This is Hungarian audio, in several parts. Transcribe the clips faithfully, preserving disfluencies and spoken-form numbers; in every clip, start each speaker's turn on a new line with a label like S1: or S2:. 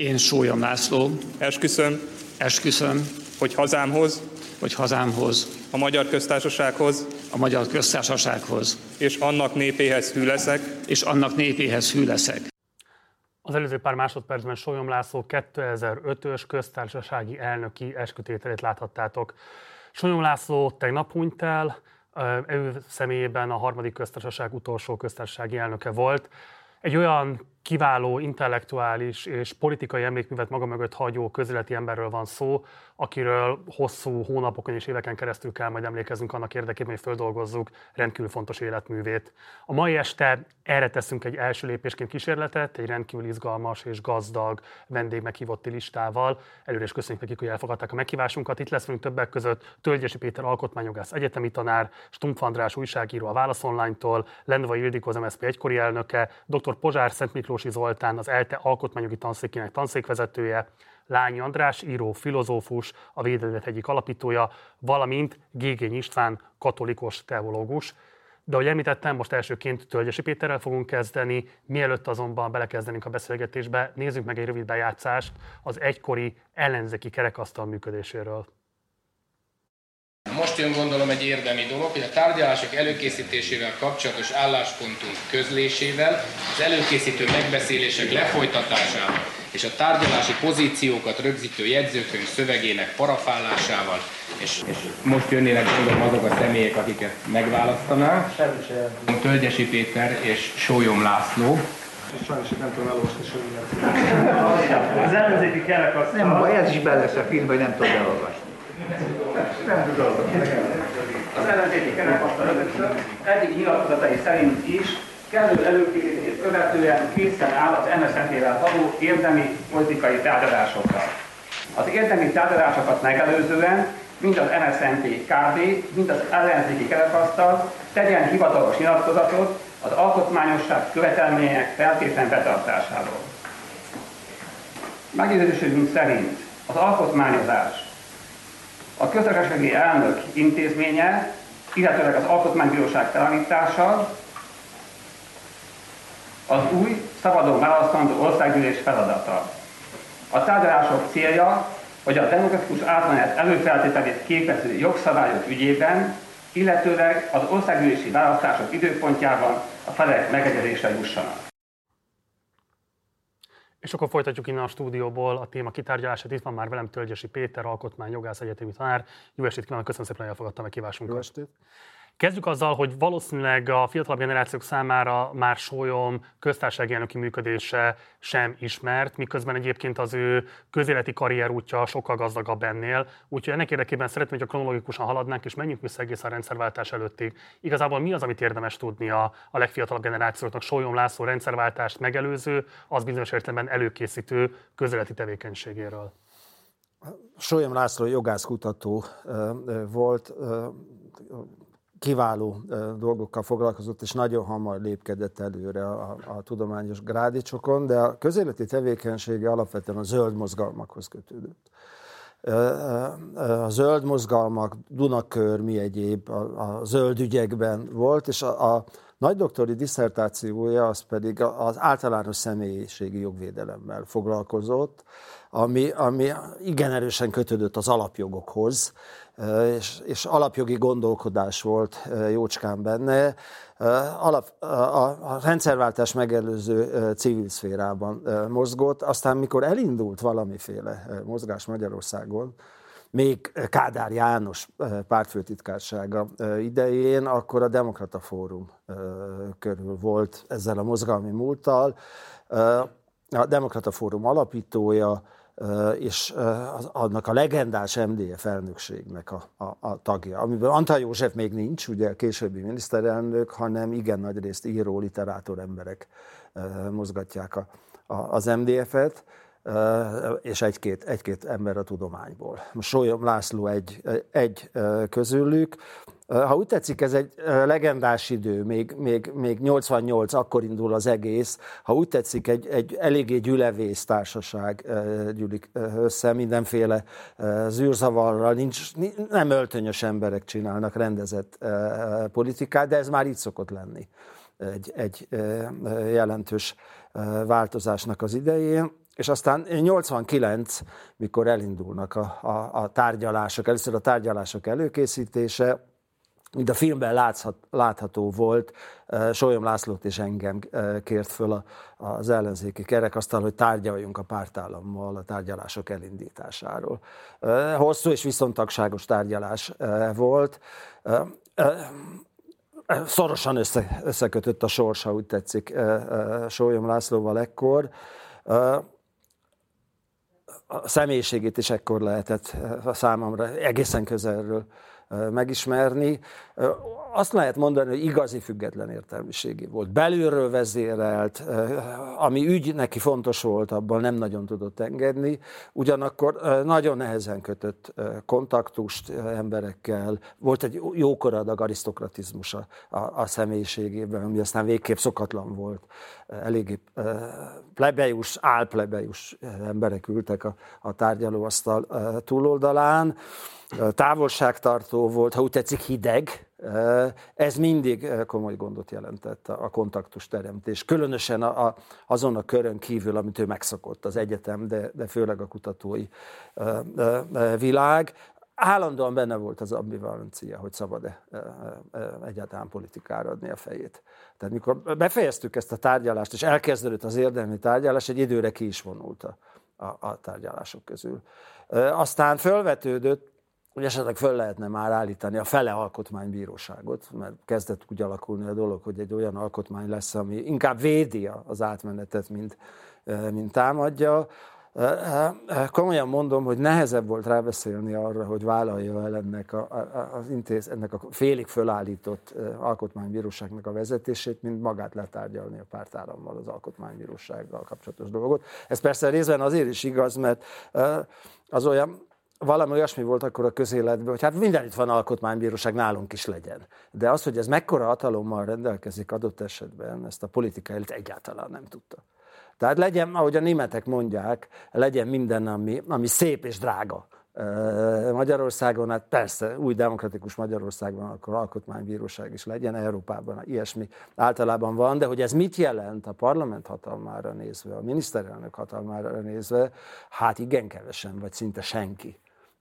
S1: Én, Sólyom László,
S2: esküszöm,
S1: esküszöm,
S2: hogy hazámhoz,
S1: hogy hazámhoz,
S2: a Magyar Köztársasághoz
S1: a Magyar Köztársasághoz
S2: és annak népéhez hű leszek,
S1: és annak népéhez hű leszek.
S3: Az előző pár másodpercben Sólyom László kétezer-ötös köztársasági elnöki eskütételét láthattátok. Sólyom László tegnap hunyt el, ő személyében a harmadik köztársaság utolsó köztársasági elnöke volt. Egy olyan kiváló, intellektuális és politikai emlékművet maga mögött hagyó közéleti emberről van szó, akiről hosszú hónapokon és éveken keresztül kell majd emlékeznünk annak érdekében, hogy földolgozzuk rendkívül fontos életművét. A mai este erre teszünk egy első lépésként kísérletet, egy rendkívül izgalmas és gazdag vendégmeghívotti listával. Előre is köszönjük nekik, hogy elfogadták a meghívásunkat. Itt lesz velünk többek között Tölgyesi Péter alkotmányjogász egyetemi tanár, Stumpf András újságíró a Válasz Online-tól, Lendvai Ildikó az em es zé pé egykori elnöke, dr. Pozsár Szentmiklósi Zoltán az ELTE alkotmányjogi tanszékének tanszékvezetője, Lányi András, író, filozófus, a Védegylet egyik alapítója, valamint Gégény István, katolikus teológus. De ahogy említettem, most elsőként Tölgyesi Péterrel fogunk kezdeni, mielőtt azonban belekezdenénk a beszélgetésbe, nézzük meg egy rövid bejátszást az egykori ellenzéki kerekasztal működéséről.
S4: Most jön gondolom egy érdemi dolog, hogy a tárgyalások előkészítésével kapcsolatos álláspontunk közlésével, az előkészítő megbeszélések lefolytatásával és a tárgyalási pozíciókat rögzítő jegyzőkönyv szövegének parafálásával, és, és most jönnének gondolom azok a személyek, akiket megválasztanák. Tölgyesi Péter és Sólyom László.
S5: Sajnos nem tudom elolvasni Sólyom.
S3: Az ellenzéki kerekasztal...
S5: Nem baj, ez is bele lesz a filmben, hogy nem tudod elolvasni. Nem tudom.
S6: Az ellenzéki kerekasztal először eddig nyilatkozatai szerint is kellő előkészítést követően készen áll az em es zé pé-vel való érdemi politikai tárgyalásokra. Az érdemi tárgyalásokat megelőzően mind az em es zé pé Kft., mind az ellenzéki kerekasztal tegyen hivatalos nyilatkozatot az alkotmányosság követelmények feltétlen betartásáról. Meggyőződésünk szerint az alkotmányozás a köztársasági elnök intézménye, illetőleg az alkotmánybíróság felállítása az új, szabadon választandó országgyűlés feladata. A tárgyalások célja, hogy a demokratikus átmenet előfeltételét képező jogszabályok ügyében, illetőleg az országgyűlési választások időpontjában a felek megegyezésre jussanak.
S3: És akkor folytatjuk innen a stúdióból a téma kitárgyalását. Itt van már velem Tölgyesi Péter, alkotmányjogász, egyetemi tanár. Jó estét kívánok, köszönöm szépen, hogy elfogadtam a meghívásunkat.
S5: Jó estét.
S3: Kezdjük azzal, hogy valószínűleg a fiatalabb generációk számára már Sólyom köztársasági elnöki működése sem ismert, miközben egyébként az ő közéleti karrierútja sokkal gazdagabb ennél. Úgyhogy ennek érdekében szeretném, hogy a kronológikusan haladnánk, és menjünk vissza egészen a rendszerváltás előttig. Igazából mi az, amit érdemes tudni a, a legfiatalabb generációknak? Sólyom László rendszerváltást megelőző, az bizonyos értelemben előkészítő közéleti tevékenységéről.
S7: Sólyom László jogászkutató volt, kiváló dolgokkal foglalkozott, és nagyon hamar lépkedett előre a, a tudományos grádicsokon, de a közéleti tevékenysége alapvetően a zöld mozgalmakhoz kötődött. A zöld mozgalmak, Dunakör, mi egyéb, a, a zöld ügyekben volt, és a, a nagy doktori disszertációja az pedig az általános személyiségi jogvédelemmel foglalkozott, ami, ami igen erősen kötődött az alapjogokhoz, és, és alapjogi gondolkodás volt jócskán benne. Alap, a, a rendszerváltás megelőző civil szférában mozgott, aztán mikor elindult valamiféle mozgás Magyarországon, még Kádár János pártfőtitkársága idején, akkor a Demokrata Fórum körül volt ezzel a mozgalmi múlttal. A Demokrata Fórum alapítója, és annak a legendás em dé ef elnökségnek a, a, a tagja, amiben Antall József még nincs, ugye a későbbi miniszterelnök, hanem igen nagy részt író, literátor emberek mozgatják a, a, az em dé ef-et, és egy-két, egy-két ember a tudományból. Sólyom László egy, egy közülük. Ha úgy tetszik, ez egy legendás idő, még, még, még nyolcvannyolc, akkor indul az egész. Ha úgy tetszik, egy, egy eléggé gyülevész társaság gyűlik össze, mindenféle zűrzavarral, nincs, nem öltönyös emberek csinálnak rendezett politikát, de ez már így szokott lenni egy, egy jelentős változásnak az idején. És aztán nyolcvankilenc, mikor elindulnak a, a, a tárgyalások, először a tárgyalások előkészítése, mint a filmben láthat, látható volt, Sólyom Lászlót és engem kért föl a, az ellenzéki kerekasztal, hogy tárgyaljunk a pártállammal a tárgyalások elindításáról. Hosszú és viszontagságos tárgyalás volt. Szorosan össze, összekötött a sorsa, úgy tetszik, Sólyom Lászlóval ekkor. A személyiségét is ekkor lehetett a számomra egészen közelről megismerni. Azt lehet mondani, hogy igazi független értelmiségi volt. Belülről vezérelt, ami ügy neki fontos volt, abban nem nagyon tudott engedni, ugyanakkor nagyon nehezen kötött kontaktust emberekkel. Volt egy jókora adag arisztokratizmus a, a személyiségében, ami aztán végképp szokatlan volt. Eléggé plebejus, álplebejus emberek ültek a, a tárgyalóasztal túloldalán. Távolságtartó volt, ha úgy tetszik, hideg. Ez mindig komoly gondot jelentett, a kontaktus teremtés. Különösen a, a, azon a körön kívül, amit ő megszokott, az egyetem, de, de főleg a kutatói világ. Állandóan benne volt az ambivalencia, hogy szabad-e egyáltalán politikára adni a fejét. Tehát mikor befejeztük ezt a tárgyalást, és elkezdődött az érdemi tárgyalás, egy időre ki is vonult a, a, a tárgyalások közül. Aztán fölvetődött, hogy esetleg föl lehetne már állítani a fele alkotmánybíróságot, mert kezdett úgy alakulni a dolog, hogy egy olyan alkotmány lesz, ami inkább védi az átmenetet, mint, mint támadja. Komolyan mondom, hogy nehezebb volt rábeszélni arra, hogy vállalja el ennek a, az intéz, ennek a félig fölállított alkotmánybíróságnak a vezetését, mint magát letárgyalni a pártállammal az alkotmánybírósággal kapcsolatos dolgot. Ez persze részben azért is igaz, mert az olyan, valami olyasmi volt akkor a közéletben, hogy hát mindenütt van alkotmánybíróság, nálunk is legyen. De az, hogy ez mekkora hatalommal rendelkezik adott esetben, ezt a politikai elit egyáltalán nem tudta. Tehát legyen, ahogy a németek mondják, legyen minden, ami, ami szép és drága. Magyarországon, hát persze, új demokratikus Magyarországban akkor alkotmánybíróság is legyen, Európában ilyesmi általában van, de hogy ez mit jelent a parlament hatalmára nézve, a miniszterelnök hatalmára nézve, hát igen kevesen, vagy szinte senki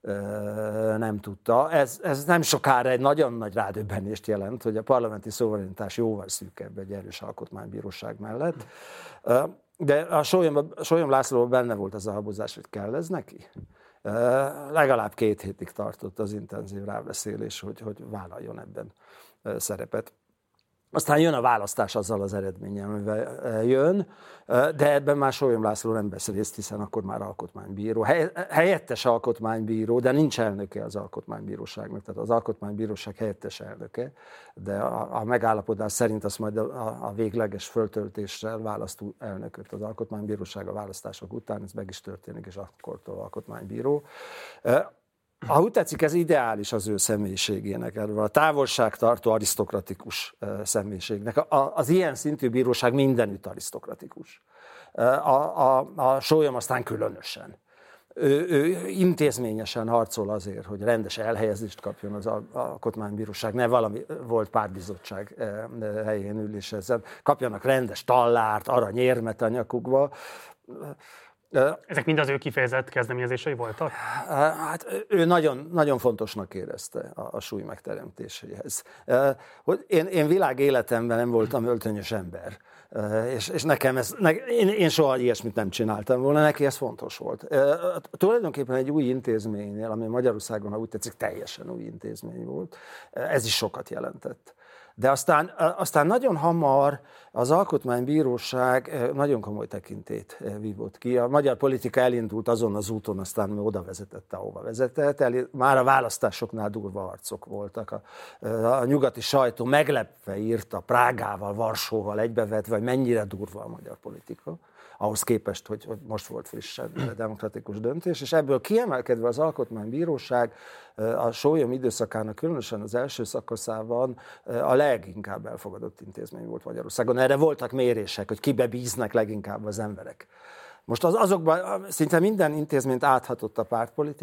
S7: nem tudta. Ez, ez nem sokára egy nagyon nagy rádöbbenést jelent, hogy a parlamenti szuverenitás jóval szűkebb egy erős alkotmánybíróság mellett. De a Sólyom, Sólyom Lászlóban benne volt az a habozás, hogy kell ez neki. Legalább két hétig tartott az intenzív rábeszélés, hogy, hogy vállaljon ebben szerepet. Aztán jön a választás azzal az eredménnyel, amivel jön, de ebben már Sólyom László nem vesz részt, hiszen akkor már alkotmánybíró. Helyettes alkotmánybíró, de nincs elnöke az alkotmánybíróságnak, tehát az alkotmánybíróság helyettes elnöke, de a, a megállapodás szerint azt majd a, a végleges föltöltéssel választó elnököt az alkotmánybíróság a választások után, ez meg is történik, és akkortól alkotmánybíró. Ha úgy tetszik, ez ideális az ő személyiségének, a távolságtartó arisztokratikus személyiségnek. A, az ilyen szintű bíróság mindenütt arisztokratikus. A, a, a Sólyom aztán különösen. Ő, ő intézményesen harcol azért, hogy rendes elhelyezést kapjon az alkotmánybíróság, ne valami volt pártbizottság helyén ülésezzen, kapjanak rendes tallárt, aranyérmet a nyakukba.
S3: Ezek mind az ő kifejezett kezdeményezései voltak?
S7: Hát ő nagyon, nagyon fontosnak érezte a, a súly megteremtéséhez. Én, én világ életemben nem voltam öltönyös ember, és, és nekem ez, ne, én, én soha ilyesmit nem csináltam volna, neki ez fontos volt. Tulajdonképpen egy új intézménynél, ami Magyarországon, ha úgy tetszik, teljesen új intézmény volt, ez is sokat jelentett. De aztán, aztán nagyon hamar az alkotmánybíróság nagyon komoly tekintét vívott ki. A magyar politika elindult azon az úton, aztán oda vezetett, ahova vezetett. El, már a választásoknál durva harcok voltak. A, a nyugati sajtó meglepve írta Prágával, Varsóval egybevetve, hogy mennyire durva a magyar politika, ahhoz képest, hogy, hogy most volt frissen demokratikus döntés, és ebből kiemelkedve az alkotmánybíróság a Sólyom időszakának, különösen az első szakaszában a leginkább elfogadott intézmény volt Magyarországon. Erre voltak mérések, hogy kibe bíznak leginkább az emberek. Most az, azokban szinte minden intézményt áthatott a pártpolitika,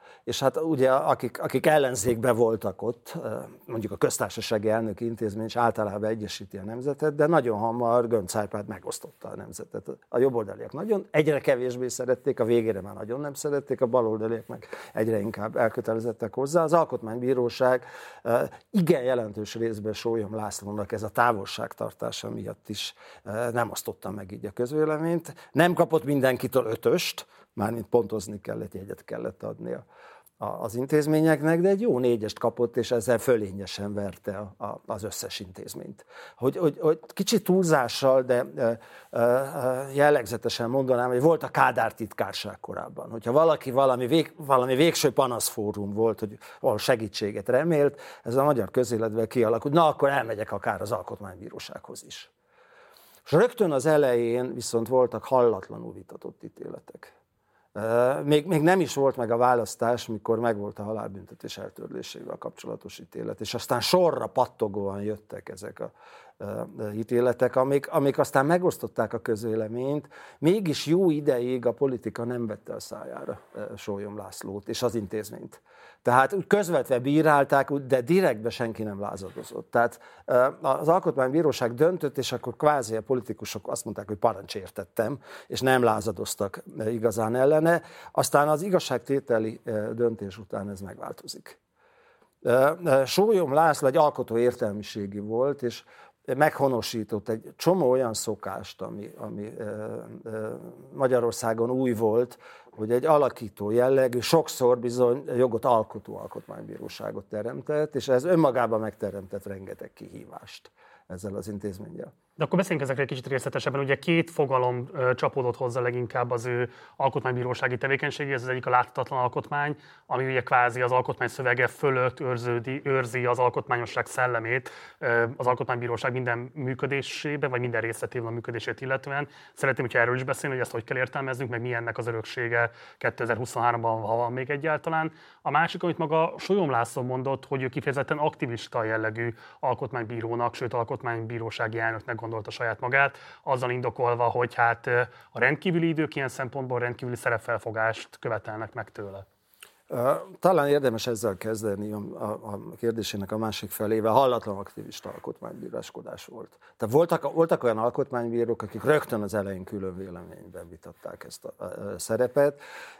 S7: És hát ugye akik, akik ellenzékben voltak ott, mondjuk a köztársasági elnöki intézmény is általában egyesíti a nemzetet, de nagyon hamar Göncz Árpád megosztotta a nemzetet. A jobboldaliak nagyon, egyre kevésbé szerették, a végére már nagyon nem szerették, a baloldaliak meg egyre inkább elkötelezettek hozzá. Az Alkotmánybíróság igen jelentős részben Sólyom Lászlónak ez a távolságtartása miatt is nem osztotta meg így a közvéleményt. Nem kapott mindenkitől ötöst, mármint pontozni kellett, jegyet kellett adni a, a, az intézményeknek, de egy jó négyest kapott, és ezzel fölényesen verte a, a, az összes intézményt. Hogy, hogy, hogy kicsit túlzással, de e, e, jellegzetesen mondanám, hogy volt a Kádár titkárság korábban. Hogyha valaki valami, vég, valami végső panaszfórum volt, hogy valami segítséget remélt, ez a magyar közéletben kialakult, na akkor elmegyek akár az Alkotmánybírósághoz is. És rögtön az elején viszont voltak hallatlanul vitatott ítéletek. Még, még nem is volt meg a választás, mikor megvolt a halálbüntetés eltörlésével kapcsolatos ítélet, és aztán sorra pattogóan jöttek ezek a ítéletek, amik, amik aztán megosztották a közvéleményt, mégis jó ideig a politika nem vette a szájára Sólyom Lászlót és az intézményt. Tehát úgy közvetve bírálták, de direktbe senki nem lázadozott. Tehát az Alkotmánybíróság döntött, és akkor kvázi a politikusok azt mondták, hogy parancsértettem, és nem lázadoztak igazán ellene. Aztán az igazságtételi döntés után ez megváltozik. Sólyom László egy alkotó értelmiségi volt, és meghonosított egy csomó olyan szokást, ami, ami Magyarországon új volt, hogy egy alakító jellegű, sokszor bizony jogot alkotó alkotmánybíróságot teremtett, és ez önmagában megteremtett rengeteg kihívást ezzel az intézménnyel.
S3: De akkor beszéljünk ezekre egy kicsit részletesebben. Ugye két fogalom ö, csapódott hozzá leginkább az ő alkotmánybírósági tevékenységéhez. Ez egyik a láthatatlan alkotmány, ami ugye kvázi az alkotmány szövege fölött őrződi, őrzi az alkotmányosság szellemét ö, az alkotmánybíróság minden működésében, vagy minden részletében a működését illetően. Szeretném, hogyha erről is beszélni, hogy ezt hogy kell értelmeznünk, meg mi ennek az öröksége kétezer-huszonháromban, ha van még egyáltalán. A másik, amit maga Sólyom László mondott, hogy ő kifejezetten aktivista jellegű alkotmánybírónak, sőt alkotmánybírósági elnöknek gondolta saját magát, azzal indokolva, hogy hát a rendkívüli idők ilyen szempontból rendkívüli szerepfelfogást követelnek meg tőle.
S7: Talán érdemes ezzel kezdeni a, a, a kérdésének a másik felével. Hallatlan aktivista alkotmánybíráskodás volt. Tehát voltak, voltak olyan alkotmánybírók, akik rögtön az elején külön véleményben vitatták ezt a, a, a szerepet.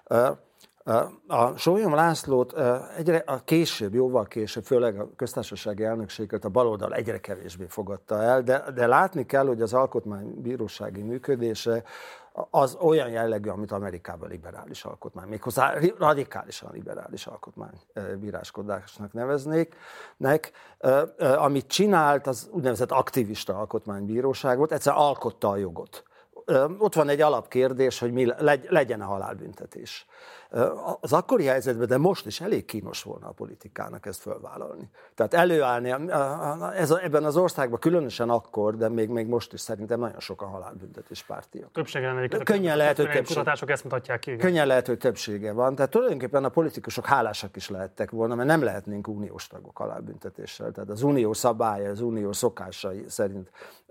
S7: A Sólyom Lászlót egyre a később, jóval később, főleg a köztársasági elnökséget a baloldal egyre kevésbé fogadta el, de, de látni kell, hogy az alkotmánybírósági működése az olyan jellegű, amit Amerikában liberális alkotmány, méghozzá radikálisan liberális alkotmánybíráskodásnak neveznék. Nek, amit csinált, az úgynevezett aktivista alkotmánybíróság volt, egyszer alkotta a jogot. Ott van egy alapkérdés, hogy mi legyen a halálbüntetés. Az akkori helyzetben, de most is elég kínos volna a politikának ezt fölvállalni. Tehát előállni, ez a, ebben az országban különösen akkor, de még, még most is szerintem nagyon sokan halálbüntetés pártiak.
S3: Többségen
S7: Könnyen lehet, hogy többsége,
S3: kutatások ezt mutatják ki.
S7: Könnyen lehet, hogy többsége van. Tehát tulajdonképpen a politikusok hálásak is lehettek volna, mert nem lehetnénk uniós tagok halálbüntetéssel. Tehát az unió szabálya, az unió szokásai szerint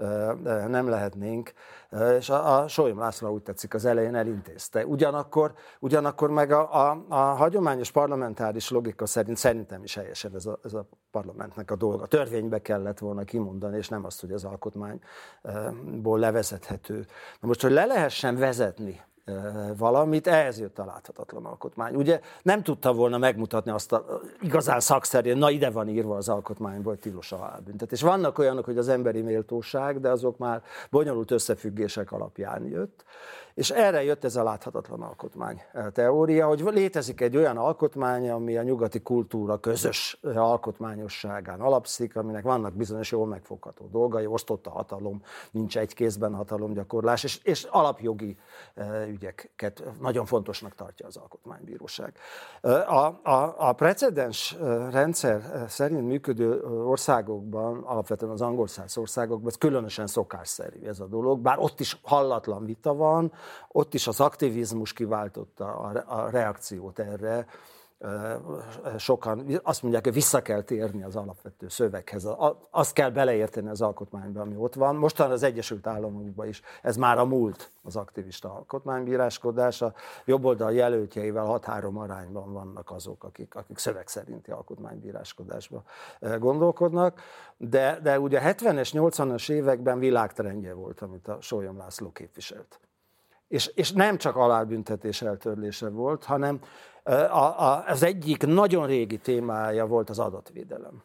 S7: nem lehetnénk. És a, a Sólyom László úgy tetszik az elején elintézte. Ugyanakkor, ugyanakkor meg a, a, a hagyományos parlamentáris logika szerint szerintem is helyesen ez a, ez a parlamentnek a dolga. Törvénybe kellett volna kimondani, és nem azt, hogy az alkotmányból levezethető. Na most, hogy le lehessen vezetni valamit, ehhez jött a láthatatlan alkotmány. Ugye nem tudta volna megmutatni azt a igazán szakszerűen, na ide van írva az alkotmányból, hogy tilos a halálbüntetés. Vannak olyanok, hogy az emberi méltóság, de azok már bonyolult összefüggések alapján jött. És erre jött ez a láthatatlan alkotmány teória, hogy létezik egy olyan alkotmány, ami a nyugati kultúra közös alkotmányosságán alapszik, aminek vannak bizonyos jól megfogható dolgai, osztott a hatalom, nincs egy kézben hatalomgyakorlás, és, és alapjogi ügyeket nagyon fontosnak tartja az alkotmánybíróság. A, a, a precedens rendszer szerint működő országokban, alapvetően az angolszász országokban, ez különösen szokásszerű ez a dolog, bár ott is hallatlan vita van, ott is az aktivizmus kiváltotta a reakciót erre. sokan azt mondják, hogy vissza kell térni az alapvető szöveghez. Azt kell beleérteni az alkotmányba, ami ott van. Mostan az Egyesült Államokban is ez már a múlt, az aktivista alkotmánybíráskodás. A jobboldal jelöltjeivel hat három arányban vannak azok, akik, akik szöveg szerinti alkotmánybíráskodásba gondolkodnak. De, de ugye a hetvenes, nyolcvanas években világtrendje volt, amit a Sólyom László képviselt. És, és nem csak halálbüntetés eltörlése volt, hanem a, a, az egyik nagyon régi témája volt az adatvédelem.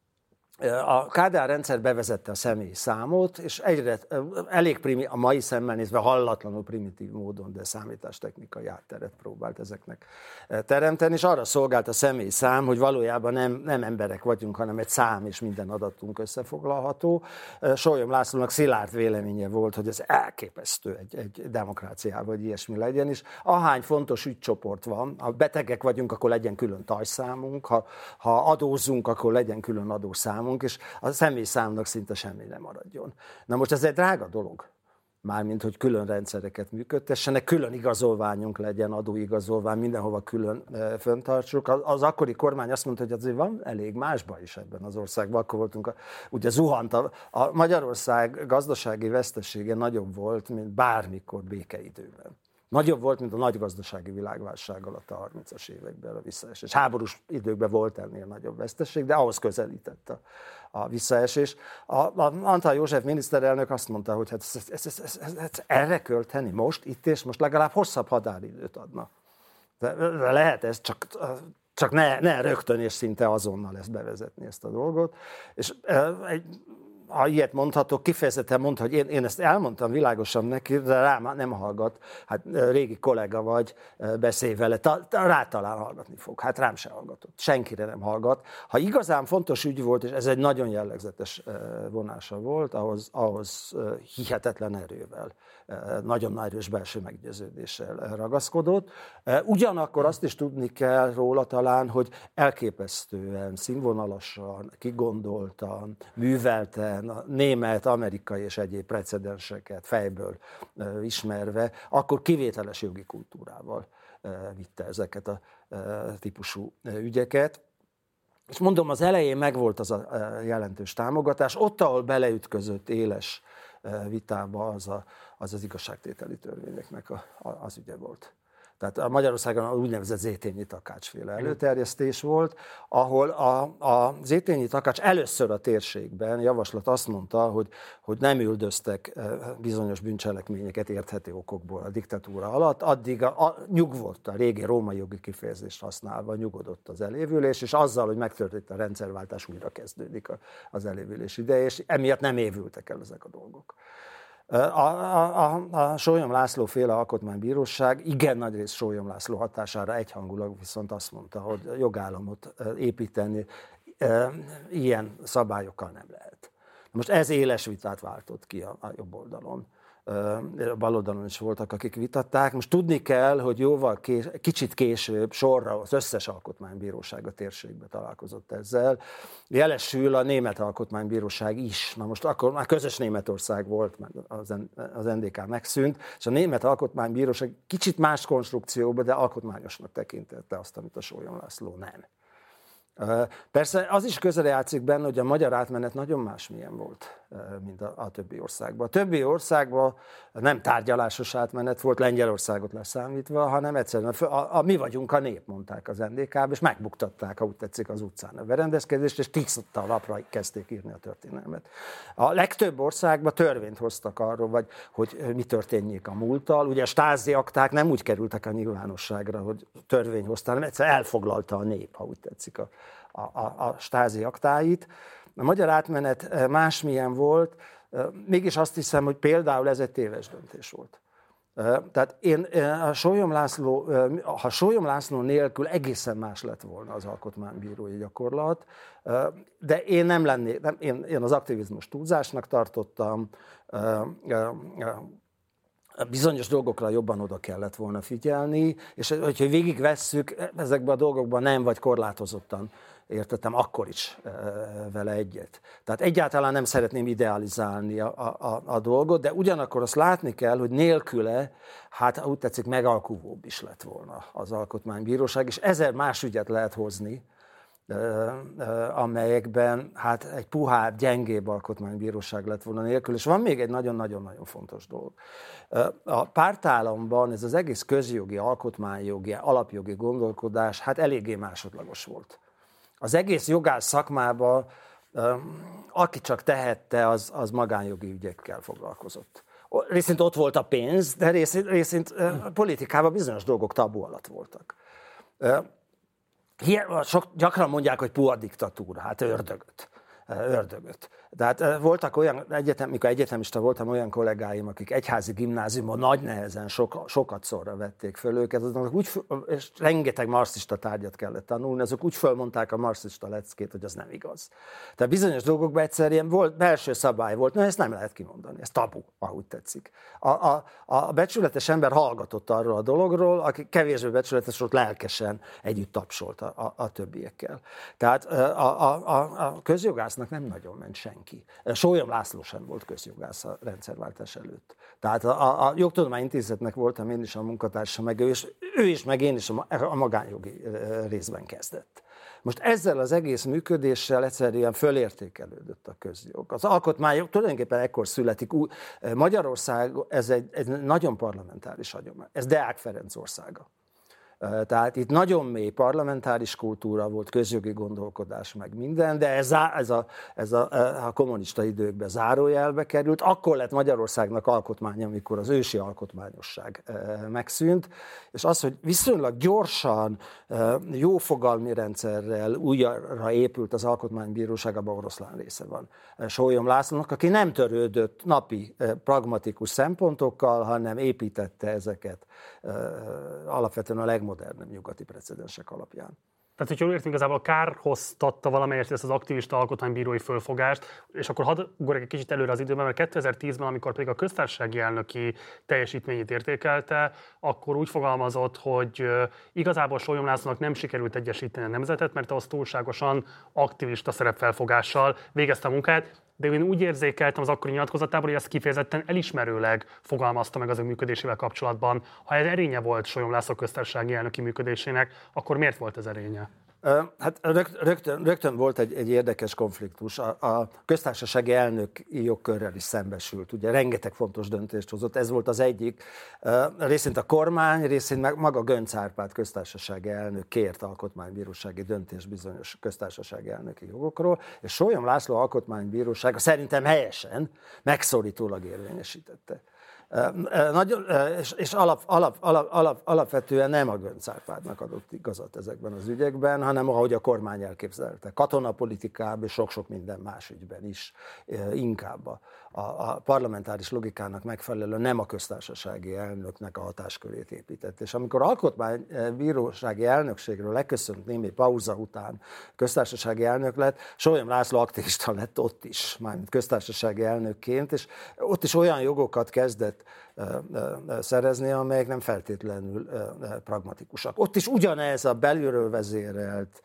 S7: A Kádár rendszer bevezette a személyi számot, és egyre elég primi, a mai szemmel nézve hallatlanul primitív módon, de számítástechnikai átteret próbált ezeknek teremteni, és arra szolgált a személyi szám, hogy valójában nem, nem emberek vagyunk, hanem egy szám, és minden adatunk összefoglalható. Sólyom Lászlónak szilárd véleménye volt, hogy ez elképesztő egy, egy demokráciában, hogy ilyesmi legyen, és ahány fontos ügycsoport van, ha betegek vagyunk, akkor legyen külön tajszámunk, ha, ha adózunk, akkor legyen külön adószámunk, és a személyszámnak szinte semmi nem maradjon. Na most ez egy drága dolog, mármint, hogy külön rendszereket működtessenek, külön igazolványunk legyen, adóigazolvány, mindenhova külön e, föntartsuk. Az, az akkori kormány azt mondta, hogy azért van elég másba is ebben az országban. Akkor voltunk, a, ugye zuhant, a, a Magyarország gazdasági vesztesége nagyobb volt, mint bármikor békeidőben. Nagyobb volt, mint a nagy gazdasági világválság alatt a harmincas években a visszaesés. Háborús időkben volt ennél nagyobb veszteség, de ahhoz közelített a, a visszaesés. A, a Antall József miniszterelnök azt mondta, hogy hát ezt, ezt, ezt, ezt, ezt, ezt erre költeni most, itt és most legalább hosszabb határidőt adna. De, de lehet ez, csak, csak ne, ne rögtön és szinte azonnal ezt bevezetni, ezt a dolgot. És egy, ha ilyet mondhatok, kifejezetten mondta, hogy én, én ezt elmondtam világosan neki, de rám nem hallgat. Hát régi kollega vagy, beszélj vele, ta, ta, rá talán hallgatni fog. Hát rám se hallgatott. Senkire nem hallgat. Ha igazán fontos ügy volt, és ez egy nagyon jellegzetes vonása volt, ahhoz, ahhoz hihetetlen erővel, nagyon erős belső meggyőződéssel ragaszkodott. Ugyanakkor azt is tudni kell róla talán, hogy elképesztően, színvonalasan, kigondoltan, művelten, a német, amerikai és egyéb precedenseket fejből uh, ismerve, akkor kivételes jogi kultúrával uh, vitte ezeket a uh, típusú uh, ügyeket. És mondom, az elején megvolt az a uh, jelentős támogatás, ott, ahol beleütközött éles uh, vitába, az, a, az az igazságtételi törvényeknek a, a, az ügye volt. Tehát a Magyarországon a úgynevezett Zétényi Takács-féle előterjesztés volt, ahol a, a Zétényi Takács először a térségben javaslat azt mondta, hogy, hogy nem üldöztek bizonyos bűncselekményeket érthető okokból a diktatúra alatt, addig a, a, nyugodott, a régi római jogi kifejezést használva nyugodott az elévülés, és azzal, hogy megtörtént a rendszerváltás, újra kezdődik a, az elévülés ideje, és emiatt nem évültek el ezek a dolgok. A, a, a, a Sólyom László féle alkotmánybíróság igen nagy rész Sólyom László hatására egyhangulag viszont azt mondta, hogy jogállamot építeni ilyen szabályokkal nem lehet. Most ez éles vitát váltott ki a, a jobb oldalon. A bal oldalon is voltak, akik vitatták. Most tudni kell, hogy jóval kés, kicsit később sorra az összes alkotmánybíróság a térségbe találkozott ezzel. Jelesül a német alkotmánybíróság is. Na most akkor már közös Németország volt, mert az en dé ká megszűnt, és a német alkotmánybíróság kicsit más konstrukcióban, de alkotmányosnak tekintette azt, amit a Sólyom László nem. Persze az is közrejátszik benne, hogy a magyar átmenet nagyon másmilyen volt, mint a, a többi országban. A többi országban nem tárgyalásos átmenet volt, Lengyelországot leszámítva, hanem egyszerűen a, a, a mi vagyunk a nép, mondták az en dé ká-b, és megbuktatták, ha úgy tetszik, az utcán a berendezkedést, és tiszta lapra kezdték írni a történelmet. A legtöbb országban törvényt hoztak arról, vagy, hogy mi történjék a múlttal. Ugye a Stasi akták nem úgy kerültek a nyilvánosságra, hogy törvény hozták, hanem egyszerűen elfoglalta a nép, ha úgy tetszik, a a, a, a Stasi aktáit. A magyar átmenet másmilyen volt, mégis azt hiszem, hogy például ez egy téves döntés volt. Tehát én a Sólyom László, ha Sólyom László nélkül egészen más lett volna az alkotmánybírói gyakorlat, de én nem lennék, nem, én, én az aktivizmus túlzásnak tartottam, bizonyos dolgokra jobban oda kellett volna figyelni, és hogyha végigvesszük, ezekben a dolgokban nem vagy korlátozottan értettem akkor is vele egyet. Tehát egyáltalán nem szeretném idealizálni a, a, a dolgot, de ugyanakkor azt látni kell, hogy nélküle, hát úgy tetszik, megalkuvóbb is lett volna az Alkotmánybíróság, és ezer más ügyet lehet hozni, amelyekben hát egy puhább, gyengébb alkotmánybíróság lett volna nélkül. És van még egy nagyon-nagyon-nagyon fontos dolog. A pártállamban ez az egész közjogi, alkotmányjogi, alapjogi gondolkodás hát eléggé másodlagos volt. Az egész jogász szakmában, aki csak tehette, az, az magánjogi ügyekkel foglalkozott. Részint ott volt a pénz, de részint, részint politikában bizonyos dolgok tabu alatt voltak. Sok, gyakran mondják, hogy puha diktatúra, hát ördögöt. ördögöt. Tehát voltak olyan, egyetem, mikor egyetemista voltam, olyan kollégáim, akik egyházi gimnáziumban nagy nehezen sok, sokat szorra vették föl őket, azok úgy, és rengeteg marxista tárgyat kellett tanulni, azok úgy fölmondták a marxista leckét, hogy az nem igaz. Tehát bizonyos dolgokban egyszerűen volt, belső szabály volt, na ezt nem lehet kimondani, ez tabu, ahogy tetszik. A, a, a becsületes ember hallgatott arról a dologról, aki kevésbé becsületes volt, lelkesen együtt tapsolt a, a, a többiekkel. Tehát a, a, a, a közjogásznak nem nagyon ment senki. Sólyom László sem volt közjogász a rendszerváltás előtt. Tehát a, a Jogtudományintézetnek voltam én is a munkatársa, meg ő is, ő is, meg én is a, a magánjogi részben kezdett. Most ezzel az egész működéssel egyszerűen fölértékelődött a közjog. Az alkotmányjog tulajdonképpen ekkor születik. Magyarország, ez egy, egy nagyon parlamentáris hagyomány. Ez Deák Ferenc országa. Tehát itt nagyon mély parlamentáris kultúra volt, közjogi gondolkodás, meg minden, de ez a, ez a, ez a, a kommunista időkben zárójelbe került. Akkor lett Magyarországnak alkotmánya, amikor az ősi alkotmányosság megszűnt, és az, hogy viszonylag gyorsan, jó fogalmi rendszerrel újra épült az Alkotmánybíróság, abban oroszlán része van Sólyom Lászlónak, aki nem törődött napi pragmatikus szempontokkal, hanem építette ezeket alapvetően a legmodernebb nyugati precedensek alapján.
S3: Tehát, hogy jól értünk, igazából kárhoztatta valamelyest ezt az aktivista alkotmánybírói fölfogást, és akkor hadd ugorjak egy kicsit előre az időben, mert kétezer-tízben, amikor pedig a köztársasági elnöki teljesítményét értékelte, akkor úgy fogalmazott, hogy igazából Sólyom Lászlónak nem sikerült egyesíteni a nemzetet, mert ahhoz túlságosan aktivista szerepfelfogással végezte a munkát, de én úgy érzékeltem az akkori nyilatkozatában, hogy ezt kifejezetten elismerőleg fogalmazta meg az ő működésével kapcsolatban. Ha ez erénye volt Sólyom László köztársasági elnöki működésének, akkor miért volt ez erénye?
S7: Hát rögtön, rögtön volt egy, egy érdekes konfliktus. A, a köztársasági elnök jogkörrel is szembesült. Ugye rengeteg fontos döntést hozott, ez volt az egyik. Részint a kormány, részint meg maga Göncz Árpád köztársasági elnök kért alkotmánybírósági döntés bizonyos köztársasági elnöki jogokról, és Sólyom László alkotmánybírósága szerintem helyesen megszorítólag érvényesítette. Nagyon, és, és alap, alap, alap, alap, alapvetően nem a Göncz Árpádnak adott igazat ezekben az ügyekben, hanem ahogy a kormány elképzelte. Katonapolitikában és sok-sok minden más ügyben is inkább a, a parlamentáris logikának megfelelően nem a köztársasági elnöknek a hatáskörét épített. És amikor alkotmánybírósági elnökségről leköszönt némi pauza után köztársasági elnök lett, Sólyom László aktivista lett ott is, mármint köztársasági elnökként, és ott is olyan jogokat kezdett szerezni, amelyek nem feltétlenül pragmatikusak. Ott is ugyanez a belülről vezérelt,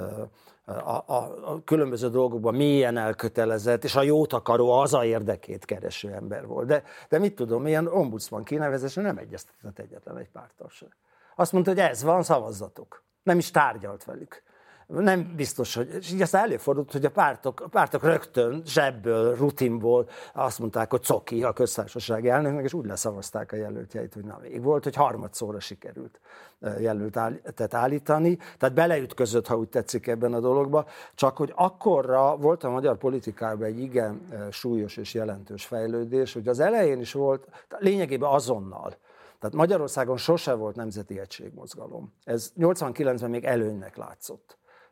S7: a, a, a különböző dolgokban mélyen elkötelezett, és a jót akaró, az a érdekét kereső ember volt. De, de mit tudom, ilyen ombudsman kinevezésre nem egyeztetett egyetlen egy párttal sem. Azt mondta, hogy ez van, szavazzatok. Nem is tárgyalt velük. Nem biztos, hogy... És így aztán előfordult, hogy a pártok, a pártok rögtön zsebből, rutinból azt mondták, hogy coki a köztársasági elnöknek, és úgy leszavazták a jelöltjeit, hogy na még volt, hogy harmadszorra sikerült jelöltet állítani. Tehát beleütközött, ha úgy tetszik ebben a dologba, csak hogy akkorra volt a magyar politikában egy igen súlyos és jelentős fejlődés, hogy az elején is volt, lényegében azonnal. Tehát Magyarországon sose volt nemzeti egységmozgalom. Ez nyolcvankilencben még előnynek látszott.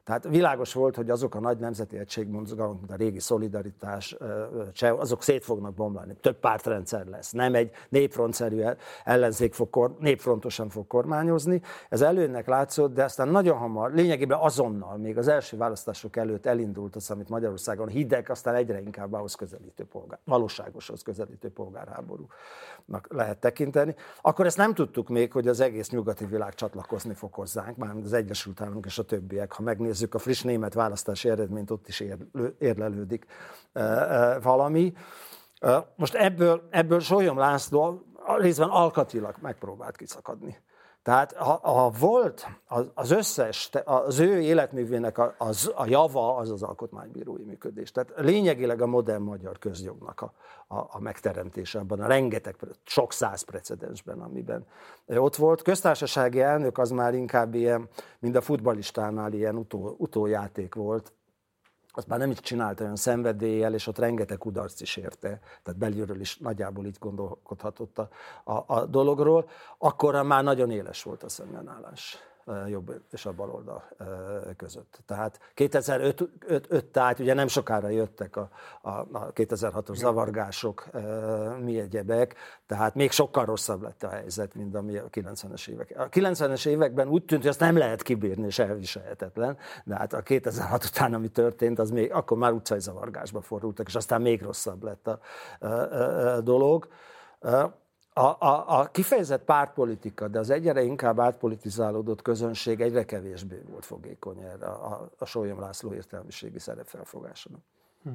S7: Tehát világos volt, hogy azok a nagy nemzeti egységmozgalmak, mint a régi Szolidaritás, azok szét fognak bomlani. Több pártrendszer lesz. Nem egy népfrontszerű ellenzék fog, népfrontosan fog kormányozni. Ez előnnek látszott, de aztán nagyon hamar, lényegében azonnal, még az első választások előtt elindult az, amit Magyarországon hideg, aztán egyre inkább ahhoz közelítő polgár, valóságoshoz közelítő polgárháborúnak lehet tekinteni. Akkor ezt nem tudtuk még, hogy az egész nyugati világ csatlakozni fog hozzánk, mármint az Egyesült Államok és a többiek. Ha megnézzük a friss német választási eredményt, ott is érlelődik valami. Most ebből, ebből Sólyom László részben alkatilag megpróbált kiszakadni. Tehát ha, ha volt az összes, az ő életművének a, az, a java, az az alkotmánybírói működés. Tehát lényegileg a modern magyar közjognak a, a, a megteremtése abban a rengeteg, sok száz precedensben, amiben ott volt. Köztársasági elnök az már inkább ilyen, mint a futballistánál ilyen utó, utójáték volt. Azt már nem így csinálta olyan szenvedéllyel, és ott rengeteg kudarc is érte, tehát belülről is nagyjából így gondolkodhatott a, a, a dologról. Akkorra már nagyon éles volt a szembenállás jobb és a baloldal között. Tehát kétezer-öt tájt, ugye nem sokára jöttek a, a, a kétezer-hatos zavargások, mi egyebek, tehát még sokkal rosszabb lett a helyzet, mint ami a kilencvenes évek. A kilencvenes években úgy tűnt, hogy azt nem lehet kibírni, és elviselhetetlen, de hát a kétezer-hat után, ami történt, az még, akkor már utcai zavargásba fordultak, és aztán még rosszabb lett a, a, a, a dolog. A, a, a kifejezett pártpolitika, de az egyre inkább átpolitizálódott közönség egyre kevésbé volt fogékony erre a, a, a Sólyom László értelmiségi szerepfelfogásának. Hm.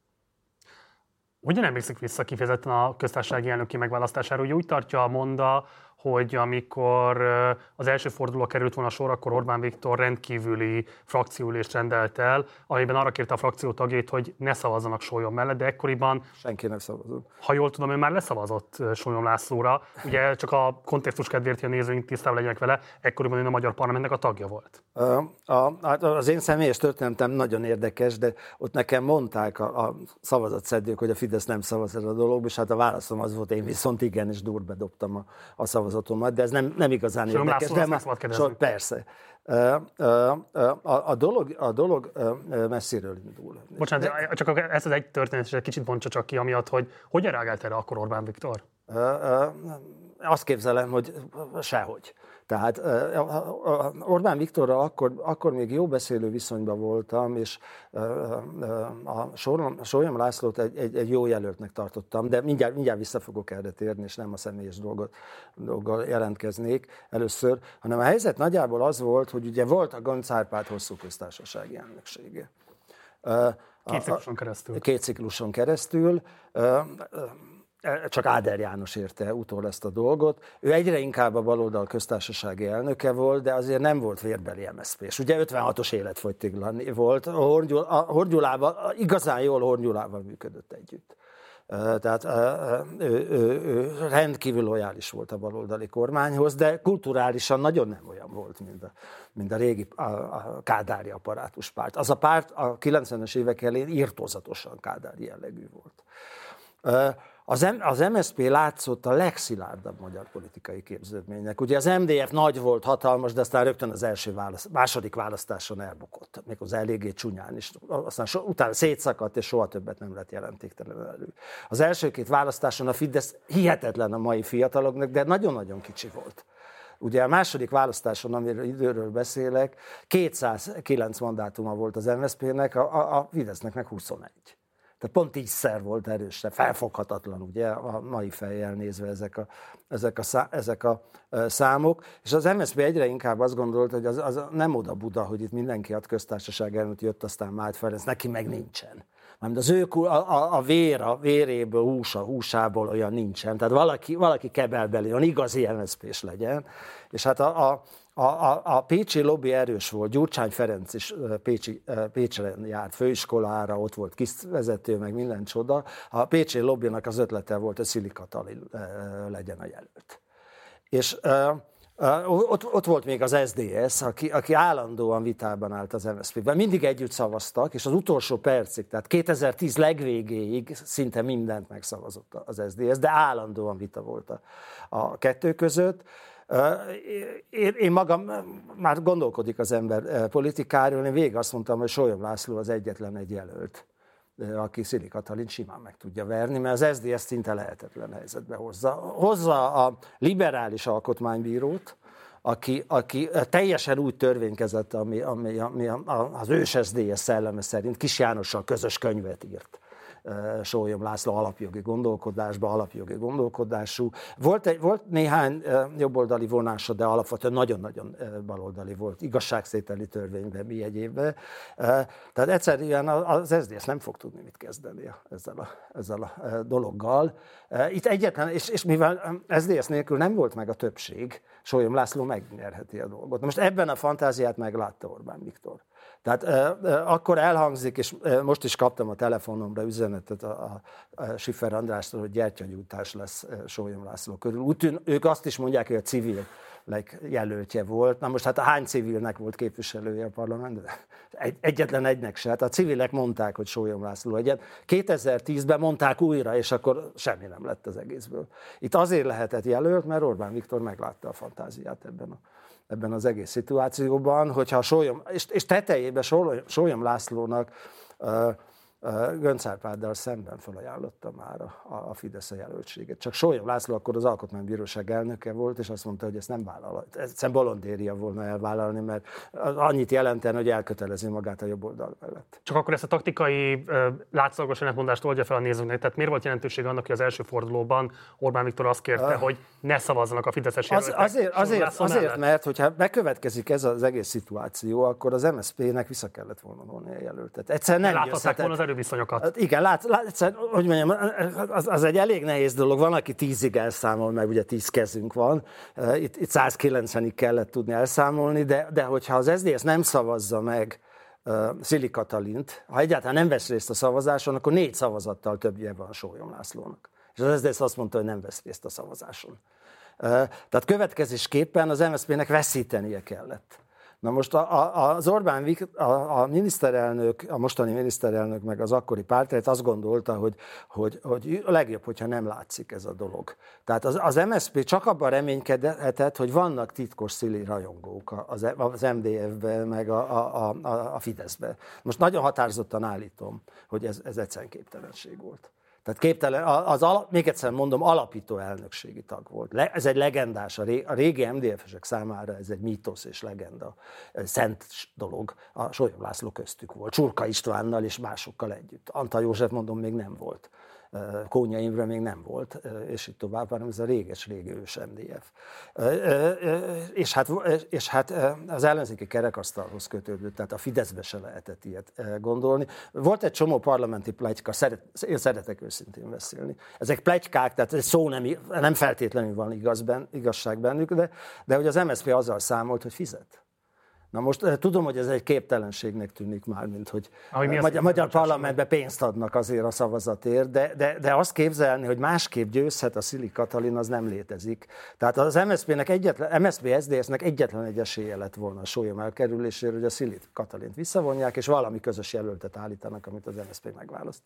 S3: Hogyan emlékszik vissza kifejezetten a köztársasági elnöki megválasztására? Ugye úgy tartja a Monda, hogy amikor az első forduló került volna sor, akkor Orbán Viktor rendkívüli frakcióülést rendelt el, amiben arra kérte a frakció tagjait, hogy ne szavazzanak Sólyom mellett, de ekkoriban...
S7: Senki nem szavazott.
S3: Ha jól tudom, ő már leszavazott Sólyom Lászlóra. Ugye csak a kontextus kedvéért, hogy a nézőink tisztában legyenek vele, ekkoriban ő a Magyar Parlamentnek a tagja volt.
S7: A, a, az én személyes történetem nagyon érdekes, de ott nekem mondták a, a szavazatszedők, hogy a Fidesz nem szavaz ez a dologba, és hát a válaszom az volt, én viszont igen, és durva dobtam a, a szavazatomat, de ez nem, nem igazán
S3: Sólyom
S7: érdekes.
S3: László,
S7: de
S3: már,
S7: so, persze. A, a, dolog, a dolog messziről indul.
S3: Bocsánat, de... csak ez az egy történet, és egy kicsit bontsa csak ki, amiatt, hogy hogyan reagált erre akkor Orbán Viktor?
S7: Azt képzelem, hogy sehogy. Tehát Orbán Viktorral akkor, akkor még jó beszélő viszonyban voltam, és a Sólyom Lászlót egy, egy, egy jó jelöltnek tartottam, de mindjárt, mindjárt vissza fogok erre térni, és nem a személyes dolgot, dolggal jelentkeznék először, hanem a helyzet nagyjából az volt, hogy ugye volt a Göncz Árpád hosszú köztársasági elnöksége.
S3: Két cikluson keresztül.
S7: Két cikluson keresztül. Csak Áder János érte utól ezt a dolgot. Ő egyre inkább a baloldal köztársasági elnöke volt, de azért nem volt vérbeli em es zé pés. Ugye ötvenhatos életfogytiglan volt, a Horn igazán jól Horn Gyulával működött együtt. Tehát ő, ő, ő rendkívül lojális volt a baloldali kormányhoz, de kulturálisan nagyon nem olyan volt, mint a, mint a régi a, a kádári apparátuspárt. Az a párt a kilencvenes évek elején irtózatosan kádári jellegű volt. Az, az em es zé pé látszott a legszilárdabb magyar politikai képződménynek. Ugye az em dé ef nagy volt, hatalmas, de aztán rögtön az első választ, második választáson elbukott. Még az eléggé csúnyán is. Aztán so, utána szétszakadt, és soha többet nem lett jelentéktelen elő. Az első két választáson a Fidesz hihetetlen a mai fiataloknak, de nagyon-nagyon kicsi volt. Ugye a második választáson, amiről időről beszélek, kétszázkilenc mandátuma volt az em es zé pének, a, a, a Fidesznek meg huszonegy. Tehát pont tízszer volt erősre, felfoghatatlan, ugye, a mai fejjel nézve ezek a, ezek a, szá, ezek a számok. És az em es zé pé egyre inkább azt gondolta, hogy az, az nem oda Buda, hogy itt mindenki ad köztársaság elnök, jött aztán Márt Ferenc, neki meg nincsen. Mert az ő, a, a, a vér, a véréből, húsa, húsából olyan nincsen. Tehát valaki, valaki kebelbeli, olyan igazi em es zé pés legyen. És hát a, a A, a, a pécsi lobby erős volt, Gyurcsány Ferenc is Pécsi, Pécsre járt főiskolára, ott volt kiszvezető, meg minden csoda. A pécsi lobbynak az ötlete volt, hogy Szili Katalin legyen a jelölt. És uh, uh, ott, ott volt még az es zé dé es, aki, aki állandóan vitában állt az em es zé pében. Mindig együtt szavaztak, és az utolsó percig, tehát kétezer-tíz legvégéig szinte mindent megszavazott az es zé dé es, de állandóan vita volt a, a kettő között. Én, én magam, már gondolkodik az ember politikáról, én végig azt mondtam, hogy Sólyom László az egyetlen egy jelölt, aki Szili Katalint simán meg tudja verni, mert az es zé dé es szinte lehetetlen helyzetbe hozza. Hozza a liberális alkotmánybírót, aki, aki teljesen úgy törvénykezett, ami, ami, ami az ős es zé dé es szelleme szerint Kis Jánossal közös könyvet írt. Sólyom László alapjogi gondolkodásba, alapjogi gondolkodású. Volt, egy, volt néhány jobboldali vonása, de alapvetően nagyon-nagyon baloldali volt, igazságszételi törvényben, mi egyébben. Tehát egyszerűen az es zé dé es nem fog tudni mit kezdeni ezzel a, ezzel a dologgal. Itt egyetlen, és, és mivel es zé dé es nélkül nem volt meg a többség, Sólyom László megnyerheti a dolgot. Most ebben a fantáziát meglátta Orbán Viktor. Tehát uh, akkor elhangzik, és uh, most is kaptam a telefonomra üzenetet a, a, a Schiffer Andrástól, hogy gyertyagyújtás lesz uh, Sólyom László körül. Úgy tűn, ők azt is mondják, hogy a civil jelöltje volt. Na most hát hány civilnek volt képviselője a parlamentben? Egy, egyetlen egynek se. Hát a civilek mondták, hogy Sólyom László egyen. kétezer-tízben mondták újra, és akkor semmi nem lett az egészből. Itt azért lehetett jelölt, mert Orbán Viktor meglátta a fantáziát ebben a ebben az egész szituációban, hogyha Sólyom, és, és tetejében Sólyom, Sólyom Lászlónak uh, uh, Göncz Árpáddal szemben felajánlotta már a, a Fidesz a jelöltséget. Csak Sólyom László akkor az Alkotmánybíróság elnöke volt, és azt mondta, hogy ezt nem vállal. Egyszerűen bolondéria volna elvállalni, mert annyit jelentene, hogy elkötelezi magát a jobb oldal mellett.
S3: Csak akkor ezt a taktikai uh, látszólagos ellentmondást oldja fel a nézőknek. Tehát miért volt jelentőség annak, hogy az első fordulóban Orbán Viktor azt kérte, uh, hogy ne szavazzanak a fideszes jelöltek?
S7: Az, azért, azért, azért mert hogyha bekövetkezik ez az egész szituáció, akkor az em es zé pé-nek vissza kellett volna volna a jelöltet. Egyszerűen nem
S3: láthatták volna az erőviszonyokat.
S7: Hát igen, lát, lát, egyszerűen, hogy mondjam, az, az egy elég nehéz dolog. Van, aki tízig elszámol, meg ugye tíz kezünk van. Itt, itt száz kilencvenig kellett tudni elszámolni, de, de hogyha az es zé dé es nem szavazza meg uh, Szili Katalint, ha egyáltalán nem vesz részt a szavazáson, akkor négy szavazattal többje van Sólyom Lászlónak. És az es zé dé es azt mondta, hogy nem vesz részt a szavazáson. Uh, tehát következésképpen az em es zé pé-nek veszítenie kellett. Na most a, a, az Orbán, a, a miniszterelnök, a mostani miniszterelnök meg az akkori pártját azt gondolta, hogy, hogy, hogy a legjobb, hogyha nem látszik ez a dolog. Tehát az, az em es zé pé csak abban reménykedhetett, hogy vannak titkos Szili rajongók az, az em dé ef-ben, meg a, a, a, a Fideszben. Most nagyon határozottan állítom, hogy ez, ez egyszerűen képtelenség volt. Tehát képtelen, az alap, még egyszer mondom, alapító elnökségi tag volt. Le, ez egy legendás, a régi, a régi em dé ef-esek számára ez egy mítosz és legenda, szent dolog. A Sólyom László köztük volt, Csurka Istvánnal és másokkal együtt. Antal József, mondom, még nem volt. Kónya Imre még nem volt, és így tovább, hanem ez a réges-régi ős em dé ef. És hát, és hát az ellenzéki kerekasztalhoz kötődött, tehát a Fideszbe se lehetett ilyet gondolni. Volt egy csomó parlamenti pletyka, szeret, én szeretek őszintén beszélni. Ezek pletykák, tehát egy szó nem, nem feltétlenül van igaz ben, igazság bennük, de, de hogy az em es zé pé azzal számolt, hogy fizet. Na most tudom, hogy ez egy képtelenségnek tűnik már, mint hogy a magyar, magyar parlamentben pénzt adnak azért a szavazatért, de, de, de azt képzelni, hogy másképp győzhet a Szili Katalin, az nem létezik. Tehát az em es zé pé-nek egyetlen, em es zé pé es zé dé es-nek egyetlen egy esélye lett volna a Sólyom elkerülésére, hogy a Szili Katalint visszavonják, és valami közös jelöltet állítanak, amit az em es zé pé megválaszt.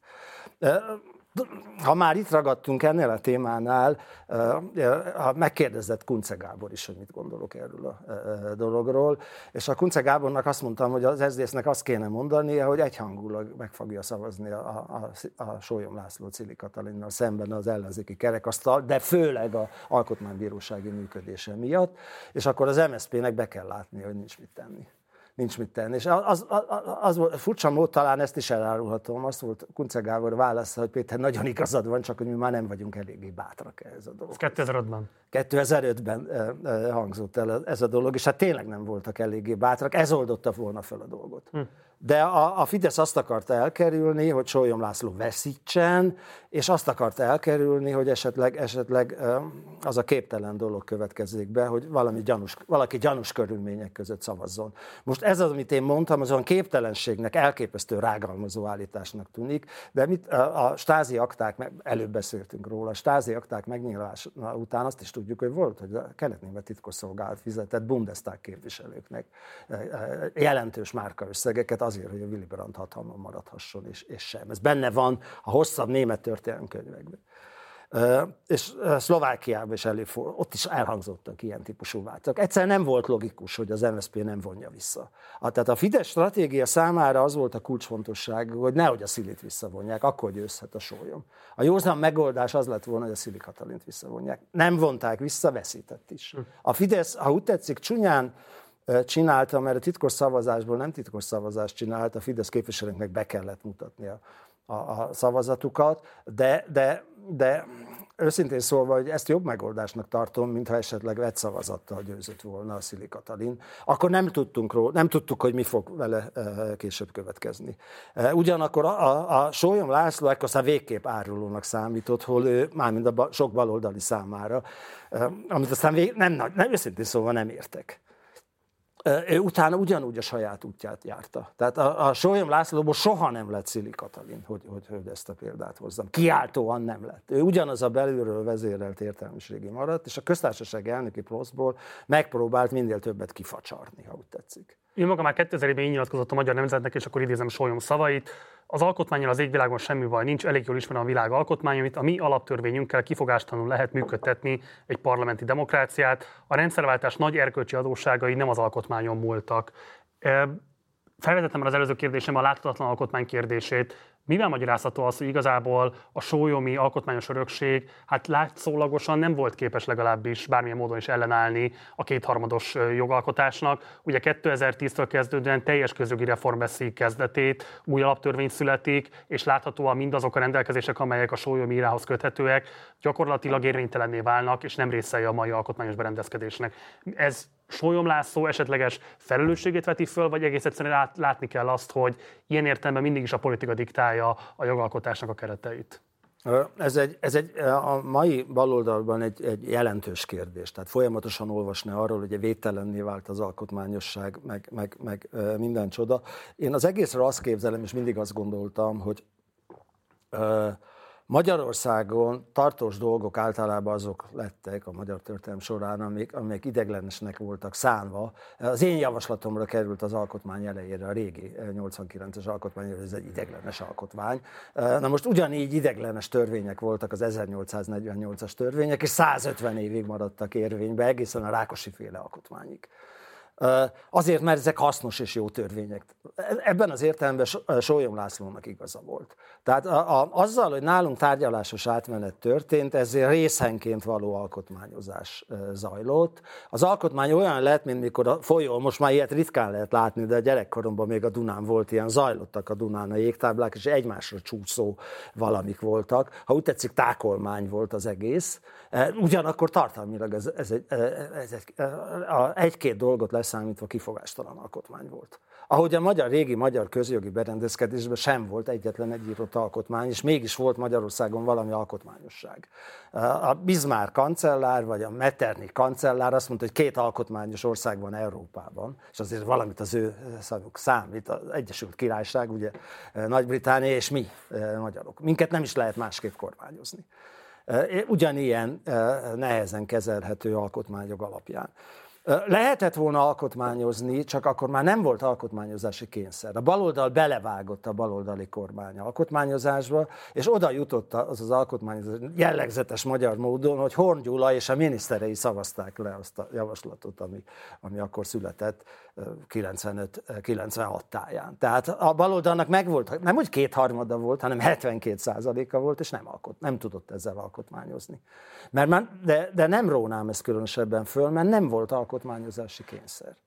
S7: Ha már itt ragadtunk ennél a témánál, megkérdezett Kunce Gábor is, hogy mit gondolok erről a dologról, és a Kunce Gábornak azt mondtam, hogy az es zé dé es-nek azt kéne mondania, hogy egyhangulag meg fogja szavazni a, a, a Sólyom László Szili Katalinnal szemben az ellenzéki kerekasztal, de főleg az alkotmánybírósági működése miatt, és akkor az em es zé pé-nek be kell látni, hogy nincs mit tenni. Nincs mit tenni. És az, az, az volt, furcsa mód, talán ezt is elárulhatom, azt volt Kunce Gábor válasza, hogy Péter, nagyon igazad van, csak hogy mi már nem vagyunk eléggé bátrak ez a dolog. Ez
S3: kétezer-ötben.
S7: kétezer-ötben hangzott el ez a dolog, és hát tényleg nem voltak eléggé bátrak, ez oldotta volna fel a dolgot. Hm. De a, a Fidesz azt akarta elkerülni, hogy Sólyom László veszítsen, és azt akarta elkerülni, hogy esetleg, esetleg az a képtelen dolog következzék be, hogy valami gyanús, valaki gyanús körülmények között szavazzon. Most ez az, amit én mondtam, az olyan képtelenségnek, elképesztő rágalmazó állításnak tűnik, de mit, a, a Stázi akták, előbb beszéltünk róla, a Stázi akták megnyilvása után azt is tudjuk, hogy volt, hogy a kelet-német titkosszolgálat fizetett Bundestag képviselőknek jelentős márkaösszegeket azért, hogy a Willy Brandt hatalmon maradhasson, és, és sem. Ez benne van a hosszabb német történelemkönyvekben. És Szlovákiában is előfordul, ott is elhangzottak ilyen típusú vádak. Egyszerűen nem volt logikus, hogy az em es zé pé nem vonja vissza. Tehát a Fidesz stratégia számára az volt a kulcsfontosság, hogy nehogy a Szilit visszavonják, akkor győzhet a sólyom. A józan megoldás az lett volna, hogy a Szili Katalint visszavonják. Nem vonták vissza, veszített is. A Fidesz, ha úgy tetszik, csúnyán csinálta, mert a titkos szavazásból nem titkos szavazást csinált, a Fidesz képviselőknek be kellett mutatni a, a, a szavazatukat, de, de, de őszintén szólva, hogy ezt jobb megoldásnak tartom, mintha esetleg vett szavazattal győzött volna a Szili Katalin. Akkor nem tudtunk róla, nem tudtuk, hogy mi fog vele később következni. Ugyanakkor a, a, a Sólyom László ekkor aztán végképp árulónak számított, hol ő, mármint a sok baloldali számára, amit aztán vég, nem, nem, őszintén szólva nem értek. Ő utána ugyanúgy a saját útját járta. Tehát a, a Sólyom Lászlóból soha nem lett Szili Katalin, hogy, hogy, hogy ezt a példát hozzam. Kiáltóan nem lett. Ő ugyanaz a belülről vezérelt értelmiségi maradt, és a köztársasági elnöki posztból megpróbált minél többet kifacsarni, ha úgy tetszik.
S3: Ő maga már kétezer-ben így nyilatkozott a Magyar Nemzetnek, és akkor idézem Sólyom szavait. Az alkotmánnyal az égvilágon semmi baj nincs, elég jól ismerem a világ alkotmány, amit a mi alaptörvényünkkel kifogástalanul lehet működtetni egy parlamenti demokráciát. A rendszerváltás nagy erkölcsi adósságai nem az alkotmányon múltak. Felvetettem már az előző kérdésem a láthatatlan alkotmány kérdését. Mivel magyarázható az, hogy igazából a sólyomi alkotmányos örökség hát látszólagosan nem volt képes legalábbis bármilyen módon is ellenállni a kétharmados jogalkotásnak? Ugye kétezer-tíztől kezdődően teljes közjogi reform veszi kezdetét, új alaptörvény születik, és láthatóan mindazok a rendelkezések, amelyek a sólyomi írához köthetőek, gyakorlatilag érvénytelenné válnak, és nem részei a mai alkotmányos berendezkedésnek. Ez Sólyom László esetleges felelősségét veti föl, vagy egész egyszerűen látni kell azt, hogy ilyen értelemben mindig is a politika diktálja a jogalkotásnak a kereteit?
S7: Ez egy, ez egy a mai baloldalban egy, egy jelentős kérdés. Tehát folyamatosan olvasni arról, hogy védtelenné vált az alkotmányosság, meg, meg, meg minden csoda. Én az egészről azt képzelem, és mindig azt gondoltam, hogy Magyarországon tartós dolgok általában azok lettek a magyar történelem során, amik, amik ideiglenesnek voltak szánva. Az én javaslatomra került az alkotmány elejére, a régi nyolcvankilences alkotmány, ez egy ideiglenes alkotmány. Na most ugyanígy ideiglenes törvények voltak az ezernyolcszáznegyvennyolcas törvények, és százötven évig maradtak érvénybe, egészen a Rákosi-féle alkotmányig. Azért, mert ezek hasznos és jó törvények. Ebben az értelemben Sólyom Lászlónak igaza volt. Tehát a, a, azzal, hogy nálunk tárgyalásos átmenet történt, ezért részenként való alkotmányozás zajlott. Az alkotmány olyan lett, mint mikor a folyó, most már ilyet ritkán lehet látni, de a gyerekkoromban még a Dunán volt ilyen, zajlottak a Dunán a jégtáblák, és egymásra csúszó valamik voltak. Ha úgy tetszik, tákolmány volt az egész. Ugyanakkor tartalmilag ez, ez egy, ez egy, egy-két dolgot leszámítva kifogástalan alkotmány volt. Ahogy a magyar, régi magyar közjogi berendezkedésben sem volt egyetlen egy írott alkotmány, és mégis volt Magyarországon valami alkotmányosság. A Bismarck kancellár, vagy a Metternich kancellár azt mondta, hogy két alkotmányos ország van Európában, és azért valamit az ő szavuk számít, az Egyesült Királyság, ugye Nagy-Britannia, és mi magyarok. Minket nem is lehet másképp kormányozni. Ugyanilyen nehezen kezelhető alkotmányok alapján. Lehetett volna alkotmányozni, csak akkor már nem volt alkotmányozási kényszer. A baloldal belevágott a baloldali kormány alkotmányozásba, és oda jutott az az alkotmányozás jellegzetes magyar módon, hogy Horn Gyula és a miniszterei szavazták le azt a javaslatot, ami, ami akkor született kilencvenöt kilencvenhat táján. Tehát a baloldalnak megvolt, nem úgy kétharmada volt, hanem hetvenkét százaléka volt, és nem, alkot, nem tudott ezzel alkotmányozni. Mert már, de, de nem rónám ezt különösebben föl, mert nem volt alkotmányozási kényszer.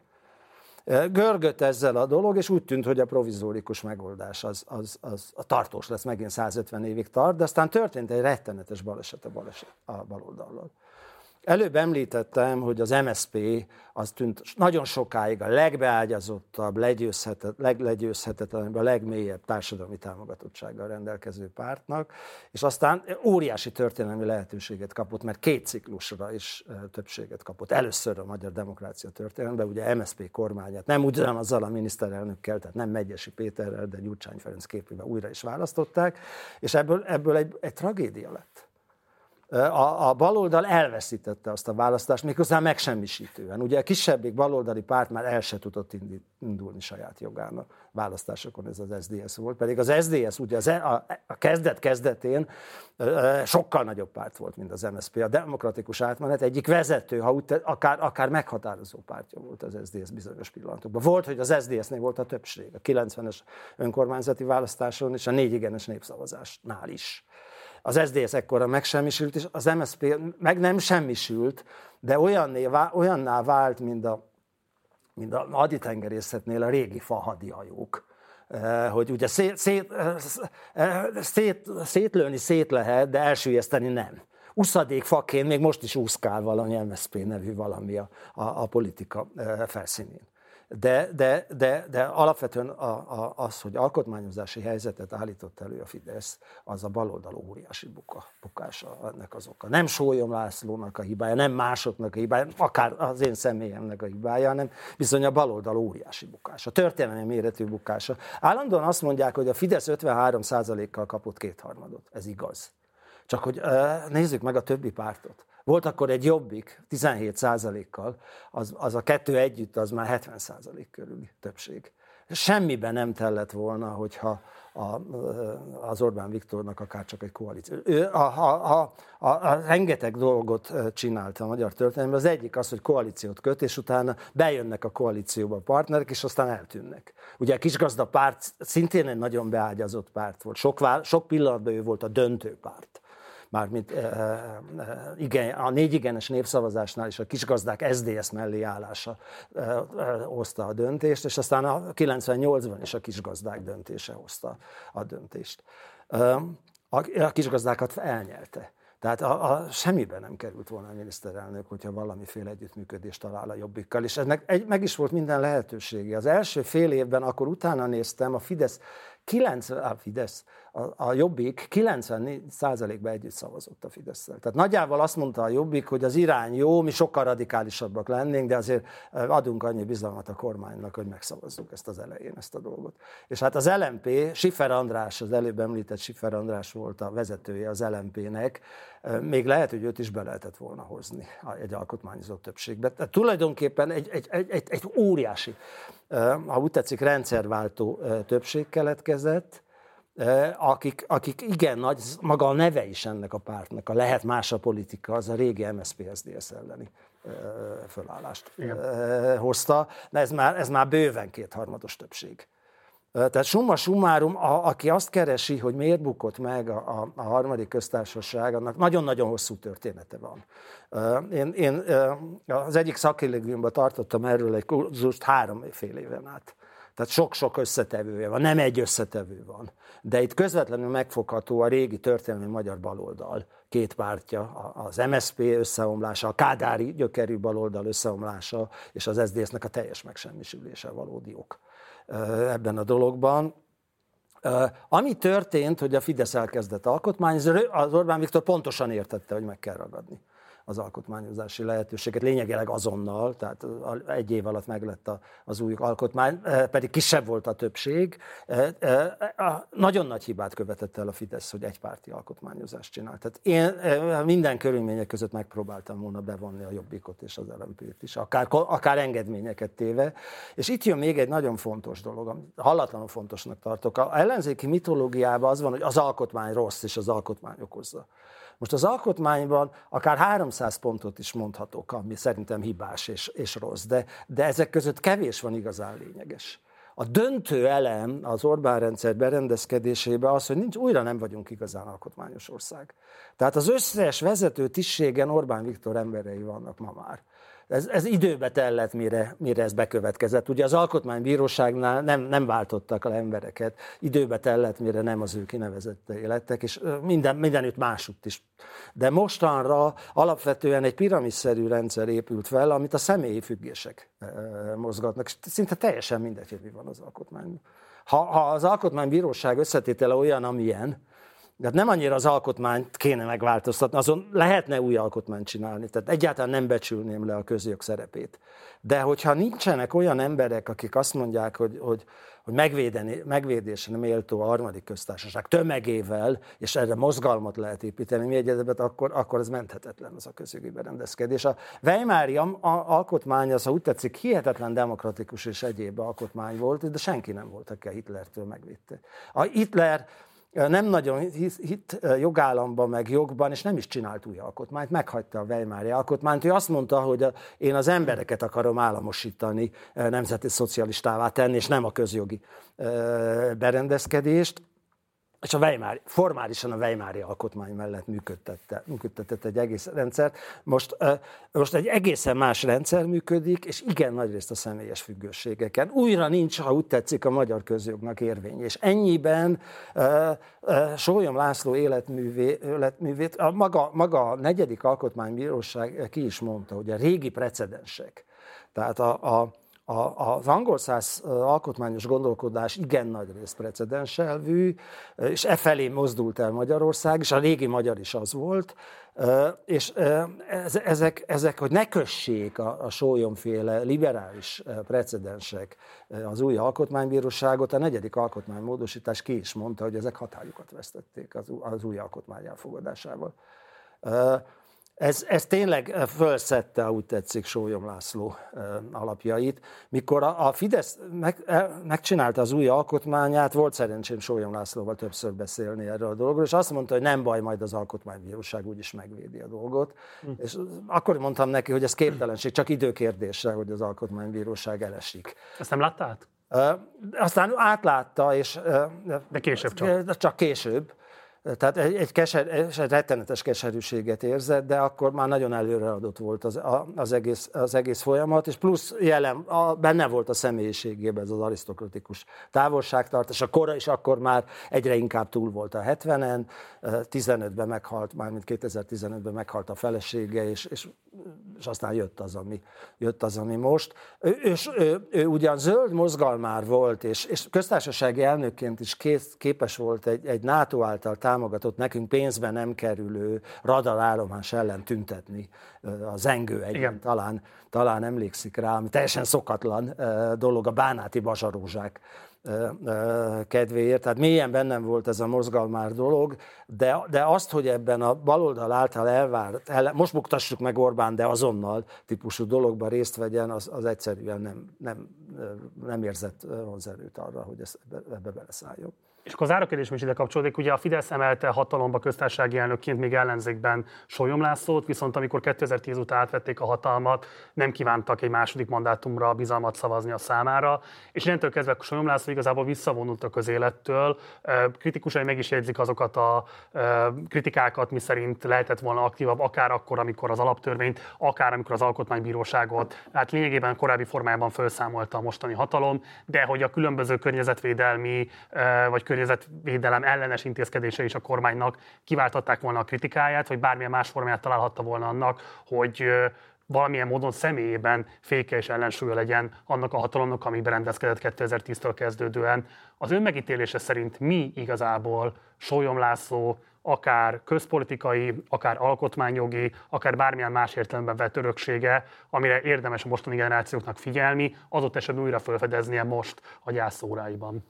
S7: Görgött ezzel a dolog, és úgy tűnt, hogy a provizórikus megoldás az, az, az a tartós lesz, megint százötven évig tart, de aztán történt egy rettenetes baleset a, baleset a baloldallal. Előbb említettem, hogy az em es zé pé az tűnt nagyon sokáig a legbeágyazottabb, legyőzhetet, leglegyőzhetetlenebb, a legmélyebb társadalmi támogatottsággal rendelkező pártnak, és aztán óriási történelmi lehetőséget kapott, mert két ciklusra is többséget kapott. Először a magyar demokrácia történelemben, ugye em es zé pé kormányát nem ugyanazzal a miniszterelnökkel, tehát nem Megyesi Péterrel, de Gyurcsány Ferenc képével újra is választották, és ebből, ebből egy, egy tragédia lett. A, a baloldal elveszítette azt a választást, méghozzá megsemmisítően. Ugye a kisebbik baloldali párt már el se tudott indulni saját jogának. Választásokon ez az es zé dé es volt, pedig az es zé dé es ugye az, a, a kezdet kezdetén sokkal nagyobb párt volt, mint az em es zé pé. A demokratikus átmenet egyik vezető, ha úgy, akár, akár meghatározó pártja volt az es zé dé es bizonyos pillanatokban. Volt, hogy az es zé dé esnél volt a többség, a kilencvenes önkormányzati választáson és a négy igenes népszavazásnál is. Az es zé dé es ekkora megsemmisült, és az em es zé pé meg nem semmisült, de olyanné, olyanná vált, mint a, mint a haditengerészetnél a régi fahadihajók. Hogy ugye szét, szét, szét, szétlőni szét lehet, de elsüllyeszteni nem. Uszadék faként még most is úszkál valami em es zé pé nevű valami a, a, a politika felszínén. De, de, de, de alapvetően a, a, az, hogy alkotmányozási helyzetet állított elő a Fidesz, az a baloldal óriási buka, bukása ennek az oka. Nem Sólyom Lászlónak a hibája, nem másoknak a hibája, akár az én személyemnek a hibája, hanem bizony a baloldal óriási bukása, történelmi méretű bukása. Állandóan azt mondják, hogy a Fidesz ötvenhárom százalékkal kapott kétharmadot. Ez igaz. Csak hogy nézzük meg a többi pártot. Volt akkor egy Jobbik tizenhét százalékkal, az, az a kettő együtt, az már hetven százalék körüli többség. Semmiben nem tellett volna, hogyha a, az Orbán Viktornak akár csak egy koalíció. Ő a, a, a, a, a rengeteg dolgot csinálta a magyar történelemben. Az egyik az, hogy koalíciót köt, és utána bejönnek a koalícióba a partnerek, és aztán eltűnnek. Ugye a kisgazda párt szintén egy nagyon beágyazott párt volt. Sok, sok pillanatban ő volt a döntő párt. Mármint e, e, igen, a négy igenes népszavazásnál is a kisgazdák es zé dé es mellé állása e, e, hozta a döntést, és aztán a kilencvennyolcban is a kisgazdák döntése hozta a döntést. E, a, a kisgazdákat elnyelte. Tehát a, a, semmiben nem került volna a miniszterelnök, hogyha valamiféle együttműködést talál a Jobbikkal, és ennek egy, meg is volt minden lehetősége. Az első fél évben, akkor utána néztem, a Fidesz kilencven, a Fidesz, a, a Jobbik kilencvennégy százalékban együtt szavazott a Fidesszel. Tehát nagyjából azt mondta a Jobbik, hogy az irány jó, mi sokkal radikálisabbak lennénk, de azért adunk annyi bizalmat a kormánynak, hogy megszavazzuk ezt az elején, ezt a dolgot. És hát az el em pé, Schiffer András, az előbb említett Schiffer András volt a vezetője az el em pének, még lehet, hogy őt is be lehetett volna hozni egy alkotmányozó többségbe. Tehát tulajdonképpen egy, egy, egy, egy, egy óriási, ha úgy tetszik, rendszerváltó többség keletkezett, akik, akik igen nagy, maga a neve is ennek a pártnak, a lehet más a politika, az a régi em es zé pé es zé dé es elleni fölállást igen. hozta, de ez már, ez már bőven kétharmados többség. Tehát summa summarum, a, aki azt keresi, hogy miért bukott meg a, a, a harmadik köztársaság, annak nagyon-nagyon hosszú története van. Én, én az egyik szakkollégiumban tartottam erről egy kurzust három fél éven át. Tehát sok-sok összetevője van, nem egy összetevő van. De itt közvetlenül megfogható a régi történelmi magyar baloldal két pártja, az em es zé pé összeomlása, a kádári gyökerű baloldal összeomlása, és az es zé dé esnek a teljes megsemmisülése valódi ok ebben a dologban. Ami történt, hogy a Fidesz elkezdett alkotmányozni, az Orbán Viktor pontosan értette, hogy meg kell ragadni az alkotmányozási lehetőséget, lényegileg azonnal, tehát egy év alatt meglett az új alkotmány, pedig kisebb volt a többség. Nagyon nagy hibát követett el a Fidesz, hogy egypárti alkotmányozást csinált. Tehát én minden körülmények között megpróbáltam volna bevonni a Jobbikot és az el em pét is, akár, akár engedményeket téve. És itt jön még egy nagyon fontos dolog, amit hallatlanul fontosnak tartok. Az ellenzéki mitológiában az van, hogy az alkotmány rossz, és az alkotmány okozza. Most az alkotmányban akár háromszáz pontot is mondhatok, ami szerintem hibás és, és rossz, de, de ezek között kevés van igazán lényeges. A döntő elem az Orbán rendszer berendezkedésében az, hogy nincs, újra nem vagyunk igazán alkotmányos ország. Tehát az összes vezető tisztségen Orbán Viktor emberei vannak ma már. Ez, ez időbe tellett, mire, mire ez bekövetkezett. Ugye az alkotmánybíróságnál nem, nem váltottak el embereket, időbe tellett, mire nem az ő kinevezettei lettek, és minden, mindenütt másutt is. De mostanra alapvetően egy piramisszerű rendszer épült fel, amit a személyi függések mozgatnak, és szinte teljesen mindegy, hogy mi van az alkotmányban. Ha, ha az alkotmánybíróság összetétele olyan, amilyen, De nem annyira az alkotmányt kéne megváltoztatni, azon lehetne új alkotmányt csinálni, tehát egyáltalán nem becsülném le a közjog szerepét. De hogyha nincsenek olyan emberek, akik azt mondják, hogy, hogy, hogy megvédeni, megvédésre méltó a harmadik köztársaság tömegével, és erre mozgalmat lehet építeni, mi egyedebet, akkor, akkor ez menthetetlen az a közjogi berendezkedés. A weimári alkotmány az, ha úgy tetszik, hihetetlen demokratikus és egyéb alkotmány volt, de senki nem volt, aki a Hitlertől megvédte. A Hitler nem nagyon hitt jogállamban, meg jogban, és nem is csinált új alkotmányt, meghagyta a weimári alkotmányt. Ő azt mondta, hogy én az embereket akarom államosítani, nemzeti szocialistává tenni, és nem a közjogi berendezkedést. És a Weimári, formálisan a weimári alkotmány mellett működtette, működtetett egy egész rendszert. Most, most egy egészen más rendszer működik, és igen nagyrészt a személyes függőségeken. Újra nincs, ha úgy tetszik, a magyar közjognak érvény. És ennyiben uh, uh, Sólyom László életművé, életművét, a maga, maga a negyedik alkotmánybíróság ki is mondta, hogy a régi precedensek, tehát a, a az angol száz alkotmányos gondolkodás igen nagy részt precedenselvű, és e felé mozdult el Magyarország, és a régi magyar is az volt, és ezek, ezek hogy ne kössék a, a Sólyomféle liberális precedensek az új alkotmánybíróságot, a negyedik alkotmánymódosítás ki is mondta, hogy ezek hatályukat vesztették az, az új alkotmány elfogadásával. Ez, ez tényleg fölszedte, úgy tetszik, Sólyom László alapjait. Mikor a, a Fidesz meg, megcsinálta az új alkotmányát, volt szerencsém Sólyom Lászlóval többször beszélni erről a dologról, és azt mondta, hogy nem baj, majd az alkotmánybíróság úgyis megvédi a dolgot. Hm. És akkor mondtam neki, hogy ez képtelenség, csak időkérdése, hogy az alkotmánybíróság elesik.
S3: Ezt nem látta át?
S7: Aztán átlátta, és...
S3: De később csak.
S7: Csak később. Tehát egy, egy, keser, egy rettenetes keserűséget érzett, de akkor már nagyon előreadott volt az, az, egész, az egész folyamat, és plusz jelen, a, benne volt a személyiségében ez az arisztokratikus távolságtartás. A kora is akkor már egyre inkább túl volt a hetvenen, tizenötben meghalt, mármint kétezer-tizenötben meghalt a felesége, és, és, és aztán jött az, ami, jött az, ami most. Ő, ő, ő, ő ugyan zöld mozgalmár volt, és, és köztársasági elnökként is kész, képes volt egy, egy NATO által támogatott, nekünk pénzben nem kerülő radarállomás ellen tüntetni a Zengő egyen, talán, talán emlékszik rá, ami teljesen szokatlan dolog a bánáti bazsarózsák kedvéért. Tehát mélyen bennem volt ez a mozgalmár dolog, de, de azt, hogy ebben a baloldal által elvárt, el, most buktassuk meg Orbán, de azonnal típusú dologban részt vegyen, az, az egyszerűen nem, nem, nem érzett vonzerőt arra, hogy ezt, ebbe, ebbe beleszálljon.
S3: És akkor az árakérdés is ide kapcsolódik, ugye a Fidesz emelte hatalomba köztársasági elnökként még ellenzékben Sólyom Lászlót, viszont amikor kétezer-tíz után átvették a hatalmat, nem kívántak egy második mandátumra bizalmat szavazni a számára, és innentől kezdve Sólyom László igazából visszavonult a közélettől. Kritikusai meg is jegyzik azokat a kritikákat, miszerint lehetett volna aktívabb, akár akkor, amikor az alaptörvényt, akár amikor az alkotmánybíróságot, hát lényegében korábbi formájában felszámolta a mostani hatalom, de hogy a különböző környezetvédelmi vagy környezetvédelem ellenes intézkedése is a kormánynak kiválthatták volna a kritikáját, vagy bármilyen más formáját találhatta volna annak, hogy valamilyen módon személyében féke és ellensúlya legyen annak a hatalomnak, ami berendezkedett kétezer-tíztől kezdődően. Az ön megítélése szerint mi igazából Sólyom László akár közpolitikai, akár alkotmányjogi, akár bármilyen más értelemben vett öröksége, amire érdemes a mostani generációknak figyelni, adott esetben újra felfedeznie most a gyászóráiban?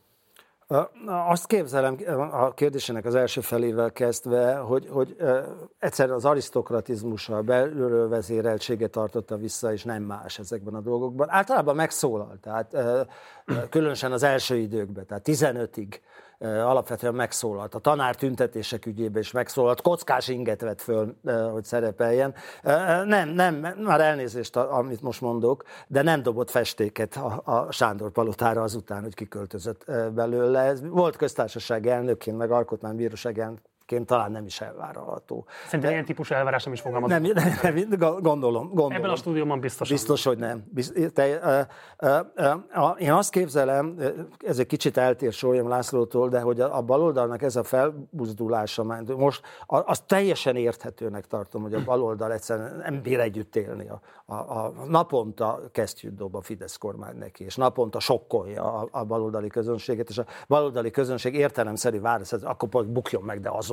S7: Azt képzelem a kérdésének az első felével kezdve, hogy, hogy egyszerűen az arisztokratizmusa, a belülről vezéreltsége tartotta vissza, és nem más ezekben a dolgokban. Általában megszólalt, tehát különösen az első időkben, tehát tizenötig alapvetően megszólalt. A tanár tüntetések ügyében is megszólalt, kockás inget vett föl, hogy szerepeljen. Nem, nem, már elnézést, amit most mondok, de nem dobott festéket a, a Sándor palotára azután, hogy kiköltözött belőle. Ez volt köztársasági elnökként, meg alkotmánybíróság elnökként talán nem is elvárható.
S3: Szerintem ilyen típusú elvárás nem is fogalmazom.
S7: Nem, nem, nem, gondolom, gondolom.
S3: Ebben a stúdióban biztos.
S7: Biztos, hogy nem. Bizt, te, uh, uh, uh, én azt képzelem, ez egy kicsit eltér Sólyom Lászlótól, de hogy a, a baloldalnak ez a felbuzdulása, most azt teljesen érthetőnek tartom, hogy a baloldal egyszerűen nem bír együtt élni. A, a, a naponta kesztyűt dob a Fidesz kormány neki, és naponta sokkolja a, a baloldali közönséget, és a baloldali közönség értelemszerű válasz, akkor bukjon meg, de azon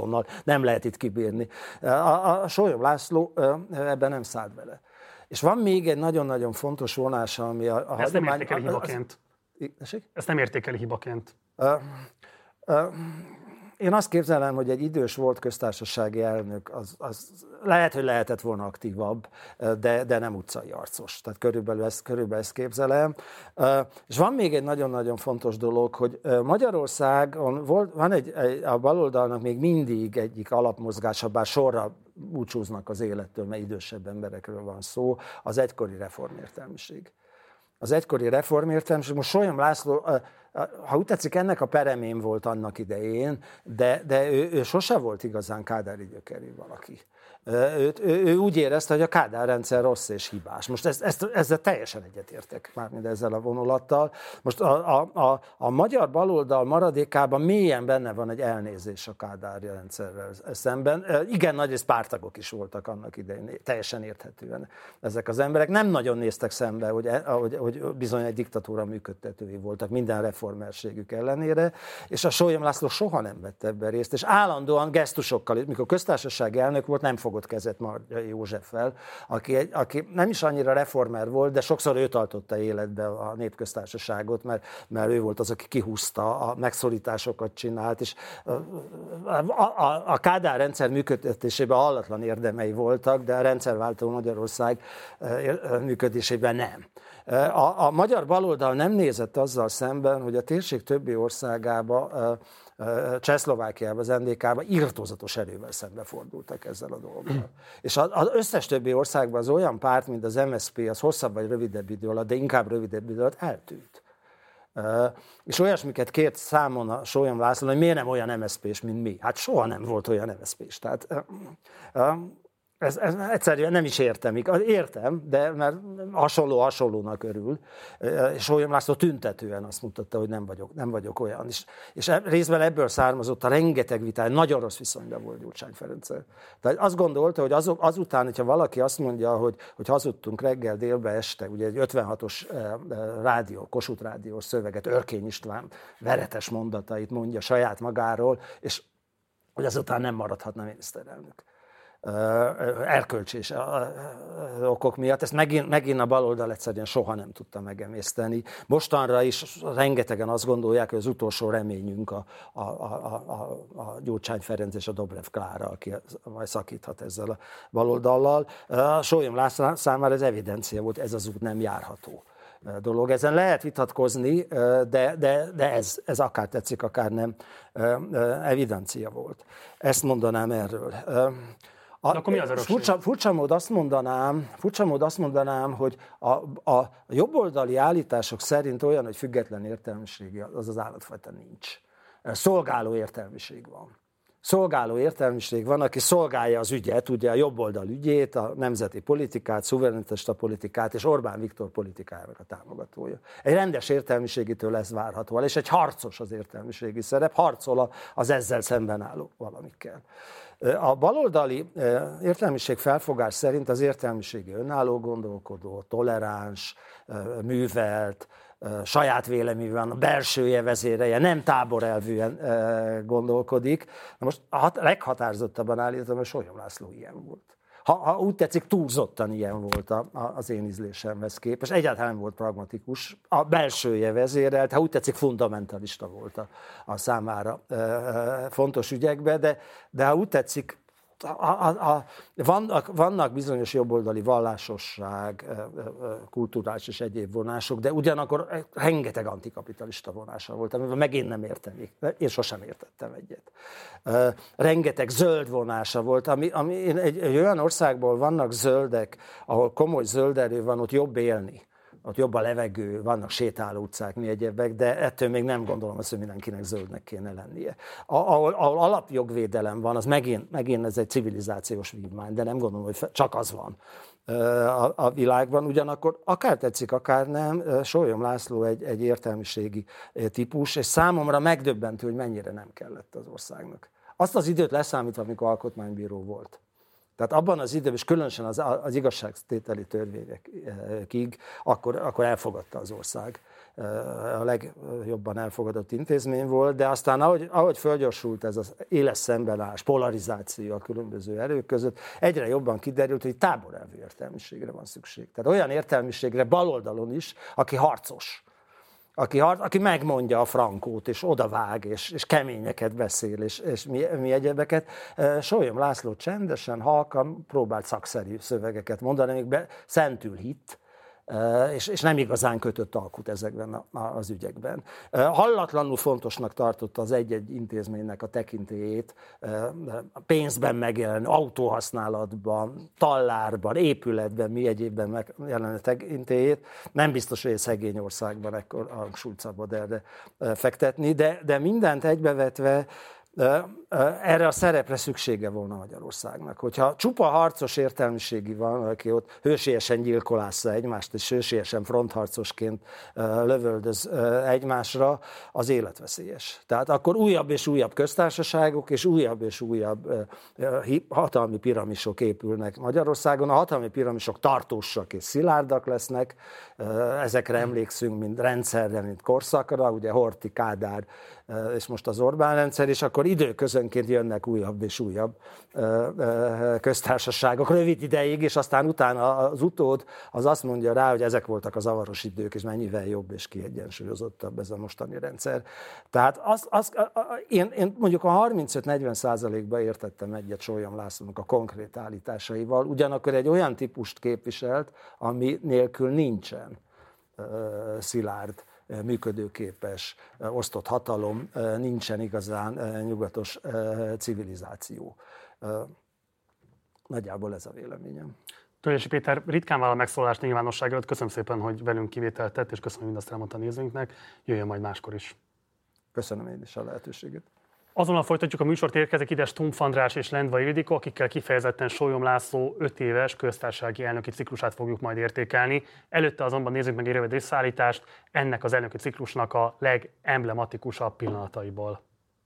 S7: azonnal, nem lehet itt kibírni. A, a Sólyom László ebben nem szállt bele. És van még egy nagyon-nagyon fontos vonása, ami a, a
S3: Ezt
S7: hagyomány...
S3: nem értékeli hibaként.
S7: Az,
S3: Ezt nem értékeli hibaként.
S7: Uh, uh, Én azt képzelem, hogy egy idős volt köztársasági elnök, az, az lehet, hogy lehetett volna aktívabb, de, de nem utcai arcos. Tehát körülbelül ezt, körülbelül ezt képzelem. És van még egy nagyon-nagyon fontos dolog, hogy Magyarországon volt, van egy, a baloldalnak még mindig egyik alapmozgása, bár sorra búcsúznak az élettől, mert idősebb emberekről van szó, az egykori reformértelmiség. Az egykori reformértelmiség, most Sólyom László, ha úgy tetszik, ennek a peremén volt annak idején, de, de ő, ő sose volt igazán kádári gyökerű valaki. Ő, ő, ő úgy érezte, hogy a Kádár rendszer rossz és hibás. Most ezt, ezt, ezzel teljesen egyetértek, mármint ezzel a vonulattal. Most a, a, a, a magyar baloldal maradékában mélyen benne van egy elnézés a Kádár rendszerrel szemben. Igen, nagyrészt párttagok is voltak annak idején, teljesen érthetően ezek az emberek. Nem nagyon néztek szembe, hogy, hogy, hogy bizony egy diktatúra működtetői voltak minden reformerségük ellenére, és a Sólyom László soha nem vett ebben részt, és állandóan gesztusokkal, mikor köztársasági elnök volt, nem fogott kezet Margyai Józseffel, aki, egy, aki nem is annyira reformer volt, de sokszor ő tartotta életbe a népköztársaságot, mert, mert ő volt az, aki kihúzta, a megszorításokat csinált, és a, a, a Kádár rendszer működtetésében hallatlan érdemei voltak, de a rendszerváltó Magyarország működésében nem. A, a magyar baloldal nem nézett azzal szemben, hogy a térség többi országába, Csehszlovákiába, az en dé ká-ba irtózatos erővel szembefordultak ezzel a dologgal. És az összes többi országban az olyan párt, mint az em es zé pé, az hosszabb vagy rövidebb idő alatt, de inkább rövidebb idő alatt eltűnt. És olyasmiket kért számon a Sólyom László, hogy miért nem olyan em es zé pés, mint mi. Hát soha nem volt olyan em es zé pés. Tehát Ez, ez egyszerűen nem is értem. Értem, de mert hasonló hasonlónak örül. És Sólyom László tüntetően azt mutatta, hogy nem vagyok, nem vagyok olyan. És, és részben ebből származott a rengeteg vitály, nagyon rossz viszonyban volt Gyurcsány Ferenccel. Tehát azt gondolta, hogy azok, azután, hogyha valaki azt mondja, hogy, hogy hazudtunk reggel, délbe, este, ugye egy ötvenhatos rádió, Kossuth rádiós szöveget, Örkény István veretes mondatait mondja saját magáról, és hogy azután nem maradhatna miniszterelnök. Erkölcsés okok miatt. Ezt megint, megint a baloldal egyszerűen soha nem tudta megemészteni. Mostanra is rengetegen azt gondolják, hogy az utolsó reményünk a, a, a, a, a Gyurcsány Ferenc és a Dobrev Klára, aki majd szakíthat ezzel a baloldallal. A Sólyom László számára ez evidencia volt, ez az út nem járható dolog. Ezen lehet vitatkozni, de, de, de ez, ez akár tetszik, akár nem evidencia volt. Ezt mondanám erről. A,
S3: akkor mi az
S7: furcsa, furcsa, mód azt mondanám, furcsa mód azt mondanám, hogy a, a jobboldali állítások szerint olyan, hogy független értelmiségi, az az állatfajta nincs. Szolgáló értelmiség van. Szolgáló értelmiség van, aki szolgálja az ügyet, ugye a jobboldal ügyét, a nemzeti politikát, szuverenitista politikát és Orbán Viktor politikájának a támogatója. Egy rendes értelmiségitől lesz várható, és egy harcos az értelmiségi szerep, harcol az ezzel szemben álló valamikkel. A baloldali értelmiség felfogás szerint az értelmiségi önálló gondolkodó, toleráns, művelt, saját vélemény van, a belsője vezéreje, nem táborelvűen gondolkodik. Na most a leghatározottabban állítom, hogy Sólyom László ilyen volt. Ha, ha úgy tetszik, túlzottan ilyen volt a, a, az én ízlésemhez képest. Egyáltalán nem volt pragmatikus. A belsője vezérelt, ha úgy tetszik, fundamentalista volt a, a számára e, e, fontos ügyekben, de, de ha úgy tetszik, a, a, a, vannak, vannak bizonyos jobboldali vallásosság, kulturális és egyéb vonások, de ugyanakkor rengeteg antikapitalista vonása volt, amivel megint nem értenék. Én sosem értettem egyet. Rengeteg zöld vonása volt, ami, ami egy, egy olyan országból vannak zöldek, ahol komoly zölderő van, ott jobb élni. Ott jobb a levegő, vannak sétáló utcák, mi egyebek, de ettől még nem gondolom azt, hogy mindenkinek zöldnek kéne lennie. Ahol, ahol alapjogvédelem van, az megint, megint ez egy civilizációs vívmány, de nem gondolom, hogy csak az van a, a világban. Ugyanakkor akár tetszik, akár nem, Sólyom László egy, egy értelmiségi típus, és számomra megdöbbentő, hogy mennyire nem kellett az országnak. Azt az időt leszámítva, amikor alkotmánybíró volt. Tehát abban az időben, és különösen az, az igazságtételi törvényekig, akkor, akkor elfogadta az ország. A legjobban elfogadott intézmény volt, de aztán ahogy, ahogy fölgyorsult ez az éles szembenállás, polarizáció a különböző erők között, egyre jobban kiderült, hogy táborelvű értelmiségre van szükség. Tehát olyan értelmiségre baloldalon is, aki harcos. Aki, aki megmondja a frankót, és odavág, és, és keményeket beszél, és, és mi, mi egyebeket. Sólyom László csendesen, halkan próbált szakszerű szövegeket mondani, amikben szentül hitt, és, és nem igazán kötött alkut ezekben az ügyekben. Hallatlanul fontosnak tartotta az egy-egy intézménynek a tekintélyét, pénzben megjelenő, autóhasználatban, tallárban, épületben, mi egyébben megjelenő tekintélyét. Nem biztos, hogy egy szegény országban ekkor a súlyt szabad erre fektetni, de, de mindent egybevetve erre a szerepre szüksége volna Magyarországnak. Hogyha csupa harcos értelmiségi van, aki ott hősiesen gyilkolásza egymást, és hősiesen frontharcosként lövöldöz egymásra, az életveszélyes. Tehát akkor újabb és újabb köztársaságok, és újabb és újabb hatalmi piramisok épülnek Magyarországon. A hatalmi piramisok tartósak és szilárdak lesznek, ezekre emlékszünk, mint rendszerre, mint korszakra, ugye Horthy, Kádár, és most az Orbán rendszer, és akkor időközönként jönnek újabb és újabb köztársaságok rövid ideig, és aztán utána az utód az azt mondja rá, hogy ezek voltak a zavaros idők, és mennyivel jobb és kiegyensúlyozottabb ez a mostani rendszer. Tehát az, az, én, én mondjuk a harmincöt-negyven százalékban értettem egyet Sólyom Lászlónak a konkrét állításaival, ugyanakkor egy olyan típust képviselt, ami nélkül nincsen szilárd, működőképes, osztott hatalom, nincsen igazán nyugatos civilizáció. Nagyjából ez a véleményem.
S3: Tölyesi Péter ritkán vállal megszólalást nyilvánosság előtt. Köszönöm szépen, hogy velünk kivételt tett, és köszönöm, hogy mindazt elmondta a nézőinknek. Jöjjön majd máskor is.
S7: Köszönöm én is a lehetőséget.
S3: Azonnal folytatjuk a műsort, érkezik ide Stumpf András és Lendvai Ildikó, akikkel kifejezetten Sólyom László öt éves köztársasági elnöki ciklusát fogjuk majd értékelni. Előtte azonban nézzük meg egy rövid összeállítást ennek az elnöki ciklusnak a legemblematikusabb pillanataiból.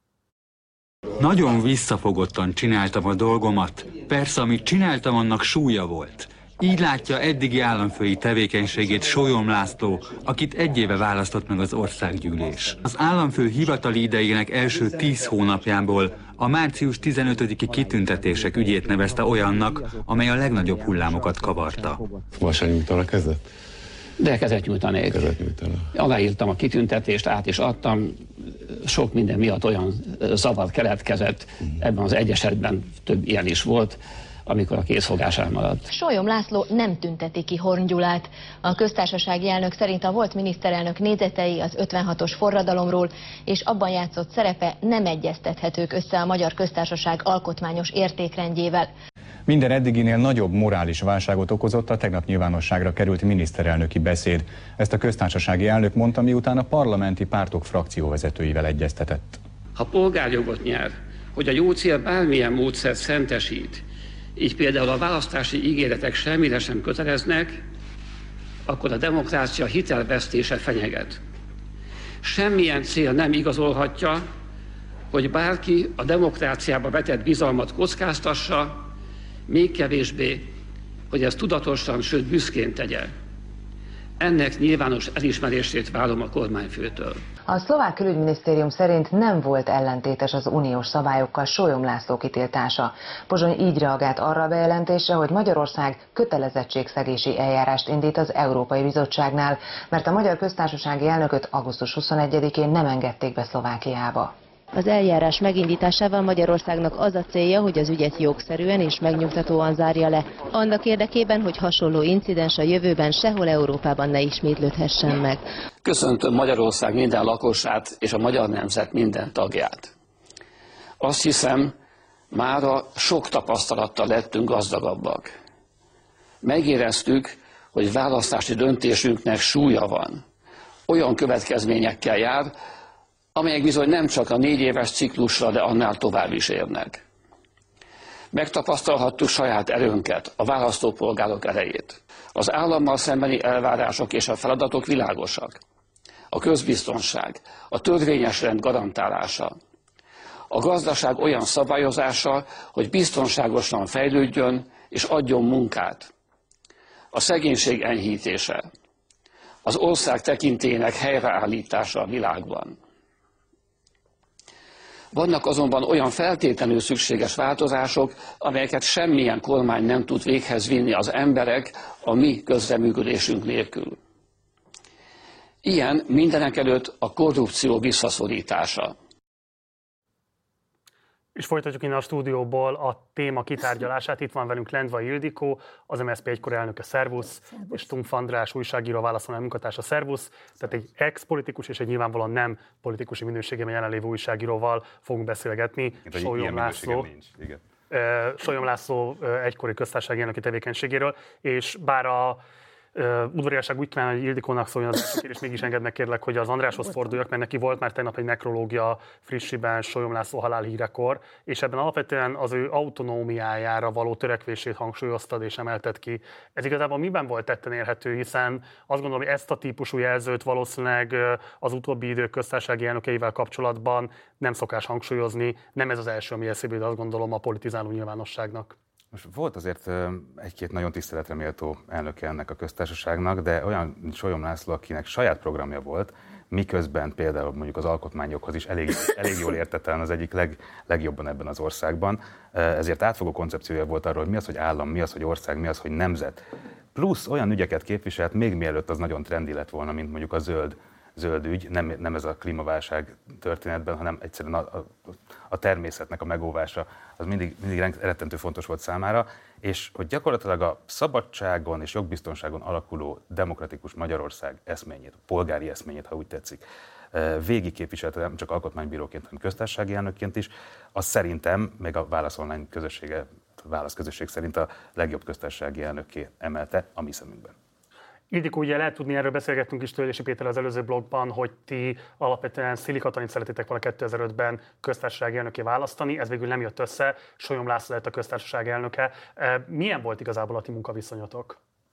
S8: Nagyon visszafogottan csináltam a dolgomat. Persze, amit csináltam, annak súlya volt. Így látja eddigi államfői tevékenységét Sólyom László, akit egy éve választott meg az országgyűlés. Az államfő hivatali idejének első tíz hónapjából a március tizenötödiki kitüntetések ügyét nevezte olyannak, amely a legnagyobb hullámokat kavarta.
S9: Most nyújtanak kezdett?
S10: De kezet nyújtanék.
S9: Kezet nyújtanak.
S10: Aláírtam a kitüntetést, át is adtam. Sok minden miatt olyan zavar keletkezett, ebben az egy esetben több ilyen is volt, amikor a készfogás elmaradt.
S11: Sólyom László nem tünteti ki Horn Gyulát. A köztársasági elnök szerint a volt miniszterelnök nézetei az ötvenhatos forradalomról és abban játszott szerepe nem egyeztethetők össze a magyar köztársaság alkotmányos értékrendjével.
S12: Minden eddiginél nagyobb morális válságot okozott a tegnap nyilvánosságra került miniszterelnöki beszéd. Ezt a köztársasági elnök mondta, miután a parlamenti pártok frakcióvezetőivel egyeztetett.
S1: Ha polgárjogot nyer, hogy a jó cél bármilyen módszert szentesít, így például a választási ígéretek semmire sem köteleznek, akkor a demokrácia hitelvesztése fenyeget. Semmilyen cél nem igazolhatja, hogy bárki a demokráciába vetett bizalmat kockáztassa, még kevésbé, hogy ezt tudatosan, sőt büszkén tegye. Ennek nyilvános elismerését várom a kormányfőtől.
S13: A szlovák külügyminisztérium szerint nem volt ellentétes az uniós szabályokkal Sólyom László kitiltása. Pozsony így reagált arra a bejelentésre, hogy Magyarország kötelezettségszegési eljárást indít az Európai Bizottságnál, mert a magyar köztársasági elnököt augusztus huszonegyedikén nem engedték be Szlovákiába.
S11: Az eljárás megindításával Magyarországnak az a célja, hogy az ügyet jogszerűen és megnyugtatóan zárja le, annak érdekében, hogy hasonló incidens a jövőben sehol Európában ne ismétlődhessen meg.
S14: Köszöntöm Magyarország minden lakosát és a magyar nemzet minden tagját. Azt hiszem, mára sok tapasztalattal lettünk gazdagabbak. Megéreztük, hogy választási döntésünknek súlya van. Olyan következményekkel jár, amelyek bizony nem csak a négy éves ciklusra, de annál tovább is érnek. Megtapasztalhattuk saját erőnket, a választópolgárok erejét. Az állammal szembeni elvárások és a feladatok világosak. A közbiztonság, a törvényes rend garantálása, A gazdaság olyan szabályozása, hogy biztonságosan fejlődjön és adjon munkát. A szegénység enyhítése. Az ország tekintélyének helyreállítása a világban. Vannak azonban olyan feltétlenül szükséges változások, amelyeket semmilyen kormány nem tud véghez vinni az emberek a mi közreműködésünk nélkül. Ilyen mindenekelőtt a korrupció visszaszorítása.
S3: És folytatjuk innen a stúdióból a téma kitárgyalását. Itt van velünk Lendvai Ildikó, az em es zé pé egykori elnöke, szervusz, és Stumpf András újságíró, válaszoló munkatársa, szervusz. Tehát egy ex-politikus és egy nyilvánvalóan nem politikusi minőségében jelenlévő újságíróval fogunk beszélgetni. Sólyom László, Sólyom László egykori köztársasági elnöki tevékenységéről, és bár a Uh, udvariasság úgy kíván, hogy Ildikónak szóljon az első kérdés, mégis engedd meg kérlek, hogy az Andráshoz forduljak, mert neki volt már tegnap egy nekrológia frissiben Sólyom László halálhírekor, és ebben alapvetően az ő autonómiájára való törekvését hangsúlyoztad és emelted ki. Ez igazából miben volt tetten érhető, hiszen azt gondolom, hogy ezt a típusú jelzőt valószínűleg az utóbbi idők köztársasági elnökeivel kapcsolatban nem szokás hangsúlyozni, nem ez az első, ami eszébe jut, azt gondolom, a politizáló nyilvánosságnak.
S9: Most volt azért egy-két nagyon tiszteletre méltó elnöke ennek a köztársaságnak, de olyan Sólyom László, akinek saját programja volt, miközben például mondjuk az alkotmányokhoz is elég, elég jól értett talán az egyik leg, legjobban ebben az országban. Ezért átfogó koncepciója volt arról, hogy mi az, hogy állam, mi az, hogy ország, mi az, hogy nemzet. Plusz olyan ügyeket képviselt, még mielőtt az nagyon trendi lett volna, mint mondjuk a zöld zöld ügy, nem, nem ez a klímaválság történetben, hanem egyszerűen a, a, a természetnek a megóvása, az mindig, mindig rettentő fontos volt számára, és hogy gyakorlatilag a szabadságon és jogbiztonságon alakuló demokratikus Magyarország eszményét, polgári eszményét, ha úgy tetszik, végig képviselte nem csak alkotmánybíróként, hanem köztársasági elnökként is, az szerintem, még a Válasz Online közössége, a Válasz közösség szerint a legjobb köztársasági elnökké emelte a mi szemünkben.
S3: Ildikó, ugye lehet tudni, erről beszélgettünk is Tőlési Péter az előző blogban, hogy ti alapvetően Szili Katalint szeretétek volna kétezer-ötben köztársasági elnöké választani, ez végül nem jött össze, Sólyom László lett a köztársaság elnöke. Milyen volt igazából a ti munkaviszonyotok?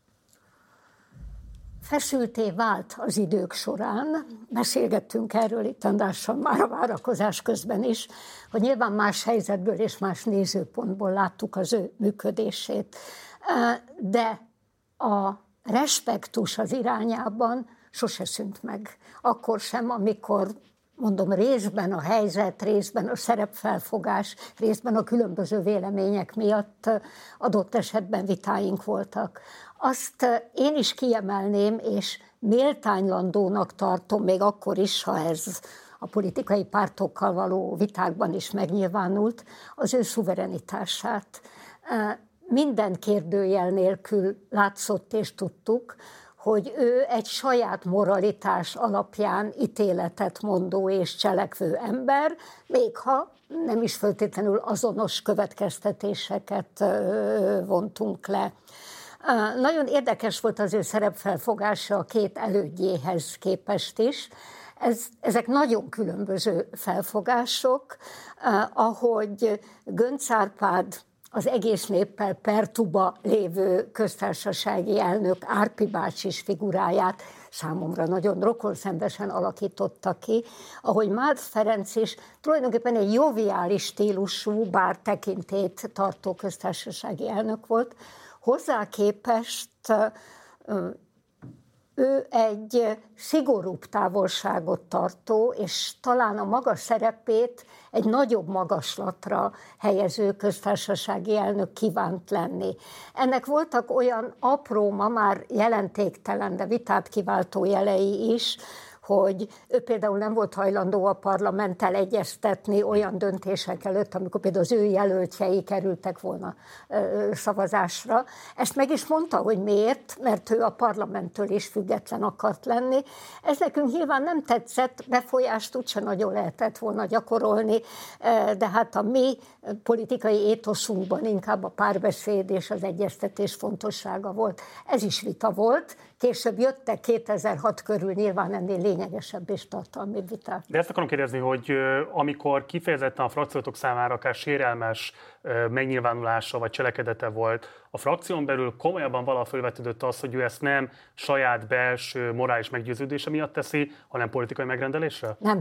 S15: Feszülté vált az idők során, beszélgettünk erről itt Andrással már a várakozás közben is, hogy nyilván más helyzetből és más nézőpontból láttuk az ő működését, de a respektus az irányában sose szűnt meg. Akkor sem, amikor, mondom, részben a helyzet, részben a szerepfelfogás, részben a különböző vélemények miatt adott esetben vitáink voltak. Azt én is kiemelném, és méltánylandónak tartom, még akkor is, ha ez a politikai pártokkal való vitákban is megnyilvánult, az ő szuverenitását. Minden kérdőjel nélkül látszott és tudtuk, hogy ő egy saját moralitás alapján ítéletet mondó és cselekvő ember, még ha nem is feltétlenül azonos következtetéseket vontunk le. Nagyon érdekes volt az ő szerepfelfogása a két elődjéhez képest is. Ez, ezek nagyon különböző felfogások, ahogy Göncz Árpád az egész néppel pertuba lévő köztársasági elnök Árpi bácsis figuráját számomra nagyon rokonszenvesen alakította ki, ahogy Máth Ferenc is tulajdonképpen egy joviális stílusú, bár tekintélyt tartó köztársasági elnök volt. Hozzá képest ő egy szigorúbb távolságot tartó, és talán a maga szerepét egy nagyobb magaslatra helyező köztársasági elnök kívánt lenni. Ennek voltak olyan apró, ma már jelentéktelen, de vitát kiváltó jelei is, hogy ő például nem volt hajlandó a parlamenttel egyeztetni olyan döntések előtt, amikor például az ő jelöltjei kerültek volna ö, szavazásra. Ezt meg is mondta, hogy miért, mert ő a parlamenttől is független akart lenni. Ez nekünk nyilván nem tetszett, befolyást úgyse nagyon lehetett volna gyakorolni, de hát a mi politikai étoszunkban inkább a párbeszéd és az egyeztetés fontossága volt. Ez is vita volt. Később jöttek kétezer-hat körül nyilván ennél lényegesebb és tartalmibb viták.
S3: De ezt akarom kérdezni, hogy amikor kifejezetten a frakciótok számára akár sérelmes megnyilvánulása vagy cselekedete volt, a frakción belül komolyabban valaha felvetődött az, hogy ő ezt nem saját belső morális meggyőződése miatt teszi, hanem politikai megrendelésre?
S15: Nem.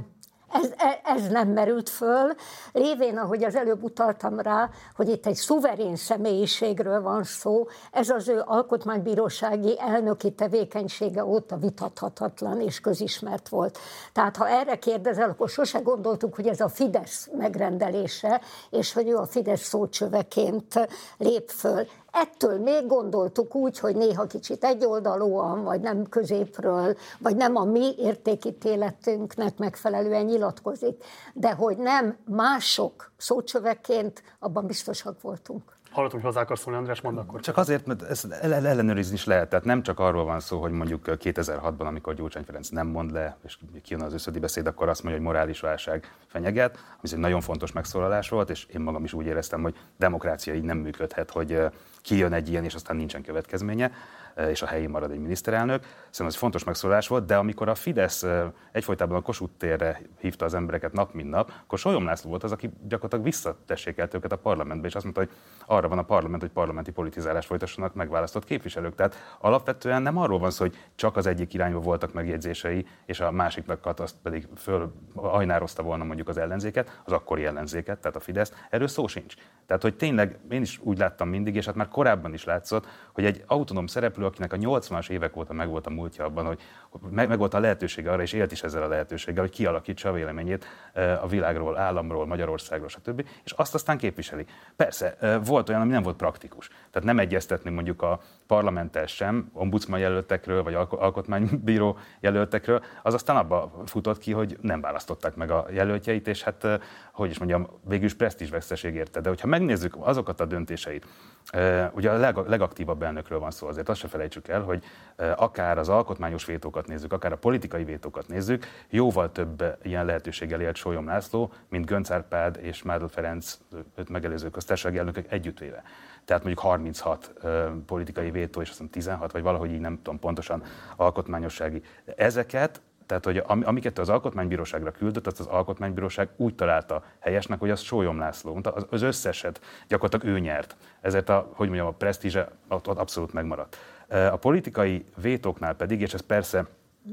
S15: Ez, ez nem merült föl, lévén, ahogy az előbb utaltam rá, hogy itt egy szuverén személyiségről van szó, ez az ő alkotmánybírósági elnöki tevékenysége óta vitathatatlan és közismert volt. Tehát ha erre kérdezel, akkor sose gondoltuk, hogy ez a Fidesz megrendelése, és hogy ő a Fidesz szócsöveként lép föl. Ettől még gondoltuk úgy, hogy néha kicsit egyoldalúan, vagy nem középről, vagy nem a mi értékítéletünknek megfelelően nyilatkozik, de hogy nem mások szócsöveként, abban biztosak voltunk.
S3: Hallottam, hogy hozzá akarsz szólni, András, mondd akkor.
S9: Csak azért, mert ezt ellenőrizni is lehet. Tehát nem csak arról van szó, hogy mondjuk kétezer-hatban, amikor Gyurcsány Ferenc nem mond le, és kijön az összödi beszéd, akkor azt mondja, hogy morális válság fenyeget, ami egy nagyon fontos megszólalás volt, és én magam is úgy éreztem, hogy demokrácia így nem működhet, hogy kijön egy ilyen, és aztán nincsen következménye, és a helyén marad egy miniszterelnök. Szerintem ez fontos megszólalás volt, de amikor a Fidesz egyfolytában a Kossuth térre hívta az embereket nap mint nap, akkor Sólyom László volt az, aki gyakorlatilag visszatessékelt őket a parlamentbe, és azt mondta, hogy arra van a parlament, hogy parlamenti politizálást folytassanak megválasztott képviselők. Tehát alapvetően nem arról van szó, hogy csak az egyik irányba voltak megjegyzései, és a másiknak azt pedig föl ajnározta volna mondjuk az ellenzéket, az akkori ellenzéket, tehát a Fidesz. Erről szó sincs. Tehát, hogy tényleg én is úgy láttam mindig, és hát már korábban is látszott, hogy egy autonóm szereplő, akinek a nyolcvanas évek óta megvolt a múltja abban, hogy meg, meg volt a lehetősége arra, és élt is ezzel a lehetőséggel, hogy kialakítsa a véleményét a világról, államról, Magyarországról, stb. És azt aztán képviseli. Persze, volt olyan, ami nem volt praktikus. Tehát nem egyeztetni mondjuk a parlamenttel sem, ombudsman jelöltekről, vagy alkotmánybíró jelöltekről, az aztán abba futott ki, hogy nem választották meg a jelöltjeit, és hát, hogy is mondjam, végül is presztízsveszteség érte. De hogyha megnézzük azokat a döntéseit, ugye a leg, legaktívabb elnökről van szó, azért azt se felejtsük el, hogy akár az alkotmányos vétókat nézzük, akár a politikai vétókat nézzük, jóval több ilyen lehetőséggel élt Sólyom László, mint Göncz Árpád és Mádl Ferenc, őt megelőző köztársasági elnökök együttvéve. Tehát mondjuk harminchat uh, politikai vétó, és azt hiszem tizenhat, vagy valahogy így nem tudom pontosan alkotmányossági. Ezeket, tehát hogy am, amiket az Alkotmánybíróságra küldött, azt az Alkotmánybíróság úgy találta helyesnek, hogy az Sólyom László, az, az összeset gyakorlatilag ő nyert. Ezért a, hogy mondjam, a presztízse ott, ott abszolút megmaradt. A politikai vétóknál pedig, és ez persze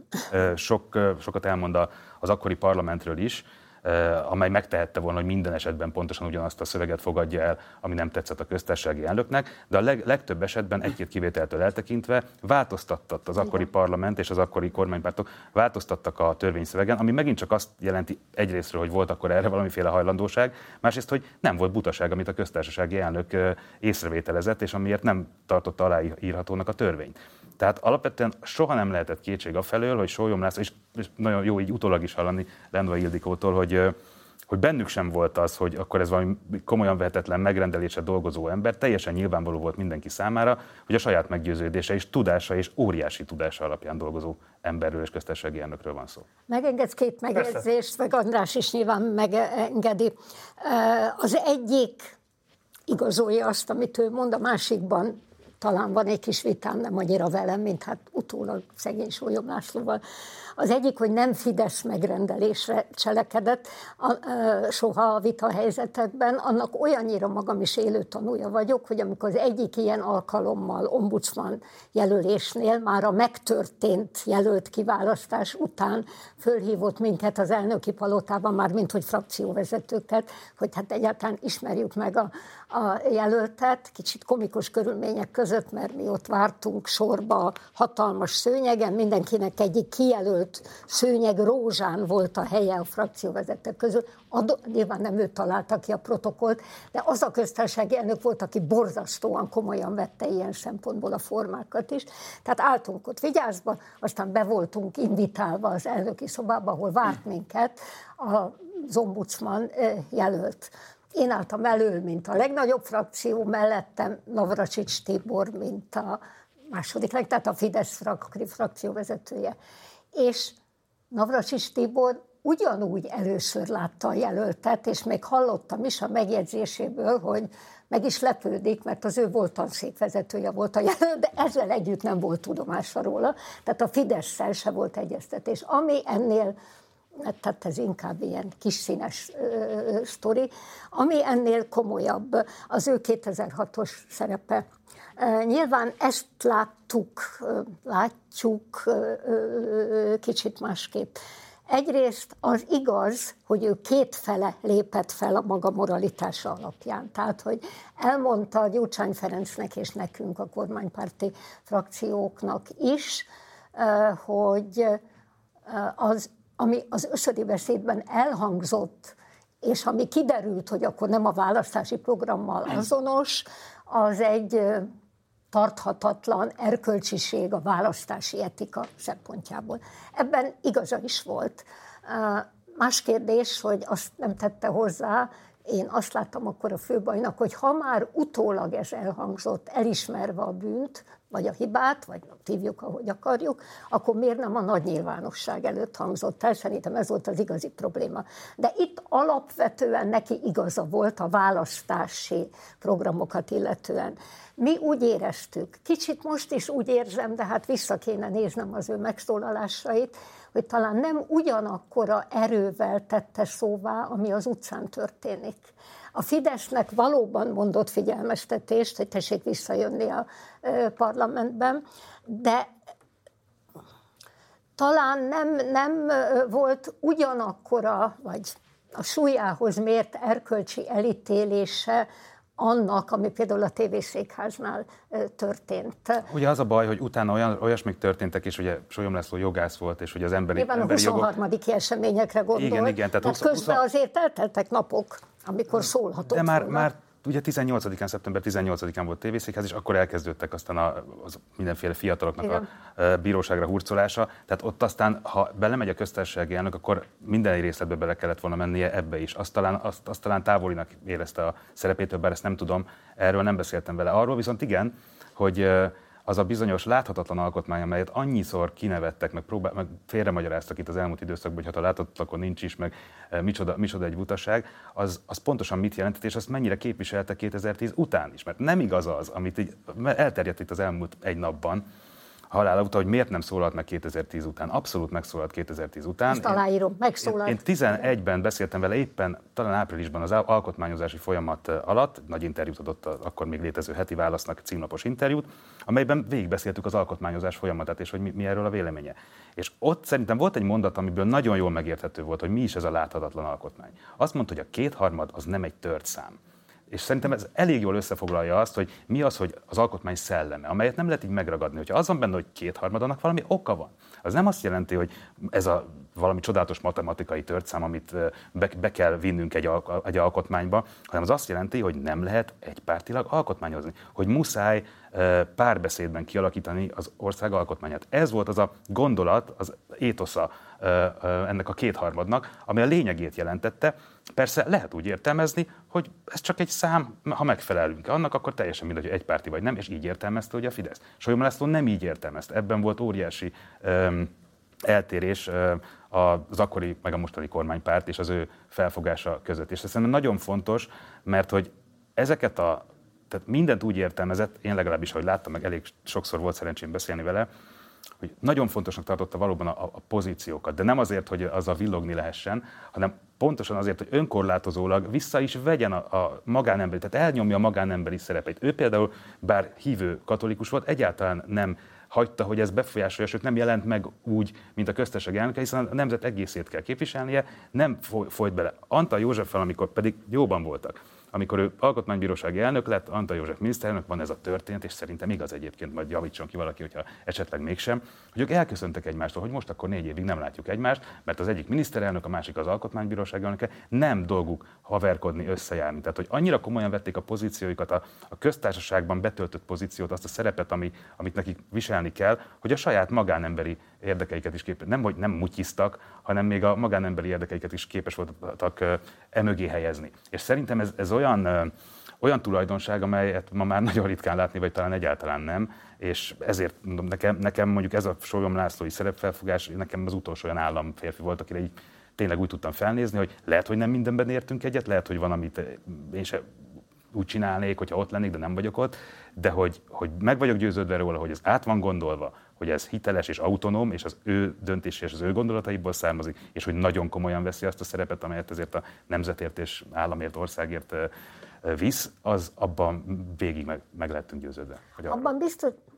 S9: sok, sokat elmond az akkori parlamentről is, amely megtehette volna, hogy minden esetben pontosan ugyanazt a szöveget fogadja el, ami nem tetszett a köztársasági elnöknek, de a leg, legtöbb esetben egy-két kivételtől eltekintve változtattak az akkori parlament és az akkori kormánypártok változtattak a törvényszövegen, ami megint csak azt jelenti egyrésztről, hogy volt akkor erre valamiféle hajlandóság, másrészt, hogy nem volt butaság, amit a köztársasági elnök észrevételezett, és amiért nem tartotta aláírhatónak a törvényt. Tehát alapvetően soha nem lehetett kétség afelől, hogy Sólyom László, és, és nagyon jó így utólag is hallani Lendvai Ildikótól, hogy, hogy bennük sem volt az, hogy akkor ez valami komolyan vehetetlen megrendelésre dolgozó ember, teljesen nyilvánvaló volt mindenki számára, hogy a saját meggyőződése és tudása és óriási tudása alapján dolgozó emberről és köztársasági elnökről van szó.
S15: Megengedsz két megjegyzést, meg András is nyilván megengedi. Az egyik igazolja azt, amit ő mond, a másikban talán van egy kis vitám, nem annyira velem, mint hát utólag szegény Sólyom Lászlóval. Az egyik, hogy nem Fidesz megrendelésre cselekedett a, a, soha a vitahelyzetekben, annak olyannyira magam is élő tanúja vagyok, hogy amikor az egyik ilyen alkalommal ombudsman jelölésnél már a megtörtént jelölt kiválasztás után fölhívott minket az elnöki palotában, már mint hogy frakcióvezetőket, hogy hát egyáltalán ismerjük meg a, a jelöltet, kicsit komikus körülmények között, mert mi ott vártunk sorba hatalmas szőnyegen, mindenkinek egyik kijelölt szőnyeg rózsán volt a helye a frakcióvezetők közül. Adó, nyilván nem ő találta ki a protokollt, de az a köztársasági elnök volt, aki borzasztóan komolyan vette ilyen szempontból a formákat is. Tehát álltunk ott vigyázba, aztán be voltunk invitálva az elnöki szobába, ahol várt minket az ombudsman jelölt. Én álltam elől, mint a legnagyobb frakció, mellettem Navracsics Tibor, mint a második leg, tehát a Fidesz frak, frakcióvezetője. És Navracsics Tibor ugyanúgy először látta a jelöltet, és még hallottam is a megjegyzéséből, hogy meg is lepődik, mert az ő volt tanszékvezetője volt a jelölt, de ezzel együtt nem volt tudomása róla, tehát a Fidesszel se volt egyeztetés. Ami ennél, tehát ez inkább ilyen kis színes ö, sztori, ami ennél komolyabb, az ő kétezer-hatos szerepe. Nyilván ezt láttuk, látjuk kicsit másképp. Egyrészt az igaz, hogy ő kétfele lépett fel a maga moralitása alapján. Tehát, hogy elmondta Gyurcsány Ferencnek és nekünk, a kormánypárti frakcióknak is, hogy az, ami az összödi beszédben elhangzott, és ami kiderült, hogy akkor nem a választási programmal azonos, az egy tarthatatlan erkölcsiség a választási etika szempontjából. Ebben igaza is volt. Más kérdés, hogy azt nem tette hozzá, én azt láttam akkor a főbajnak, hogy ha már utólag ez elhangzott, elismerve a bűnt, vagy a hibát, vagy hívjuk, ahogy akarjuk, akkor miért nem a nagy nyilvánosság előtt hangzott el? Szerintem ez volt az igazi probléma. De itt alapvetően neki igaza volt a választási programokat illetően. Mi úgy éreztük, kicsit most is úgy érzem, de hát vissza kéne néznem az ő megszólalásait, hogy talán nem ugyanakkora erővel tette szóvá, ami az utcán történik. A Fidesznek valóban mondott figyelmeztetést, hogy tessék visszajönni a parlamentben, de talán nem, nem volt ugyanakkora, vagy a súlyához mért erkölcsi elítélése annak, ami például a tévészékháznál történt.
S9: Ugye az a baj, hogy utána olyan, olyasmik történtek, és ugye Sólyom László jogász volt, és ugye az emberi,
S15: Nyilván
S9: emberi jogok...
S15: a huszonharmadik eseményekre gondol.
S9: Igen, igen. Tehát,
S15: tehát közben azért elteltek napok, amikor szólhatott
S9: De már,
S15: volna.
S9: már ugye tizennyolcadikán, szeptember tizennyolcadikán volt tévészékház, és akkor elkezdődtek aztán a, az mindenféle fiataloknak igen. a bíróságra hurcolása. Tehát ott aztán, ha belemegy a köztársasági elnök, akkor minden részletbe bele kellett volna mennie ebbe is. Azt talán, azt, azt talán távolinak érezte a szerepétől, bár ezt nem tudom, erről nem beszéltem vele. Arról viszont igen, hogy az a bizonyos láthatatlan alkotmány, amelyet annyiszor kinevettek, meg, próbál, meg félremagyaráztak itt az elmúlt időszakban, hogy ha a láthatatlan, akkor nincs is, meg micsoda, micsoda egy butaság, az, az pontosan mit jelentett, és azt mennyire képviselte kétezer-tíz után is. Mert nem igaz az, amit így elterjedt itt az elmúlt egy napban, halála után, hogy miért nem szólalt meg kétezer-tíz után. Abszolút megszólalt kétezer-tíz után.
S15: Ezt aláírom, megszólalt.
S9: Én, én tizenegyben beszéltem vele éppen, talán áprilisban az alkotmányozási folyamat alatt, nagy interjút adott az akkor még létező Heti Válasznak címlapos interjút, amelyben végigbeszéltük az alkotmányozás folyamatát, és hogy mi, mi erről a véleménye. És ott szerintem volt egy mondat, amiből nagyon jól megérthető volt, hogy mi is ez a láthatatlan alkotmány. Azt mondta, hogy a kétharmad az nem egy tört szám. És szerintem ez elég jól összefoglalja azt, hogy mi az, hogy az alkotmány szelleme, amelyet nem lehet így megragadni. Hogyha az van benne, hogy kétharmad, annak valami oka van. Az nem azt jelenti, hogy ez a valami csodálatos matematikai törtszám, amit be, be kell vinnünk egy, al- egy alkotmányba, hanem az azt jelenti, hogy nem lehet egypártilag alkotmányozni. Hogy muszáj párbeszédben kialakítani az ország alkotmányát. Ez volt az a gondolat, az étosza ennek a kétharmadnak, ami a lényegét jelentette. Persze lehet úgy értelmezni, hogy ez csak egy szám, ha megfelelünk annak, akkor teljesen mindegy, hogy egypárti vagy nem, és így értelmezte ugye a Fidesz. Sólyom László nem így értelmezte. Ebben volt óriási um, eltérés uh, az akkori, meg a mostani kormánypárt és az ő felfogása között. És ez szerintem nagyon fontos, mert hogy ezeket a tehát mindent úgy értelmezett, én legalábbis, ahogy láttam, meg elég sokszor volt szerencsém beszélni vele, hogy nagyon fontosnak tartotta valóban a, a pozíciókat, de nem azért, hogy azzal villogni lehessen, hanem pontosan azért, hogy önkorlátozólag vissza is vegyen a, a magánemberi, tehát elnyomja a magánemberi szerepeit. Ő például, bár hívő katolikus volt, egyáltalán nem hagyta, hogy ez befolyásolja, sőt nem jelent meg úgy, mint a köztársasági elnöke, hiszen a nemzet egészét kell képviselnie, nem folyt bele. Antal Józseffel, amikor pedig jóban voltak, amikor ő alkotmánybírósági elnök lett, Antal József miniszterelnök, van ez a történet, és szerintem igaz egyébként, majd javítson ki valaki, hogyha esetleg mégsem, hogy ők elköszöntek egymástól, hogy most akkor négy évig nem látjuk egymást, mert az egyik miniszterelnök, a másik az alkotmánybírósági elnöke, nem dolguk haverkodni, összejárni. Tehát, hogy annyira komolyan vették a pozícióikat, a, a köztársaságban betöltött pozíciót, azt a szerepet, ami, amit nekik viselni kell, hogy a saját magánemberi érdekeiket is képes, nem hogy nem mutyiztak, hanem még a magánemberi érdekeiket is képes voltak emögé helyezni. És szerintem ez, ez olyan, olyan tulajdonság, amelyet ma már nagyon ritkán látni, vagy talán egyáltalán nem, és ezért mondom, nekem, nekem mondjuk ez a Sólyom Lászlói szerepfelfogás, nekem az utolsó olyan államférfi volt, akire így tényleg úgy tudtam felnézni, hogy lehet, hogy nem mindenben értünk egyet, lehet, hogy van, amit én sem úgy csinálnék, hogyha ott lennék, de nem vagyok ott, de hogy, hogy meg vagyok győződve róla, hogy ez át van gondolva, hogy ez hiteles és autonóm, és az ő döntése és az ő gondolataiból származik, és hogy nagyon komolyan veszi azt a szerepet, amelyet ezért a nemzetért és államért, országért visz, az abban végig meg, meg lehetünk győződve.
S15: Abban biztos,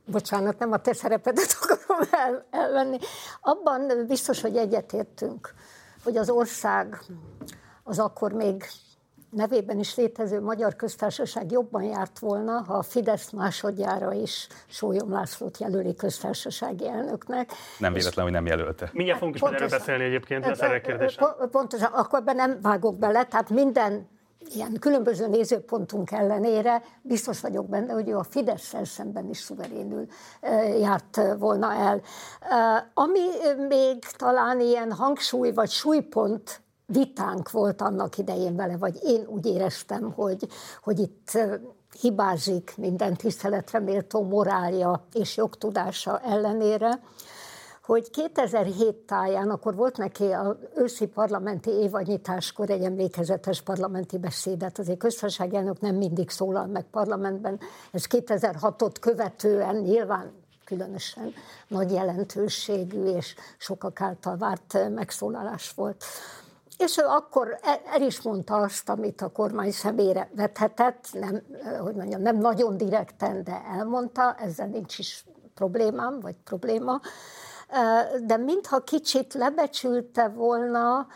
S15: bocsánat, nem a te szerepedet akarom el, elvenni. Abban biztos, hogy egyetértünk, hogy az ország az akkor még nevében is létező Magyar Köztársaság jobban járt volna, ha a Fidesz másodjára is Sólyom Lászlót jelöli köztársasági elnöknek.
S9: Nem véletlen, hogy nem jelölte.
S3: Mindjárt fogunk is majd erről beszélni egyébként, ez erre kérdésem.
S15: Pontosan, akkor ebben nem vágok bele, tehát minden ilyen különböző nézőpontunk ellenére biztos vagyok benne, hogy ő a Fidesszel szemben is szuverénül járt volna el. Ami még talán ilyen hangsúly vagy súlypont vitánk volt annak idején vele, vagy én úgy éreztem, hogy, hogy itt hibázik minden tiszteletre méltó morálja és jogtudása ellenére, hogy kétezer-hét táján, akkor volt neki az őszi parlamenti évadnyitáskor egy emlékezetes parlamenti beszédet, azért köztársasági elnök nem mindig szólal meg parlamentben, ez kétezer-hatot követően nyilván különösen nagy jelentőségű és sokak által várt megszólalás volt. És ő akkor el is mondta azt, amit a kormány szemére vethetett, nem, hogy mondjam, nem nagyon direkten, de elmondta, ezzel nincs is problémám, vagy probléma, de mintha kicsit lebecsülte volna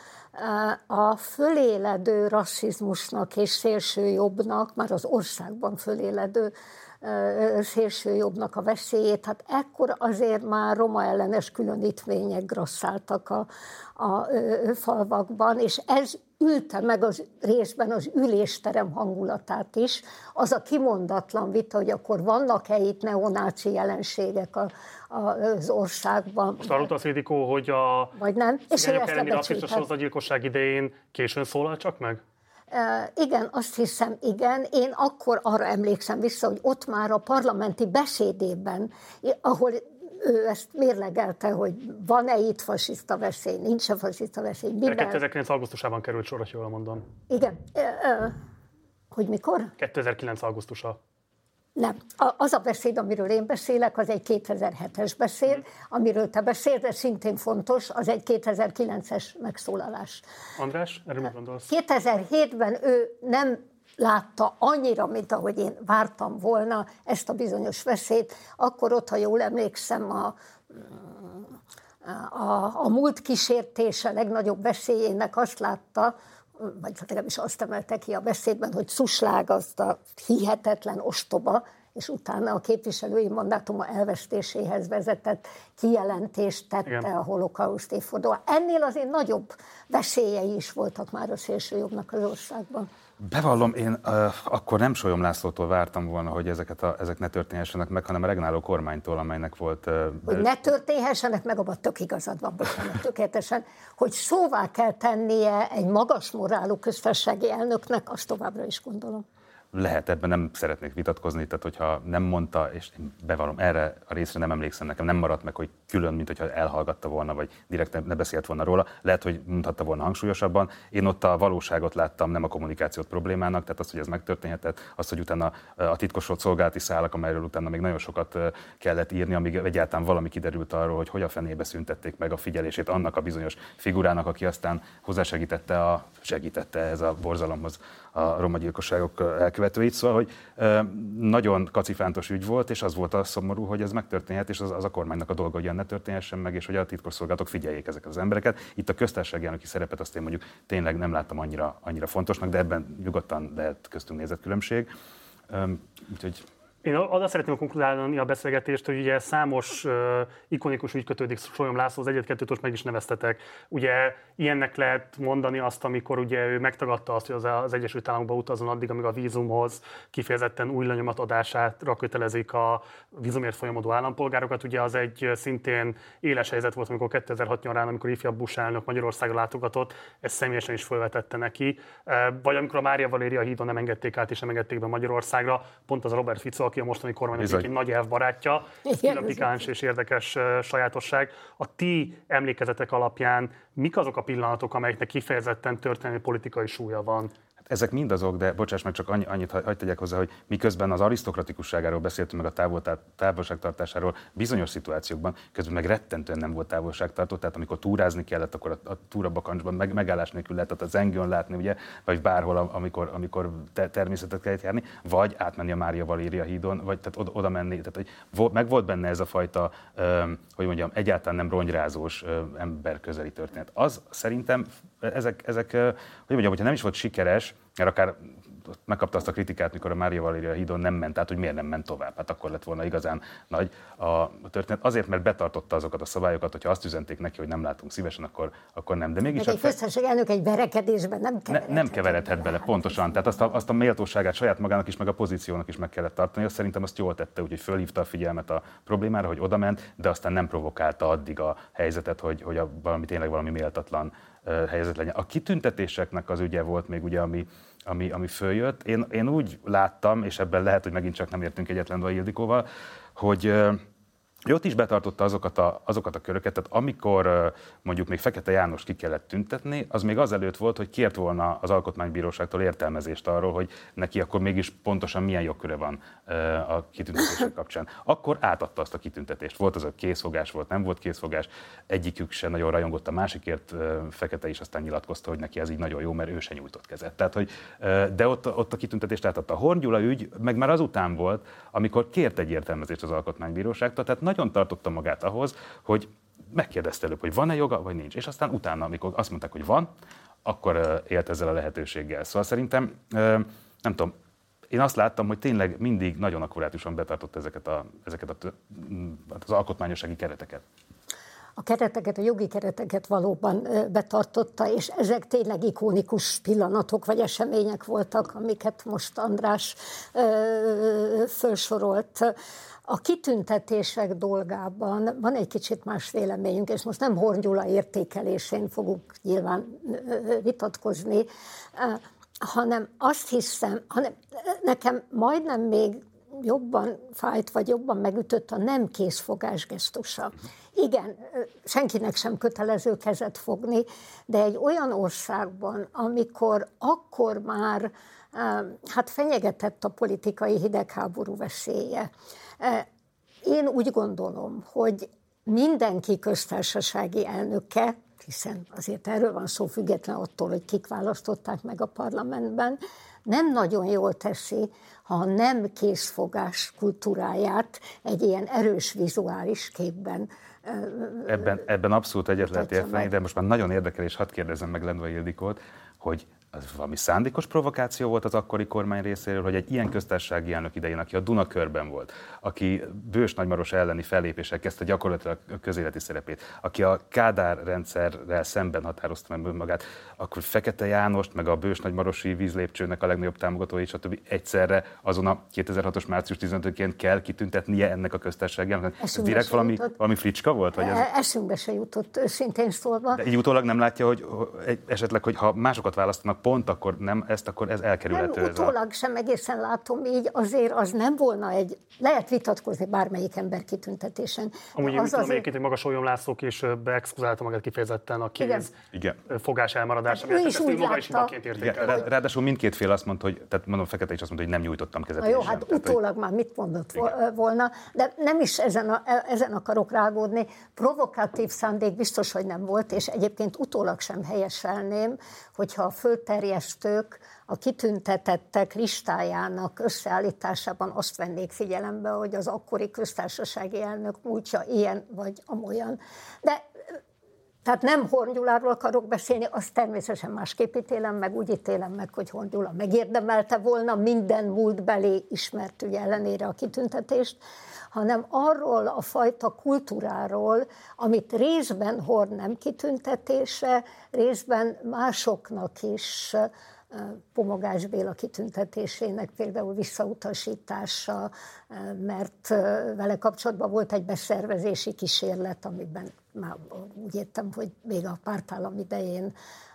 S15: a föléledő rasszizmusnak és szélsőjobbnak, már az országban föléledő szélsőjobbnak a veszélyét, hát ekkor azért már roma ellenes különítvények grasszáltak a, a falvakban, és ez ülte meg az részben az ülésterem hangulatát is, az a kimondatlan vita, hogy akkor vannak-e itt neonáci jelenségek a, a, az országban.
S3: Most arról az Ildikó, hogy a
S15: vagy nem, és ő ezt
S3: rasszista sorozatgyilkosság idején későn szólal csak meg?
S15: Uh, igen, azt hiszem, igen. Én akkor arra emlékszem vissza, hogy ott már a parlamenti beszédében, ahol ő ezt mérlegelte, hogy van-e itt fasiszta veszély, nincs-e fasiszta veszély. Miben...
S3: kétezer-kilenc augusztusában került sorra, jól mondom.
S15: Igen. Uh, uh, hogy mikor?
S3: kétezer-kilenc augusztusa.
S15: Nem. Az a beszéd, amiről én beszélek, az egy kétezer-hetes beszéd, mm. amiről te beszél, de szintén fontos, az egy kétezer-kilences megszólalás.
S3: András, erről mit gondolsz?
S15: kétezer-hétben ő nem látta annyira, mint ahogy én vártam volna ezt a bizonyos veszélyt. Akkor ott, ha jól emlékszem, a, a, a múlt kísértése legnagyobb veszélyének azt látta, vagy legalábbis azt emelte ki a beszédben, hogy Szuslag azt a hihetetlen ostoba, és utána a képviselői mandátuma elvesztéséhez vezetett kijelentést tette Igen. a holokauszt évfordulóra. Ennél azért nagyobb veszélyei is voltak már a szélsőjobbnak az országban.
S9: Bevallom, én uh, akkor nem Sólyom Lászlótól vártam volna, hogy ezeket a, ezek ne történhessenek meg, hanem a regnáló kormánytól, amelynek volt... Uh,
S15: hogy ne történhessenek meg, abban tök igazad van, bocsánat, tökéletesen, hogy szóvá kell tennie egy magas morálú köztársasági elnöknek, azt továbbra is gondolom.
S9: Lehet, ebben nem szeretnék vitatkozni, tehát hogyha nem mondta, és én bevallom, erre a részre nem emlékszem, nekem nem maradt meg, hogy külön, mint hogyha elhallgatta volna, vagy direkt ne beszélt volna róla. Lehet, hogy mondhatta volna hangsúlyosabban. Én ott a valóságot láttam, nem a kommunikációt problémának, tehát azt, hogy ez megtörténhetett, azt, hogy utána a titkosolt szolgálati szálak, amelyről utána még nagyon sokat kellett írni, amíg egyáltalán valami kiderült arról, hogy hogy a fenébe szüntették meg a figyelését annak a bizonyos figurának, aki aztán hozzásegítette a, segítette ez a borzalomhoz a romagyilkosságok elkövetőit. Szóval, hogy nagyon kacifántos ügy volt, és az volt a szomorú, hogy ez megtörténhet, és az, az a kormánynak a dolga, hogy ilyen ne történhessen meg, és hogy a titkosszolgálatok figyeljék ezeket az embereket. Itt a köztársasági elnöki szerepet azt én mondjuk tényleg nem láttam annyira, annyira fontosnak, de ebben nyugodtan lehet köztünk nézetkülönbség. Úgyhogy...
S3: Én arra szeretném konkludálni a beszélgetést, hogy ugye számos uh, ikonikus ügy kötődik Sólyom Lászlóhoz, egyet-kettőt most meg is neveztetek. Ugye ilyennek lehet mondani azt, amikor ugye ő megtagadta azt, hogy az, az Egyesült Államokba utazzon addig, amíg a vízumhoz kifejezetten új lenyomat adásra kötelezik a vízumért folyamodó állampolgárokat. Ugye az egy szintén éles helyzet volt, amikor kétezer-hat nyarán, amikor ifjabb Bush elnök Magyarországra látogatott, ezt személyesen is felvetette neki. Vagy amikor a Mária Valéria hídon nem engedték át és nem engedték be Magyarországra, pont az a Robert Fico, aki a mostani kormánynak egy nagy elvbarátja, ez pikáns és érdekes uh, sajátosság. A ti emlékezetek alapján mik azok a pillanatok, amelyeknek kifejezetten történelmi politikai súlya van?
S9: ezek mind azok, de bocsáss meg, csak annyi, annyit hagyd tegyek hozzá, hogy miközben az arisztokratikusságáról beszéltünk, meg a távol, távolságtartásáról bizonyos szituációkban, közben meg rettentően nem volt távolságtartó, tehát amikor túrázni kellett, akkor a, a túrabakancsban meg, megállás nélkül lehetett a zengőn látni, ugye, vagy bárhol, amikor, amikor te, természetet kellett járni, vagy átmenni a Mária Valéria hídon, vagy tehát oda, oda menni, tehát hogy meg volt benne ez a fajta, öm, hogy mondjam, egyáltalán nem rongyrázós öm, emberközeli történet. Az szerintem ezek, ezek, hogy mondjam, hogyha nem is volt sikeres, mert akár megkapta azt a kritikát, mikor a Mária Valéria hídon nem ment, tehát hogy miért nem ment tovább. Hát akkor lett volna igazán nagy a történet. Azért, mert betartotta azokat a szabályokat, hogyha azt üzenték neki, hogy nem látunk szívesen, akkor, akkor nem. De mégis
S15: egy köztársasági elnök egy verekedésben nem keveredhet,
S9: ne, nem keveredhet bele, pontosan. Tehát azt a, azt a méltóságát saját magának is, meg a pozíciónak is meg kellett tartani. Azt szerintem azt jól tette, úgyhogy fölhívta a figyelmet a problémára, hogy odament, de aztán nem provokálta addig a helyzetet, hogy, hogy a, valami tényleg valami méltatlan uh, helyzet legyen. A kitüntetéseknek az ügye volt még ugye, ami Ami, ami följött. Én, én úgy láttam, és ebben lehet, hogy megint csak nem értünk egyet Lendvai Ildikóval, hogy ő ott is betartotta azokat a, azokat a köröket, tehát amikor mondjuk még Fekete Jánost ki kellett tüntetni, az még azelőtt volt, hogy kért volna az Alkotmánybíróságtól értelmezést arról, hogy neki akkor mégis pontosan milyen jogköre van a kitüntetések kapcsán. Akkor átadta azt a kitüntetést. Volt az a készfogás, volt, nem volt készfogás. Egyikük se nagyon rajongott a másikért, Fekete is aztán nyilatkozta, hogy neki ez így nagyon jó, mert ő se nyújtott kezet. Tehát, hogy, de ott, ott a kitüntetést átadta. A Horn Gyula ügy meg már azután volt, amikor kért egy értelmezést az Alkotmánybíróságtól, tehát nagyon tartotta magát ahhoz, hogy megkérdezte előbb, hogy van-e joga, vagy nincs. És aztán utána, amikor azt mondták, hogy van, akkor élt ezzel a lehetőséggel. Szóval szerintem, nem tudom, én azt láttam, hogy tényleg mindig nagyon akkurátusan betartotta ezeket, a, ezeket a, az alkotmányossági kereteket.
S15: A kereteket, a jogi kereteket valóban betartotta, és ezek tényleg ikonikus pillanatok vagy események voltak, amiket most András felsorolt. A kitüntetések dolgában van egy kicsit más véleményünk, és most nem Horn Gyula értékelésén fogunk nyilván vitatkozni, hanem azt hiszem, hanem nekem majdnem még jobban fájt, vagy jobban megütött a nem készfogás gesztusa. Igen, senkinek sem kötelező kezet fogni, de egy olyan országban, amikor akkor már hát fenyegetett a politikai hidegháború veszélye. Én úgy gondolom, hogy mindenki köztársasági elnöke, hiszen azért erről van szó független attól, hogy kik választották meg a parlamentben, nem nagyon jól teszi, ha a nem készfogás kultúráját egy ilyen erős vizuális képben.
S9: Ebben, ebben abszolút egyet lehet érteni, de most már nagyon érdekel, és hadd kérdezzem meg Lendvai Ildikót, hogy az valami szándékos provokáció volt az akkori kormány részéről, hogy egy ilyen köztársasági elnök idején, aki a Dunakörben volt, aki Bős Nagymaros elleni fellépéssel kezdte gyakorlatilag a közéleti szerepét, aki a Kádár rendszerrel szemben határozta meg magát, akkor Fekete Jánost, meg a Bős Nagymarosi vízlépcsőnek a legnagyobb támogatói, stb. Egyszerre azon a kétezer-hatos március tizenötödikén kell kitüntetnie ennek a köztársasági elnöknek. Ez direkt valami, valami fricska volt? Vagy ez...
S15: Eszünkbe se jutott, őszintén szólva.
S9: De így utólag nem látja, hogy esetleg, hogy ha másokat választanak pont, akkor nem ezt, akkor ez elkerülhető.
S15: Nem, utólag a... sem egészen látom így, azért az nem volna egy, lehet vitatkozni bármelyik ember kitüntetésen.
S3: Amúgy én tudom egyébként, hogy maga Sólyom László később exkluzálta magát kifejezetten a kéz
S9: igen.
S3: fogás elmaradása.
S15: Ő is úgy látta.
S9: Igen, ráadásul mindkét fél azt mondta, hogy, tehát mondom, Fekete is azt mondta, hogy nem nyújtottam kezet.
S15: Jó, hát tehát, utólag hogy... már mit mondott igen. volna, de nem is ezen, a, ezen akarok rágódni. Provokatív szándék biztos, hogy nem volt, és egyébként utólag sem helyeselném, hogyha a földterjesztők a kitüntetettek listájának összeállításában azt vennék figyelembe, hogy az akkori köztársasági elnök múltja ilyen vagy amolyan. De tehát nem Horn Gyuláról akarok beszélni, azt természetesen másképp ítélem meg, úgy ítélem meg, hogy Horn Gyula megérdemelte volna minden múltbeli ismert ügy ellenére a kitüntetést, hanem arról a fajta kultúráról, amit részben Horn nem kitüntetése, részben másoknak is, Pomogás Béla kitüntetésének például visszautasítása, mert vele kapcsolatban volt egy beszervezési kísérlet, amiben már úgy értem, hogy még a pártállam idején,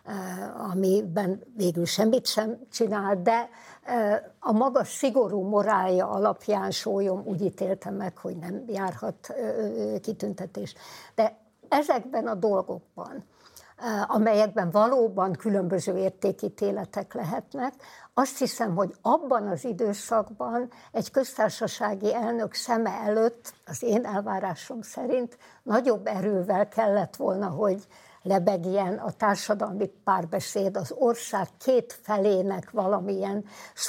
S15: amiben végül semmit sem csinál, de a maga szigorú morálja alapján Sólyom úgy ítélte meg, hogy nem járhat kitüntetés. De ezekben a dolgokban amelyekben valóban különböző értékítéletek lehetnek. Azt hiszem, hogy abban az időszakban egy köztársasági elnök szeme előtt, az én elvárásom szerint nagyobb erővel kellett volna, hogy lebegjen a társadalmi párbeszéd, az ország két felének valamilyen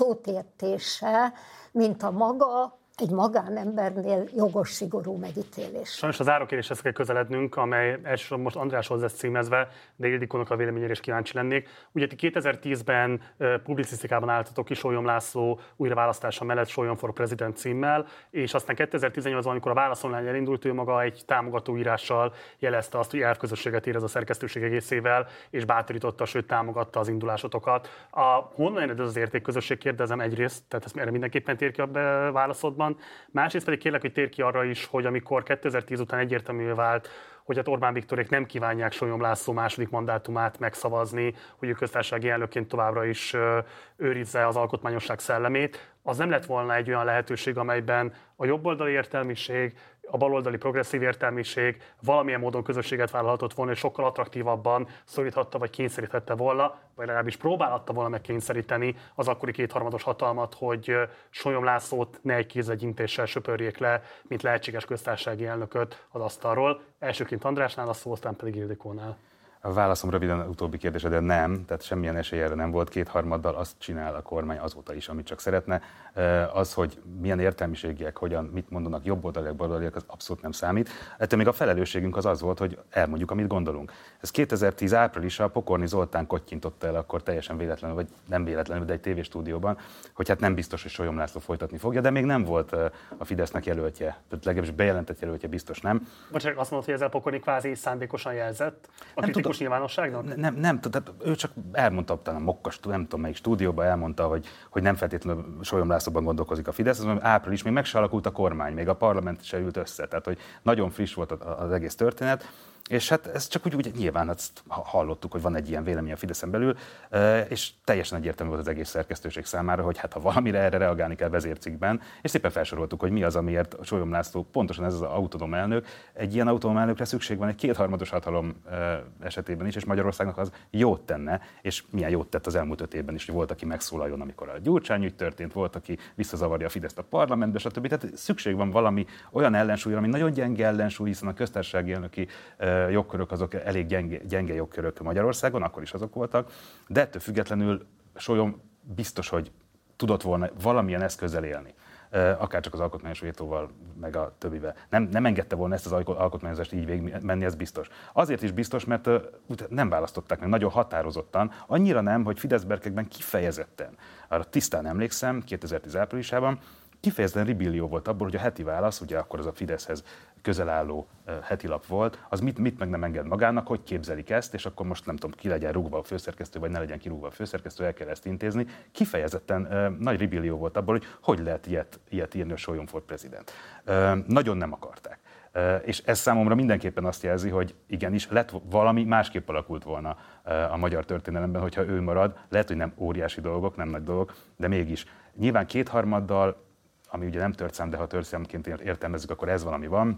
S15: szótértése, mint a maga, egy magánembernél jogos, szigorú megítélés.
S3: Sajnos az árokéréshez kell közelednünk, amely elsősorban most Andráshoz lesz címezve, de Ildikónak a véleményére is kíváncsi lennék. Ugye ti kétezer-tízben publicisztikában álltatok ki Sólyom László újraválasztása mellett Sólyom for President címmel, és aztán kétezer-tizennyolcban, amikor a Válasz Online elindult, ő maga egy támogató írással jelezte azt, hogy elvközösséget érez a szerkesztőség egészével, és bátorította, sőt támogatta az indulásotokat. A, honnan ered ez az értékközösség, kérdezem egyrészt, tehát ezt erre mindenképpen tér ki a válaszodban. Másrészt pedig kérlek, hogy tér ki arra is, hogy amikor kétezer-tíz után egyértelművé vált, hogy hát Orbán Viktorék nem kívánják Sólyom László második mandátumát megszavazni, hogy ő köztársasági elnökként továbbra is őrizze az alkotmányosság szellemét, az nem lett volna egy olyan lehetőség, amelyben a jobboldali értelmiség, a baloldali progresszív értelmiség valamilyen módon közösséget vállalhatott volna, és sokkal attraktívabban szoríthatta vagy kényszeríthette volna, vagy legalábbis próbálhatta volna megkényszeríteni az akkori kétharmados hatalmat, hogy Sólyom Lászlót ne egy kézlegyintéssel söpörjék le, mint lehetséges köztársasági elnököt az asztalról. Elsőként Andrásnál a szó, aztán pedig Ildikónál.
S9: A válaszom röviden az utóbbi kérdésre, de nem, tehát semmilyen esély erre nem volt, kétharmaddal azt csinál a kormány azóta is, amit csak szeretne. Az, hogy milyen értelmiségiek, hogyan, mit mondanak jobboldaliak, baloldaliak, az abszolút nem számít. Ettől még a felelősségünk az az volt, hogy elmondjuk, amit gondolunk. Ez kétezer-tíz áprilisa a Pokorni Zoltán kottyintotta el akkor teljesen véletlenül, vagy nem véletlenül, de egy tévéstúdióban, hogy hát nem biztos, hogy Sólyom László folytatni fogja, de még nem volt a Fidesznek jelöltje, tehát legalábbis bejelentett jelöltje biztos nem.
S3: Vagy azt mondod, hogy ezzel Pokorni kvázi szándékosan jelzett a kritikus nyilvánosságnak?
S9: Nem, nem, tehát ő csak elmondta, talán Mokkas, nem tudom melyik stúdióban elmondta, hogy, hogy nem feltétlenül Sólyom Lászlóban gondolkozik a Fidesz, az április, még meg se alakult a kormány, még a parlament se ült össze, tehát hogy nagyon friss volt az egész történet. És hát ez csak úgy, úgy nyilván ezt hallottuk, hogy van egy ilyen vélemény a Fideszen belül, és teljesen egyértelmű volt az egész szerkesztőség számára, hogy hát ha valamire erre reagálni kell vezércikkben, és szépen felsoroltuk, hogy mi az, amiért Sólyom László, pontosan ez az autonóm elnök, egy ilyen autonóm elnökre szükség van egy kétharmados hatalom esetében is, és Magyarországnak az jót tenne, és milyen jót tett az elmúlt öt évben is, hogy volt, aki megszólaljon, amikor a Gyurcsány ügy történt, volt, aki visszazavarja a Fideszt a parlamentbe, stb. Tehát szükség van valami olyan ellensúlyra, ami nagyon gyenge ellensúly, hiszen a köztársasági elnöki jogkörök azok elég gyenge, gyenge jogkörök Magyarországon, akkor is azok voltak, de ettől függetlenül Sólyom biztos, hogy tudott volna valamilyen eszközzel élni. Akár csak az alkotmányos vétóval, meg a többivel. Nem, nem engedte volna ezt az alkotmányozást így végigmenni, ez biztos. Azért is biztos, mert nem választották meg nagyon határozottan, annyira nem, hogy Fideszberkekben kifejezetten, arra tisztán emlékszem, kétezer-tíz áprilisában, kifejezetten ribillió volt abból, hogy a heti válasz, ugye akkor az a Fideszhez közel álló uh, heti lap volt, az mit, mit meg nem enged magának, hogy képzelik ezt, és akkor most nem tudom, ki legyen rúgva a főszerkesztő, vagy ne legyen kirúgva a főszerkesztő, el kell ezt intézni. Kifejezetten uh, nagy ribillió volt abból, hogy hogy lehet ilyet, ilyet írni a Sólyom for President. Uh, nagyon nem akarták. Uh, és ez számomra mindenképpen azt jelzi, hogy igenis lett valami másképp alakult volna uh, a magyar történelemben, hogyha ő marad. Lehet, hogy nem óriási dolgok, nem nagy dolgok, de mégis. Nyilván kétharmaddal, ami ugye nem történelem, de ha történelemként értelmezzük, akkor ez valami van.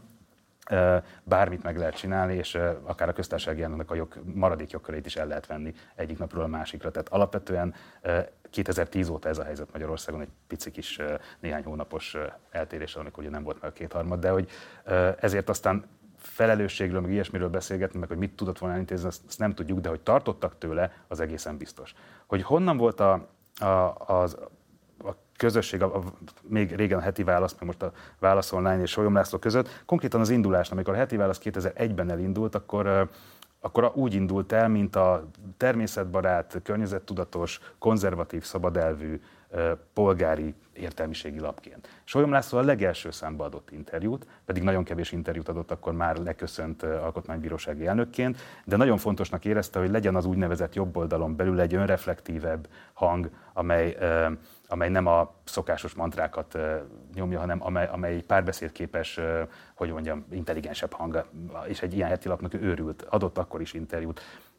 S9: Bármit meg lehet csinálni, és akár a köztársasági elnöknek a jog, maradék jogkörét is el lehet venni egyik napról a másikra. Tehát alapvetően kétezer-tíz óta ez a helyzet Magyarországon, egy pici kis néhány hónapos eltéréssel, amikor ugye nem volt meg a kétharmad, de hogy ezért aztán felelősségről, meg ilyesmiről beszélgetni, meg hogy mit tudott volna elintézni, azt, azt nem tudjuk, de hogy tartottak tőle, az egészen biztos. Hogy honnan volt a, a, az közösség, a, a, még régen a heti válasz, meg most a Válasz Online és Sólyom László között, konkrétan az indulásnál, amikor a heti válasz kétezer-egyben elindult, akkor, akkor úgy indult el, mint a természetbarát, környezettudatos, konzervatív, szabadelvű, polgári értelmiségi lapként. Sólyom László a legelső számba adott interjút, pedig nagyon kevés interjút adott, akkor már leköszönt alkotmánybírósági elnökként, de nagyon fontosnak érezte, hogy legyen az úgynevezett jobb oldalon belül egy önreflektívebb hang, amely, amely nem a szokásos mantrákat nyomja, hanem amely, amely párbeszédképes, hogy mondjam, intelligensebb hang, és egy ilyen heti lapnak őrült, adott akkor is interjút.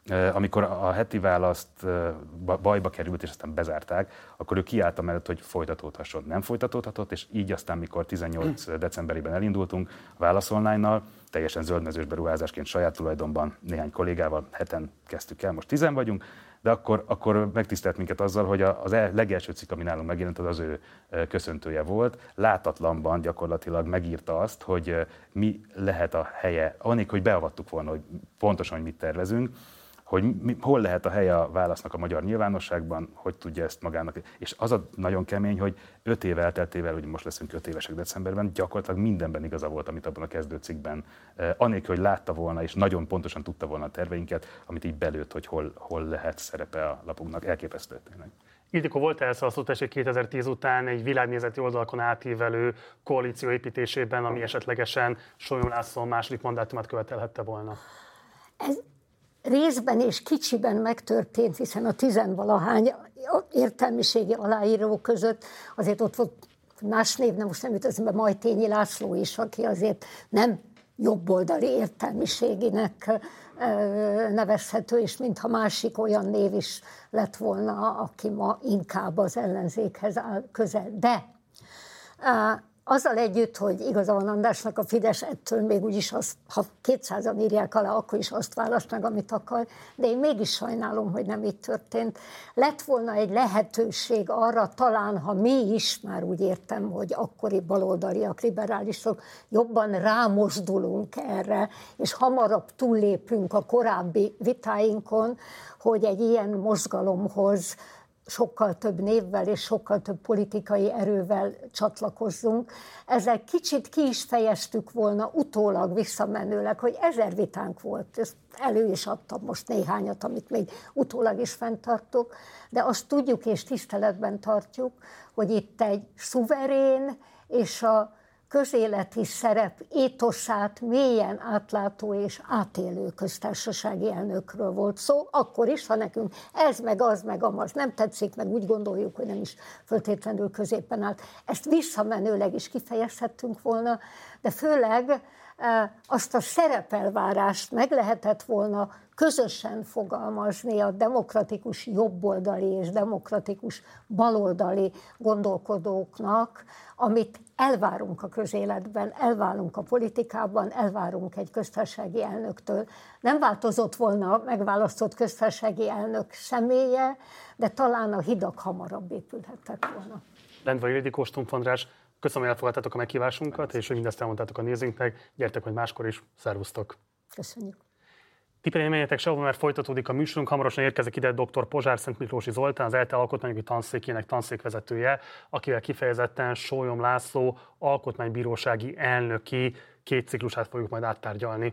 S9: amikor a heti választ bajba került, és aztán bezárták, akkor ő kiállt amellett, hogy folytatódhasson. Nem folytatódhatott, és így aztán, mikor tizennyolc decemberében elindultunk a Válasz Online-nal, teljesen zöldmezős beruházásként saját tulajdonban néhány kollégával, heten kezdtük el, most tizen vagyunk, de akkor, akkor megtisztelt minket azzal, hogy az legelső cikk, ami nálunk megjelent, az az ő köszöntője volt. Látatlanban gyakorlatilag megírta azt, hogy mi lehet a helye, anélkül, hogy beavattuk volna, hogy pontosan, hogy mit tervezünk, hogy mi, hol lehet a helye a válasznak a magyar nyilvánosságban, hogy tudja ezt magának. És az a nagyon kemény, hogy öt év elteltével, hogy most leszünk öt évesek decemberben, gyakorlatilag mindenben igaza volt, amit abban a kezdőcikkben, eh, anélkül, hogy látta volna, és nagyon pontosan tudta volna a terveinket, amit így belőtt, hogy hol, hol lehet szerepe a lapunknak. Elképesztő tényleg.
S3: Ildikó, volt elszólaltatás kétezer-tíz után egy világnézeti oldalakon átívelő koalíció építésében, ami esetlegesen Sólyom László második mandátumát követelhette volna?
S15: Ez részben és kicsiben megtörtént, hiszen a tizenvalahány értelmiségi aláíró között azért ott volt más név, nem most nem jut eszembe, Majtényi László is, aki azért nem jobboldali értelmiséginek nevezhető, és mintha másik olyan név is lett volna, aki ma inkább az ellenzékhez áll közel. De azzal együtt, hogy igaza van Andrásnak, a Fidesz ettől még úgyis, azt, ha kétszázan írják alá, akkor is azt választ meg, amit akar, de én mégis sajnálom, hogy nem így történt. Lett volna egy lehetőség arra, talán, ha mi is, már úgy értem, hogy akkori baloldaliak, liberálisok jobban rámozdulunk erre, és hamarabb túllépünk a korábbi vitáinkon, hogy egy ilyen mozgalomhoz sokkal több névvel és sokkal több politikai erővel csatlakozzunk. Ezzel kicsit ki is fejeztük volna utólag visszamenőleg, hogy ezer vitánk volt. Ezt elő is adtam most néhányat, amit még utólag is fenntartok, de azt tudjuk és tiszteletben tartjuk, hogy itt egy szuverén és a közéleti szerep étoszát mélyen átlátó és átélő köztársasági elnökről volt szó, akkor is, ha nekünk ez meg az meg amaz nem tetszik, meg úgy gondoljuk, hogy nem is föltétlenül középen állt. Ezt visszamenőleg is kifejezhettünk volna, de főleg azt a szerepelvárást meg lehetett volna közösen fogalmazni a demokratikus jobboldali és demokratikus baloldali gondolkodóknak, amit elvárunk a közéletben, elvárunk a politikában, elvárunk egy köztársasági elnöktől. Nem változott volna a megválasztott köztársasági elnök személye, de talán a hidak hamarabb épülhettek volna.
S3: Lendvai Ildikó, Stumpf András, köszönöm, hogy elfogadtátok a meghívásunkat, és hogy mindezt elmondtátok a nézőinknek. Gyertek majd máskor is. Szervusztok!
S15: Köszönjük! Ti
S3: pedig menjetek sehova, mert folytatódik a műsorunk. Hamarosan érkezik ide dr. Pozsár Szent Miklósi Zoltán, az ELTE alkotmányjogi tanszékének tanszékvezetője, akivel kifejezetten Sólyom László alkotmánybírósági elnöki két ciklusát fogjuk majd áttárgyalni.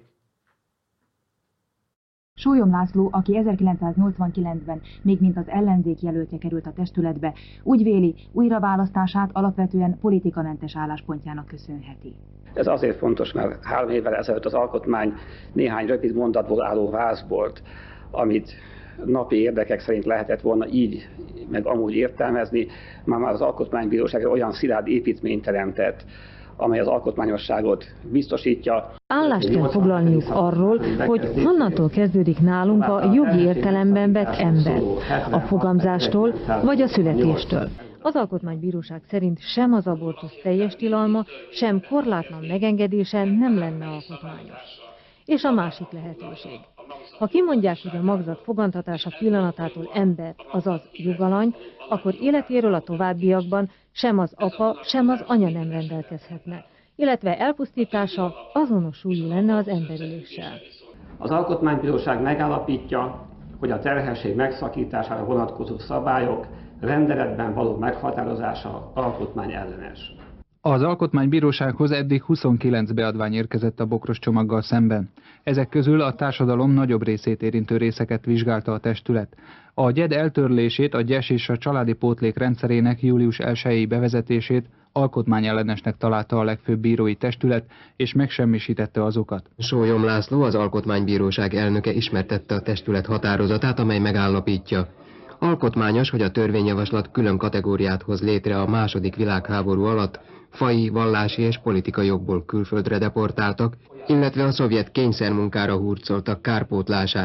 S16: Sólyom László, aki ezerkilencszáznyolcvankilencben még mint az ellenzék jelöltje került a testületbe, úgy véli, újraválasztását alapvetően politikamentes álláspontjának köszönheti.
S10: Ez azért fontos, mert három évvel ezelőtt az alkotmány néhány rövid mondatból álló vázbolt, amit napi érdekek szerint lehetett volna így, meg amúgy értelmezni, már már az Alkotmánybíróság olyan szilárd építményt teremtett, amely az alkotmányosságot biztosítja.
S17: Állást kell foglalniuk arról, hogy honnantól kezdődik nálunk a jogi értelemben vett ember, a fogamzástól vagy a születéstől. Az Alkotmánybíróság szerint sem az abortusz teljes tilalma, sem korlátlan megengedése nem lenne alkotmányos. És a másik lehetőség. Ha kimondják, hogy a magzat fogantatása pillanatától ember, azaz jogalany, akkor életéről a továbbiakban sem az apa, sem az anya nem rendelkezhetne, illetve elpusztítása azonos súlyú lenne az emberüléssel.
S10: Az Alkotmánybíróság megállapítja, hogy a terhesség megszakítására vonatkozó szabályok rendeletben való meghatározása alkotmányellenes.
S18: Az Alkotmánybírósághoz eddig huszonkilenc beadvány érkezett a bokros csomaggal szemben. Ezek közül a társadalom nagyobb részét érintő részeket vizsgálta a testület. A gyed eltörlését, a gyes és a családi pótlék rendszerének július elsejei bevezetését alkotmányellenesnek találta a legfőbb bírói testület, és megsemmisítette azokat.
S19: Sólyom László, az Alkotmánybíróság elnöke ismertette a testület határozatát, amely megállapítja: alkotmányos, hogy a törvényjavaslat külön kategóriát hoz létre a második világháború alatt faji, vallási és politikai jogból külföldre deportáltak, illetve a szovjet kényszermunkára hurcoltak kárpótlására.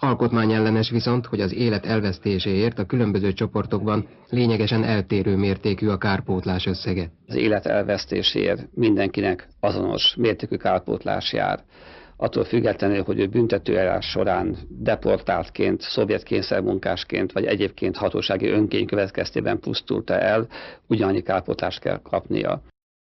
S19: Alkotmányellenes viszont, hogy az élet elvesztéséért a különböző csoportokban lényegesen eltérő mértékű a kárpótlás összege.
S10: Az élet elvesztéséért mindenkinek azonos mértékű kárpótlás jár. Attól függetlenül, hogy ő büntetőeljárás során deportáltként, szovjet kényszermunkásként vagy egyébként hatósági önkény következtében pusztult el, ugyanannyi kárpótlást kell kapnia.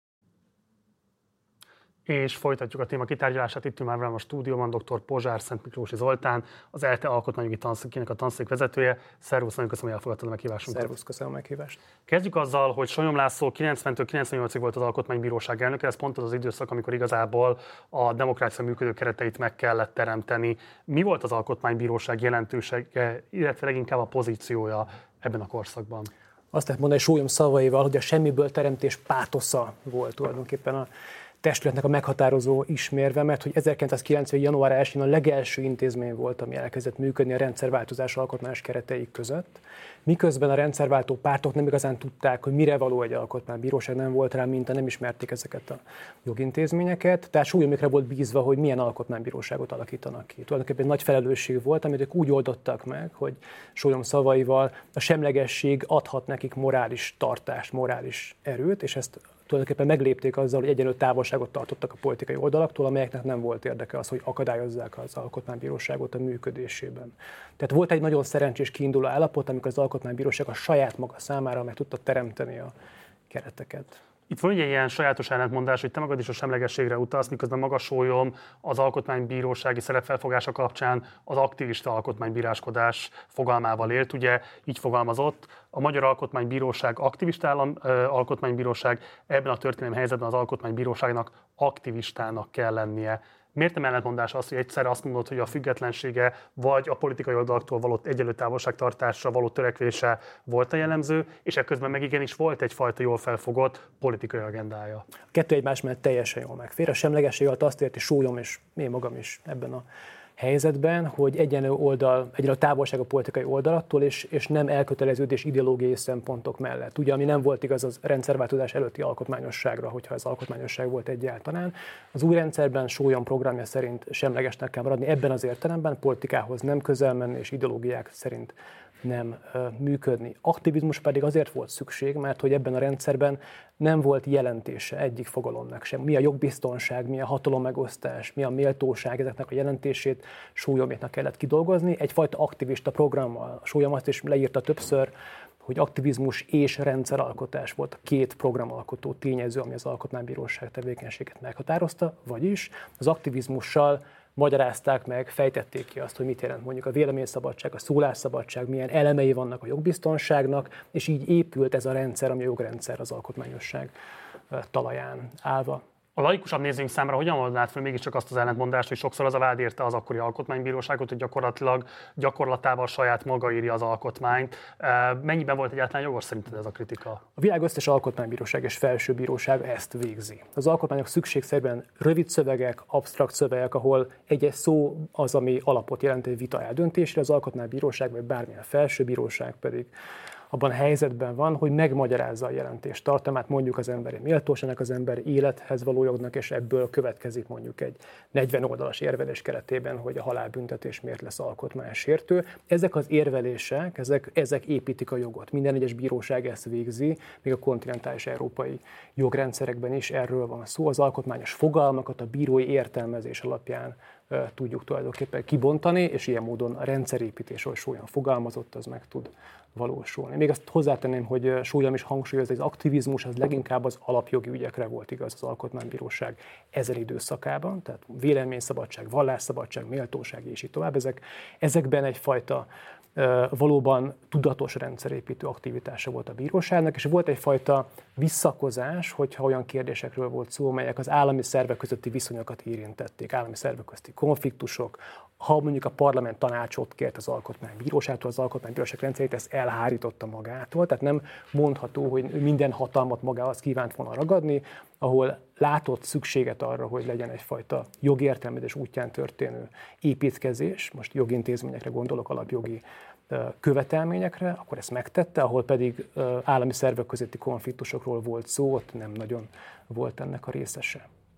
S3: És folytatjuk a téma kitárgyalását. Itt ül már velem a stúdióban dr. Pozsár Szentmiklósi Zoltán, az ELTE alkotmányjogi tanszékének a tanszék vezetője. Szervusz, nagyon köszönöm, hogy elfogadtad a meghívásunkat.
S20: Szervusz, köszönöm a meghívást.
S3: Kezdjük azzal, hogy Sonyom László kilencventől kilencvennyolcig volt az alkotmánybíróság elnöke. Ez pont az az időszak, amikor igazából a demokrácia működő kereteit meg kellett teremteni. Mi volt az alkotmánybíróság jelentősége, illetve leginkább a pozíciója ebben a korszakban?
S20: Azt lehet mondani Sólyom szavaival, hogy a semmiből teremtés pátosza volt tulajdonképpen a testületnek a meghatározó ismérve, mert hogy ezerkilencszázkilencven. január elsején a legelső intézmény volt, ami elkezdett működni a rendszerváltozás alkotmányos keretei között. Miközben a rendszerváltó pártok nem igazán tudták, hogy mire való egy alkotmánybíróság, nem volt rá minta, nem ismerték ezeket a jogintézményeket, tehát Sólyomékre volt bízva, hogy milyen alkotmánybíróságot alakítanak ki. Tulajdonképpen egy nagy felelősség volt, amit ők úgy oldottak meg, hogy Sólyom szavaival a semlegesség adhat nekik morális tartást, morális erőt, és ezt tulajdonképpen meglépték azzal, hogy egyenlő távolságot tartottak a politikai oldalaktól, amelyeknek nem volt érdeke az, hogy akadályozzák az alkotmánybíróságot a működésében. Tehát volt egy nagyon szerencsés kiinduló állapot, amikor az alkotmánybíróság a saját maga számára meg tudta teremteni a kereteket.
S3: Itt van egy ilyen sajátos ellentmondás, hogy te magad is a semlegességre utalsz, miközben maga Sólyom az alkotmánybírósági szerepfelfogása kapcsán az aktivista alkotmánybíráskodás fogalmával élt. Ugye így fogalmazott, a Magyar Alkotmánybíróság aktivista állam, alkotmánybíróság, ebben a történelmi helyzetben az alkotmánybíróságnak aktivistának kell lennie. Miért nem ellentmondás az, hogy egyszerre azt mondod, hogy a függetlensége vagy a politikai oldalaktól való egyenlő távolságtartásra való törekvése volt a jellemző, és ekközben meg igenis volt egyfajta jól felfogott politikai agendája.
S20: A kettő egymás mellett teljesen jól megfér. A semlegesség alatt azt érti Sólyom és én magam is ebben a helyzetben, hogy egyenlő oldal, egyenlő távolság a politikai oldalattól, és, és nem elköteleződés ideológiai szempontok mellett. Ugye, ami nem volt igaz az rendszerváltozás előtti alkotmányosságra, hogyha ez alkotmányosság volt egyáltalán. Az új rendszerben Sólyom programja szerint semlegesnek kell maradni, ebben az értelemben politikához nem közel menni, és ideológiák szerint nem ö, működni. Aktivizmus pedig azért volt szükség, mert hogy ebben a rendszerben nem volt jelentése egyik fogalomnak sem. Mi a jogbiztonság, mi a hatalommegosztás, mi a méltóság, ezeknek a jelentését Sólyoméknak kellett kidolgozni. Egyfajta aktivista programmal. Sólyom azt is leírta többször, hogy aktivizmus és rendszeralkotás volt a két programalkotó tényező, ami az alkotmánybíróság tevékenységet meghatározta, vagyis az aktivizmussal magyarázták meg, fejtették ki azt, hogy mit jelent mondjuk a véleményszabadság, a szólásszabadság, milyen elemei vannak a jogbiztonságnak, és így épült ez a rendszer, ami a jogrendszer az alkotmányosság talaján állva.
S3: A laikusabb nézőink számára hogyan oldanád fel mégiscsak azt az ellentmondást, hogy sokszor az a vád érte az akkori alkotmánybíróságot, hogy gyakorlatilag gyakorlatával saját maga írja az alkotmányt. Mennyiben volt egyáltalán jogos szerinted ez a kritika?
S20: A világ összes alkotmánybíróság és felsőbíróság ezt végzi. Az alkotmányok szükségszerűen rövid szövegek, absztrakt szövegek, ahol egy szó az, ami alapot jelent egy vita eldöntésre, az alkotmánybíróság vagy bármilyen felsőbíróság pedig abban a helyzetben van, hogy megmagyarázza a jelentés tartalmát, mondjuk az emberi méltóságnak, az emberi élethez való jognak, és ebből következik mondjuk egy negyven oldalas érvelés keretében, hogy a halálbüntetés miért lesz alkotmánysértő. Ezek az érvelések, ezek, ezek építik a jogot. Minden egyes bíróság ezt végzi, még a kontinentális európai jogrendszerekben is erről van szó. Az alkotmányos fogalmakat a bírói értelmezés alapján tudjuk tulajdonképpen kibontani, és ilyen módon a rendszerépítés, ahogy Sólyom fogalmazott, az meg tud valósulni. Még azt hozzátenném, hogy Sólyom is hangsúlyozza, hogy az aktivizmus az leginkább az alapjogi ügyekre volt igaz az alkotmánybíróság ezen időszakában, tehát véleményszabadság, vallásszabadság, méltóság és így tovább. Ezek, ezekben egyfajta valóban tudatos rendszerépítő aktivitása volt a bíróságnak, és volt egyfajta visszakozás, hogyha olyan kérdésekről volt szó, amelyek az állami szervek közötti viszonyokat érintették, állami szervek közti konfliktusok. Ha mondjuk a parlament tanácsot kért az alkotmánybíróságtól, az alkotmánybíróság rendszerét ezt elhárította magától, tehát nem mondható, hogy minden hatalmat magához kívánt volna ragadni, ahol látott szükséget arra, hogy legyen egyfajta jogértelmezés útján történő építkezés, most jogintézményekre gondolok, alapjogi követelményekre, akkor ezt megtette, ahol pedig állami szervek közötti konfliktusokról volt szó, ott nem nagyon volt ennek a részese.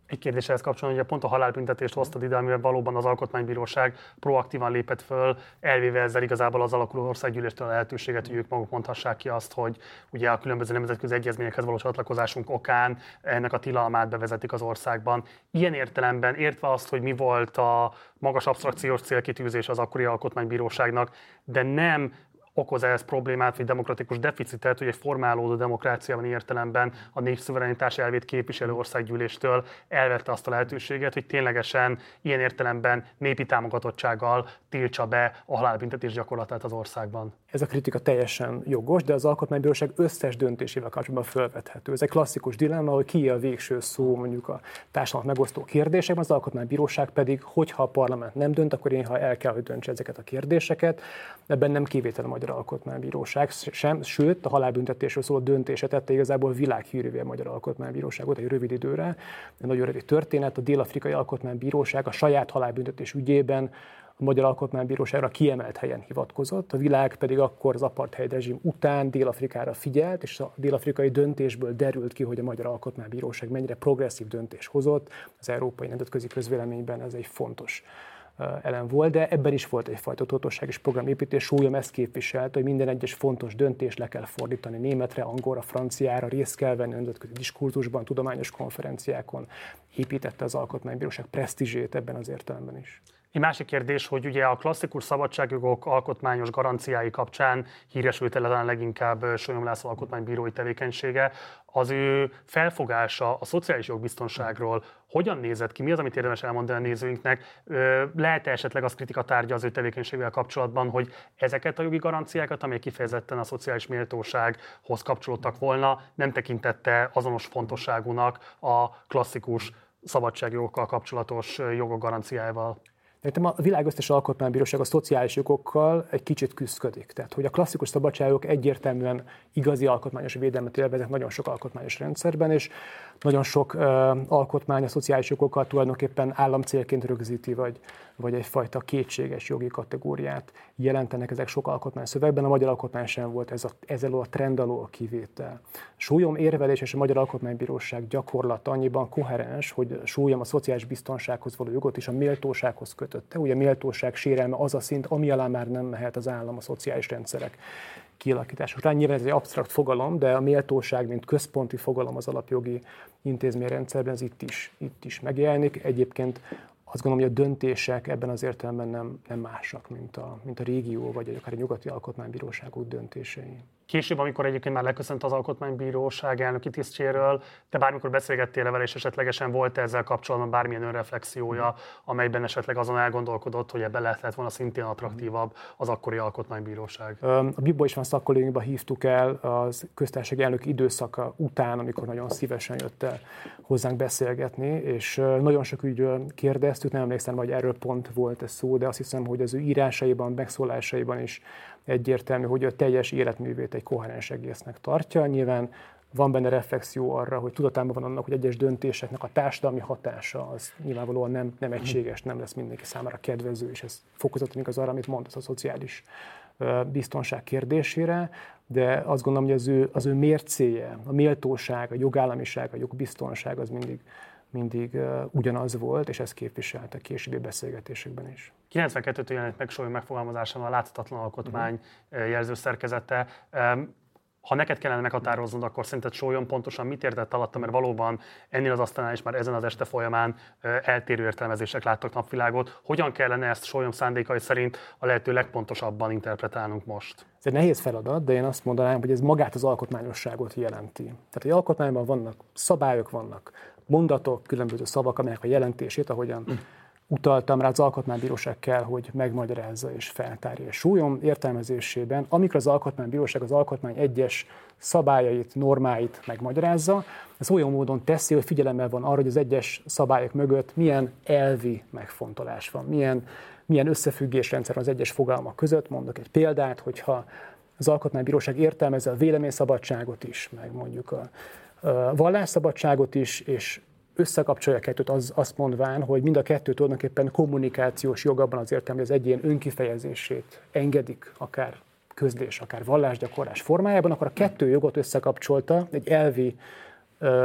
S3: Egy kérdéshez kapcsolatban, hogy pont a halálbüntetést hoztad ide, amivel valóban az Alkotmánybíróság proaktívan lépett föl, elvéve ezzel igazából az alakuló országgyűléstől a lehetőséget, hogy ők maguk mondhassák ki azt, hogy ugye a különböző nemzetközi egyezményekhez való csatlakozásunk okán ennek a tilalmát bevezetik az országban. Ilyen értelemben értve azt, hogy mi volt a magas absztrakciós célkitűzés az akkori Alkotmánybíróságnak, de nem okoz ez problémát, vagy demokratikus deficitet, hogy egy formálódó demokráciában értelemben a népszuverenitás elvét képviselő országgyűléstől elvette azt a lehetőséget, hogy ténylegesen ilyen értelemben népi támogatottsággal tiltsa be a halálbüntetés gyakorlatát az országban.
S20: Ez a kritika teljesen jogos, de az Alkotmánybíróság összes döntésével kapcsolatban felvethető. Ez egy klasszikus dilemma, hogy ki a végső szó mondjuk a társadalmat megosztó kérdésekben, az Alkotmánybíróság pedig, hogyha a parlament nem dönt, akkor én, ha el kell, hogy döntse ezeket a kérdéseket. Ebben nem kivétel a Magyar Alkotmánybíróság sem, sőt a halálbüntetésről szóló döntése tette igazából világhírűvé a Magyar Alkotmánybíróságot egy rövid időre. Egy nagyon rövid történet, a Dél-Afrikai Alkotmánybíróság a saját halálbüntetés ügyében a Magyar Alkotmánybíróságra kiemelt helyen hivatkozott, a világ pedig akkor az apartheid rezsim után Dél-Afrikára figyelt, és a dél-afrikai döntésből derült ki, hogy a Magyar Alkotmánybíróság mennyire progresszív döntés hozott. Az európai nemzetközi közvéleményben ez egy fontos elem volt, de ebben is volt egyfajta tudatosság és programépítés. Sólyom ezt képviselte, hogy minden egyes fontos döntést le kell fordítani németre, angolra, franciára, részt kell venni nemzetközi diskurzusban, tudományos konferenciákon. Építette az Alkotmánybíróság presztízsét ebben az értelemben is.
S3: Egy másik kérdés, hogy ugye a klasszikus szabadságjogok alkotmányos garanciái kapcsán híresült el talán leginkább Sólyom László alkotmánybírói tevékenysége. Az ő felfogása a szociális jogbiztonságról hogyan nézett ki? Mi az, amit érdemes elmondani a nézőinknek? Lehet-e esetleg az kritika tárgya az ő tevékenységével kapcsolatban, hogy ezeket a jogi garanciákat, amelyek kifejezetten a szociális méltósághoz kapcsolódtak volna, nem tekintette azonos fontosságúnak a klasszikus szabadságjogokkal kapcsolatos jogok garanciájával?
S20: Szerintem a világ összes alkotmánybíróság a szociális jogokkal egy kicsit küszködik. Tehát, hogy a klasszikus szabadságok egyértelműen igazi alkotmányos védelmet élveznek nagyon sok alkotmányos rendszerben, és nagyon sok uh, alkotmány a szociális jogokat tulajdonképpen államcélként rögzíti, vagy, vagy egyfajta kétséges jogi kategóriát jelentenek ezek sok alkotmányszövegben. A magyar alkotmány sem volt ez a, ezzel a trend alól kivétel. Sólyom érvelés és a Magyar Alkotmánybíróság gyakorlata annyiban koherens, hogy Sólyom a szociális biztonsághoz való jogot is a méltósághoz kötötte. Ugye a méltóság sérelme az a szint, ami alá már nem mehet az állam a szociális rendszerek kialakítása során. Nyilván ez egy absztrakt fogalom, de a méltóság, mint központi fogalom az alapjogi intézményrendszerben, ez itt is, itt is megjelenik. Egyébként azt gondolom, hogy a döntések ebben az értelemben nem, nem másak, mint a, mint a régió, vagy akár a nyugati alkotmánybíróságok döntései.
S3: Később, amikor egyébként már leköszönt az Alkotmánybíróság elnöki tisztségéről, te bármikor beszélgettél vele, és esetlegesen volt ezzel kapcsolatban bármilyen önreflexiója, amelyben esetleg azon elgondolkodott, hogy ebben lehet volna szintén attraktívabb az akkori Alkotmánybíróság? A
S20: Bibbo István szakkollégiumban hívtuk el az köztársasági elnök időszaka után, amikor nagyon szívesen jött el hozzánk beszélgetni, és nagyon sok ügyről kérdeztük, nem emlékszem, hogy erről pont volt ez szó, de azt hiszem, hogy az ő írásaiban, megszólásaiban is egyértelmű, hogy a teljes életművét egy koherens egésznek tartja. Nyilván van benne reflexió arra, hogy tudatában van annak, hogy egyes döntéseknek a társadalmi hatása az nyilvánvalóan nem, nem egységes, nem lesz mindenki számára kedvező, és ez fokozottan igaz arra, amit mondasz a szociális biztonság kérdésére, de azt gondolom, hogy az ő, az ő mércéje, a méltóság, a jogállamiság, a jogbiztonság az mindig mindig uh, ugyanaz volt, és ezt képviselte későbbi beszélgetésekben is.
S3: kilencvenkettőtől jelent meg Sólyom megfogalmazásában a láthatatlan alkotmány uh-huh. jelzőszerkezete. Um, ha neked kellene meghatároznod, akkor szerinted Sólyom pontosan mit értett alatta, mert valóban ennél az asztalnál is már ezen az este folyamán uh, eltérő értelmezések láttak napvilágot. Hogyan kellene ezt Sólyom szándékai szerint a lehető legpontosabban interpretálnunk most?
S20: Ez egy nehéz feladat, de én azt mondanám, hogy ez magát az alkotmányosságot jelenti. Tehát egy alkotmányban vannak szabályok, vannak mondatok, különböző szavak, amelyek a jelentését, ahogyan mm. utaltam rá, az Alkotmánybíróság kell, hogy megmagyarázza és feltárja. És Sólyom értelmezésében, amikor az Alkotmánybíróság az alkotmány egyes szabályait, normáit megmagyarázza, ez olyan módon teszi, hogy figyelemmel van arra, hogy az egyes szabályok mögött milyen elvi megfontolás van, milyen, milyen összefüggésrendszer az egyes fogalmak között. Mondok egy példát, hogyha az Alkotmánybíróság értelmezze a véleményszabadságot is, meg mondjuk a vallásszabadságot is, és összekapcsolja a kettőt az, azt mondván, hogy mind a kettő tulajdonképpen kommunikációs jog abban az értelemben, hogy az egyén önkifejezését engedik, akár közlés, akár vallásgyakorlás formájában, akkor a kettő jogot összekapcsolta egy elvi uh,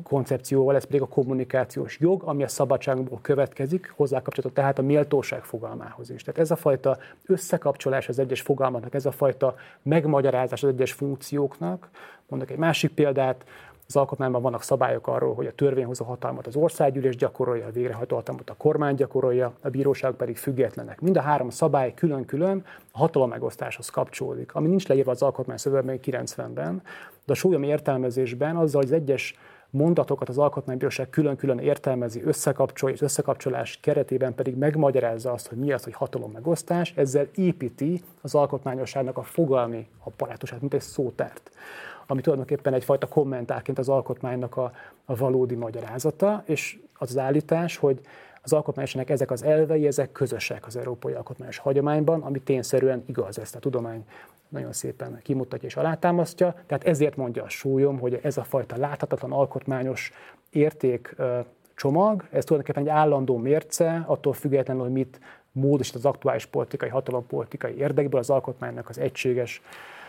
S20: koncepcióval, ez pedig a kommunikációs jog, ami a szabadságból következik, hozzá kapcsolatot tehát a méltóság fogalmához is. Tehát ez a fajta összekapcsolás az egyes fogalmaknak, ez a fajta megmagyarázás az egyes funkcióknak. Mondok egy másik példát, az alkotmányban vannak szabályok arról, hogy a törvényhozó hatalmat az országgyűlés gyakorolja, a végrehajtó hatalmat a kormány gyakorolja, a bíróságok pedig függetlenek. Mind a három szabály külön-külön a hatalommegosztáshoz kapcsolódik, ami nincs leírva az alkotmányszövegben kilencvenben, de a sólyomi értelmezésben azzal, hogy az egyes mondatokat az alkotmánybíróság külön-külön értelmezi, összekapcsolja, és összekapcsolás keretében pedig megmagyarázza azt, hogy mi az, hogy hatalommegosztás, ezzel építi az alkotmányosságnak a fogalmi apparátusát, mint egy szótárt, ami tulajdonképpen egyfajta kommentárként az alkotmánynak a, a valódi magyarázata, és az az állítás, hogy az alkotmányosságnak ezek az elvei, ezek közösek az európai alkotmányos hagyományban, ami tényszerűen igaz, ezt a tudomány nagyon szépen kimutatja és alátámasztja. Tehát ezért mondja a súlyom, hogy ez a fajta láthatatlan alkotmányos érték csomag, ez tulajdonképpen egy állandó mérce, attól függetlenül, hogy mit módosít az aktuális politikai, hatalompolitikai érdekből, az alkotmánynak az egységes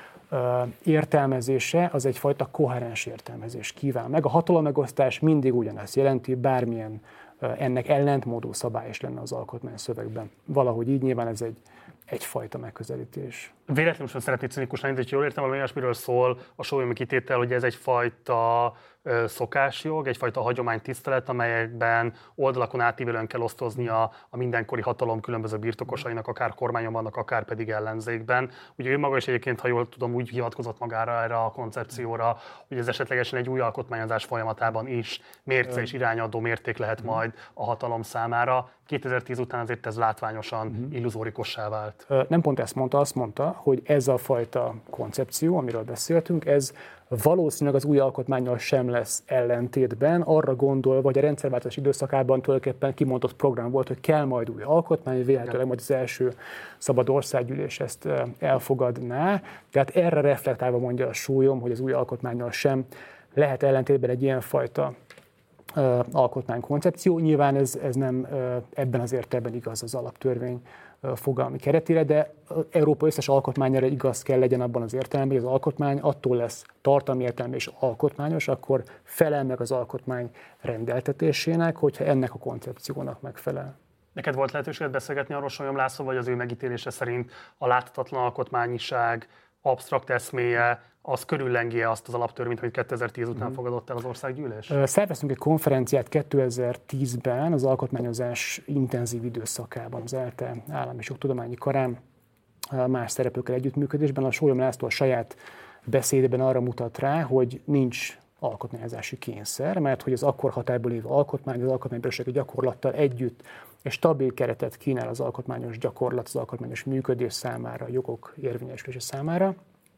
S20: értelmezése az egyfajta koherens értelmezés kíván meg. A hatalommegosztás mindig ugyanezt jelenti, bármilyen ennek ellentmódú szabály is lenne az alkotmányszövegben. Valahogy így nyilván ez egy egyfajta megközelítés.
S3: Véletlenül sem szeretnék cinikus lenni, hogy jól értem, valami olyasmiről szól a sólyomi kitétel, hogy ez egyfajta ö, szokásjog, egyfajta hagyománytisztelet, amelyekben oldalakon átívelően kell osztozni a, a mindenkori hatalom különböző birtokosainak, akár kormányon vannak, akár pedig ellenzékben. Ugye ő maga is egyébként, ha jól tudom, úgy hivatkozott magára erre a koncepcióra, hogy ez esetlegesen egy új alkotmányozás folyamatában is mérce és irányadó mérték lehet majd a hatalom számára. kétezer-tíz után azért ez látványosan illuzórikussá vált.
S20: Nem pont ezt mondta, azt mondta, hogy ez a fajta koncepció, amiről beszéltünk, ez valószínűleg az új alkotmánnyal sem lesz ellentétben, arra gondolva, hogy a rendszerváltozás időszakában tulajdonképpen kimondott program volt, hogy kell majd új alkotmány, vélhetőleg majd az első szabad országgyűlés ezt elfogadná. Tehát erre reflektálva mondja a súlyom, hogy az új alkotmánnyal sem lehet ellentétben egy ilyenfajta alkotmánykoncepció. Nyilván ez, ez nem ebben az értelemben igaz az alaptörvény fogalmi keretére, de Európa összes alkotmányára igaz kell legyen abban az értelemben, hogy az alkotmány attól lesz tartalmi értelme és alkotmányos, akkor felel meg az alkotmány rendeltetésének, hogyha ennek a koncepciónak megfelel.
S3: Neked volt lehetőséged beszélgetni arról Sólyom László, vagy az ő megítélése szerint a láthatatlan alkotmányiság absztrakt eszméje, az körüllengi azt az alaptörvényt, amit kétezer-tíz után mm. fogadott el az országgyűlés?
S20: Szerveztünk egy konferenciát kétezer-tízben az alkotmányozás intenzív időszakában, az ELTE Állam és Jogtudományi Karán más szereplőkkel együttműködésben. A Sólyom László a saját beszédében arra mutat rá, hogy nincs alkotmányozási kényszer, mert hogy az akkor hatályban lévő alkotmány, az alkotmánybírósági gyakorlattal együtt egy stabil keretet kínál az alkotmányos gyakorlat, az alkotmányos működés számára, a jogok érvényesülése számára.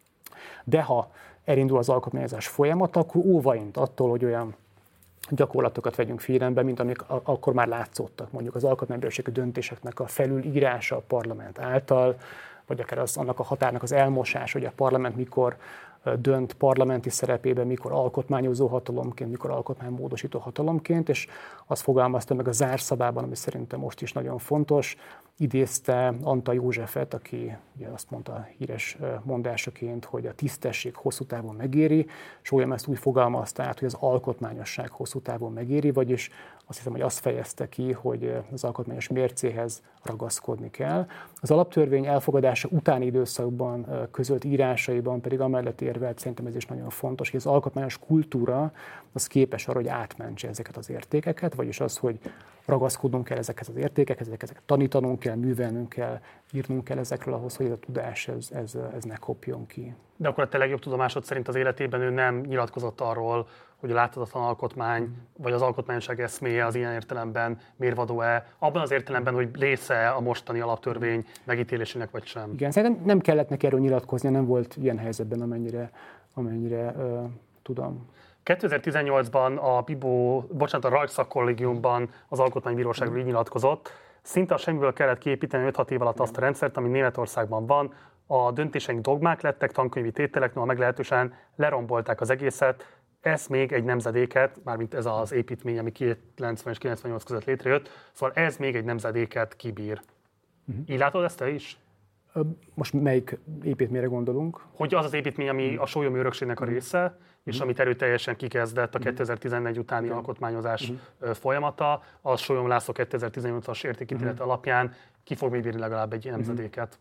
S20: De ha elindul az alkotmányozás folyamata, akkor óvaint attól, hogy olyan gyakorlatokat vegyünk figyelembe, mint amik akkor már látszottak, mondjuk az alkotmánybírósági döntéseknek a felülírása a parlament által, vagy akár az, annak a határnak az elmosás, hogy a parlament mikor dönt parlamenti szerepében, mikor alkotmányozó hatalomként, mikor alkotmánymódosító hatalomként, és azt fogalmazta meg a zárszabában, ami szerintem most is nagyon fontos, idézte Antal Józsefet, aki ugye azt mondta híres mondásaként, hogy a tisztesség hosszú távon megéri. Sólyom ezt úgy fogalmazta át, hogy az alkotmányosság hosszú távon megéri, vagyis azt hiszem, hogy azt fejezte ki, hogy az alkotmányos mércéhez ragaszkodni kell. Az alaptörvény elfogadása utáni időszakban közölt írásaiban pedig amellett érvelt, szerintem ez is nagyon fontos, hogy az alkotmányos kultúra az képes arra, hogy átmentse ezeket az értékeket, vagyis az, hogy ragaszkodnunk kell ezekhez az értékekhez, ezeket tanítanunk kell, művelnünk kell, írnunk kell ezekről ahhoz, hogy ez a tudás ez, ez, ez ne kopjon ki.
S3: De akkor a te legjobb tudomásod szerint az életében ő nem nyilatkozott arról, hogy a láthatatlan alkotmány, vagy az alkotmányosság eszméje az ilyen értelemben mérvadó-e, abban az értelemben, hogy része a mostani alaptörvény megítélésének, vagy sem?
S20: Igen, szerintem nem kellett neki erről nyilatkozni, nem volt ilyen helyzetben, amennyire, amennyire uh, tudom.
S3: kétezer-tizennyolcban a Bibó, bocsánat, a Rajkszakkollégiumban az Alkotmánybíróságról így nyilatkozott, szinte a semmiből kellett kiépíteni öt-hat év alatt azt a rendszert, ami Németországban van. A döntéseink dogmák lettek, tankönyvi tételek, no, meglehetősen lerombolták az egészet. Ez még egy nemzedéket, mármint ez az építmény, ami kilencven és kilencvennyolc között létrejött, szóval ez még egy nemzedéket kibír. Uh-huh. Így látod ezt te is?
S20: Most melyik építményre gondolunk?
S3: Hogy az az építmény, ami a sólyomi örökségnek a része, és amit erőteljesen kikezdett a kétezer-tizenegy utáni alkotmányozás folyamata, a Sólyom László kétezer-tizennyolcas értékítélete alapján ki fog még bírni legalább egy nemzedéket.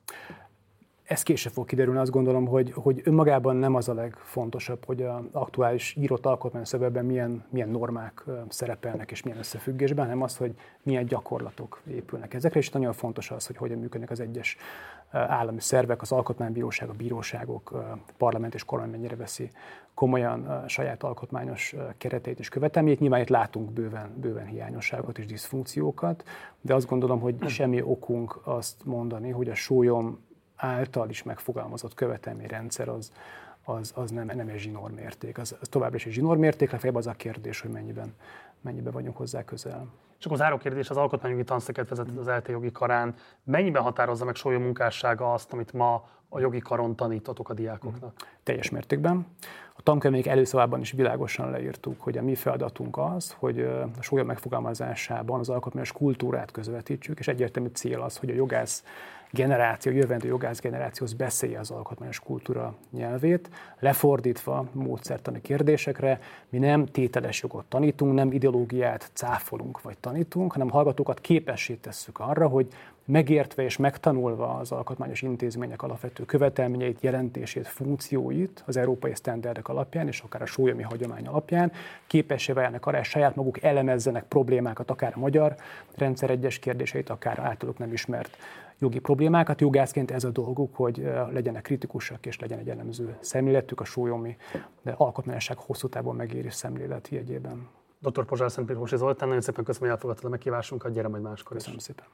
S20: Ez később fog kiderülni, azt gondolom, hogy, hogy önmagában nem az a legfontosabb, hogy az aktuális írott alkotmányszövegben milyen, milyen normák szerepelnek és milyen összefüggésben, hanem az, hogy milyen gyakorlatok épülnek ezekre, és nagyon fontos az, hogy hogyan működnek az egyes állami szervek, az alkotmánybíróság, a bíróságok, a parlament és kormány mennyire veszi komolyan a saját alkotmányos kereteit és követelményeit. Nyilván itt látunk bőven, bőven hiányosságokat és diszfunkciókat, de azt gondolom, hogy semmi okunk azt mondani, hogy a sólyom által is megfogalmazott követelményrendszer az, az, az nem, nem egy zsinórmérték. Az, az továbbra is egy zsinórmérték, legfeljebb az a kérdés, hogy mennyiben, mennyiben vagyunk hozzá közel.
S3: És akkor záró kérdés, az alkotmányjogi tanszéket vezetett az é el té jogi karán. Mennyiben határozza meg Sólyom munkássága azt, amit ma a jogi karon tanítotok a diákoknak?
S20: Teljes mértékben. A tankönyvek előszavában is világosan leírtuk, hogy a mi feladatunk az, hogy a Sólyom megfogalmazásában az alkotmányos kultúrát közvetítsük, és egyértelmű cél az, hogy a jogász generáció, a jövendő jogász generációhoz beszélje az alkotmányos kultúra nyelvét, lefordítva módszertani kérdésekre. Mi nem tételes jogot tanítunk, nem ideológiát cáfolunk vagy tanítunk, hanem hallgatókat képessé tesszük arra, hogy megértve és megtanulva az alkotmányos intézmények alapvető követelményeit, jelentését, funkcióit az európai sztenderdek alapján, és akár a sólyomi hagyomány alapján képessé váljanak arra, hogy saját maguk elemezzenek problémákat, akár a magyar rendszer egyes kérdéseit, akár általuk nem ismert jogi problémákat. Jogászként ez a dolguk, hogy legyenek kritikusak és legyen egy elemző szemléletük a sólyomi, de alkotmányosság hosszú távon megérés szemlélet jegyében.
S3: doktor Pozsár Szentpirhósi Zoltán, nagyon szépen köszönöm, hogy elfogadtad a meghívásunkat, gyere majd máskor is.
S20: Köszönöm szépen.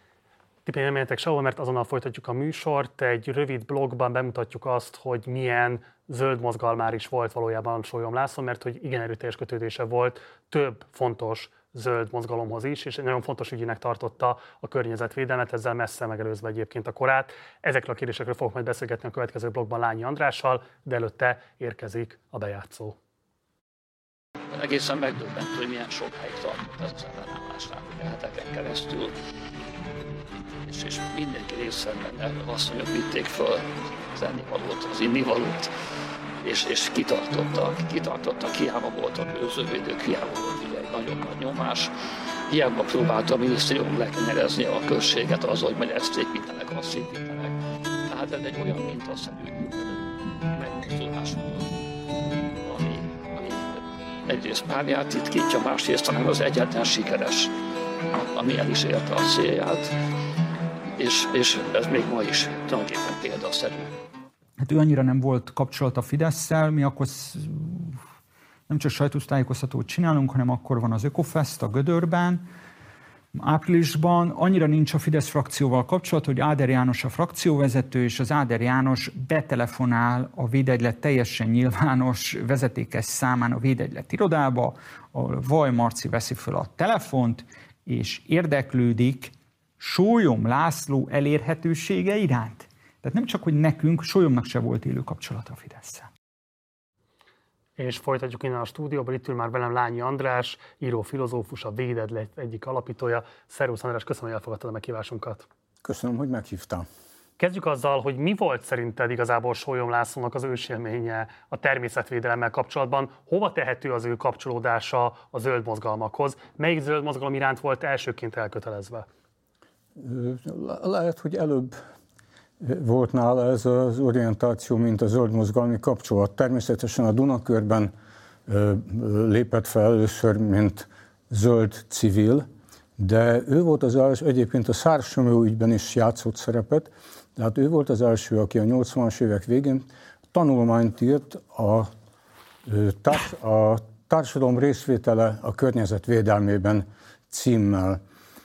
S3: Ti nem menjetek sehol, mert azonnal folytatjuk a műsort. Egy rövid blogban bemutatjuk azt, hogy milyen zöld mozgalmár is volt valójában Sólyom László, mert hogy igen erőteljes kötődése volt több fontos zöld mozgalomhoz is, és egy nagyon fontos ügyének tartotta a környezetvédelmet, ezzel messze megelőzve egyébként a korát. Ezekről a kérdésekről fogok majd beszélgetni a következő blogban Lányi Andrással, de előtte érkezik a bejátszó.
S1: Egészen megdöbbentő, hogy milyen sok hely tartott ez az ellenállás heteken keresztül. És, és mindenki részemben asszonyok vitték föl az ennivalót, az innivalót, és, és kitartottak, kitartottak, hiába voltak őrzővédők, hiába volt ugye egy nagyon nagy nyomás, hiába próbálta a minisztérium lekenyerezni a községet azzal, hogy majd ezt építenek, azt építenek. Tehát ez egy olyan mintaszerű megmozdulás volt, ami, ami egyrészt párját titkítja, másrészt hanem az egyáltalán sikeres, ami el is érte a célját. És, és ez még ma is tulajdonképpen példaszerű.
S21: Hát ő annyira nem volt kapcsolat a Fidesszel, mi akkor nem csak sajtótájékoztatót csinálunk, hanem akkor van az Ökofest a Gödörben, áprilisban. Annyira nincs a Fidesz frakcióval kapcsolat, hogy Áder János a frakcióvezető, és az Áder János betelefonál a Védegylet teljesen nyilvános vezetékes számán a Védegylet irodába, ahol Vaj Marci veszi föl a telefont, és érdeklődik Sólyom László elérhetősége iránt. Tehát nem csak, hogy nekünk, Sólyomnak se volt élő kapcsolata a Fidesszel.
S3: És folytatjuk innen a stúdióban, itt ül már velem Lányi András, író, filozófus, a Védegylet egyik alapítója. Szervusz András, köszönöm, hogy elfogadtad a meghívásunkat.
S22: Köszönöm, hogy meghívtam.
S3: Kezdjük azzal, hogy mi volt szerinted igazából Sólyom Lászlónak az ősélménye a természetvédelemmel kapcsolatban? Hova tehető az ő kapcsolódása a zöld mozgalmakhoz? Melyik zöld mozgalom iránt volt elsőként elkötelezve?
S22: Lehet, hogy előbb volt nála ez az orientáció, mint a zöld mozgalmi kapcsolat. Természetesen a Dunakörben lépett fel először, mint zöld civil, de ő volt az első, egyébként a Szár-Sömő ügyben is játszott szerepet, tehát ő volt az első, aki a nyolcvanas évek végén tanulmányt írt a, társ, a társadalom részvétele a környezet védelmében címmel,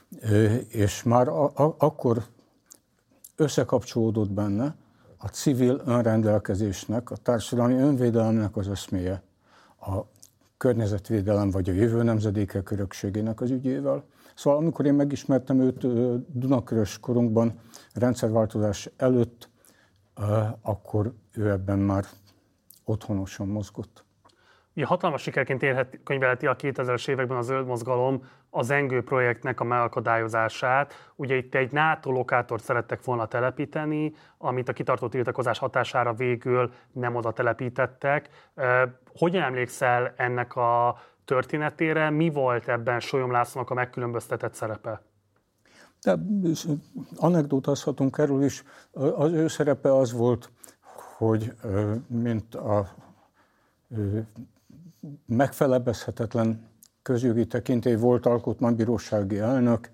S22: és már a, a, akkor összekapcsolódott benne a civil önrendelkezésnek, a társadalmi önvédelemnek az eszméje, a környezetvédelem vagy a jövő nemzedékek örökségének az ügyével. Szóval amikor én megismertem őt Dunakörös korunkban, rendszerváltozás előtt, akkor ő ebben már otthonosan mozgott.
S3: Ugye hatalmas sikerként érhet, könyvelheti a kétezres években a zöld mozgalom a Zengő projektnek a megakadályozását. Ugye itt egy NATO lokátort szerettek volna telepíteni, amit a kitartó tiltakozás hatására végül nem oda telepítettek. Hogyan emlékszel ennek a történetére? Mi volt ebben Sólyom Lászlónak a megkülönböztetett szerepe?
S22: De anekdotázhatunk erről is. Az ő szerepe az volt, hogy mint a megfelebezhetetlen közjogi tekintély volt alkotmánybírósági elnök,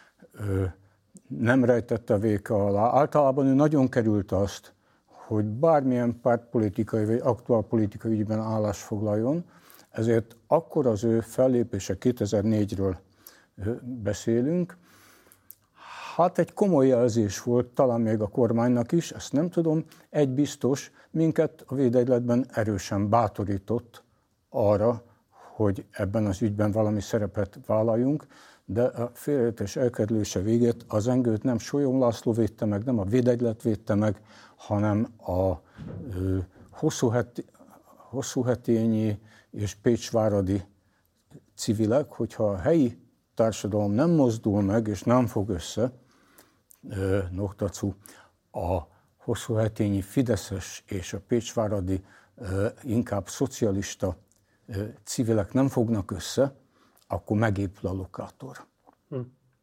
S22: nem rejtette véka alá. Általában ő nagyon került azt, hogy bármilyen pártpolitikai vagy aktuálpolitikai ügyben állás foglaljon, ezért akkor az ő fellépése kétezer-négyről beszélünk. Hát egy komoly jelzés volt, talán még a kormánynak is, ezt nem tudom. Egy biztos, minket a védegyletben erősen bátorított arra, hogy ebben az ügyben valami szerepet vállaljunk, de a félreértés elkerülése végét a Zengőt nem Sólyom László védte meg, nem a védegylet védte meg, hanem a ö, hosszúhetényi és pécsváradi civilek, hogyha a helyi társadalom nem mozdul meg és nem fog össze, ö, Noktacu, a hosszúhetényi fideszes és a pécsváradi ö, inkább szocialista ö, civilek nem fognak össze, akkor megépül a lokátor. Hm.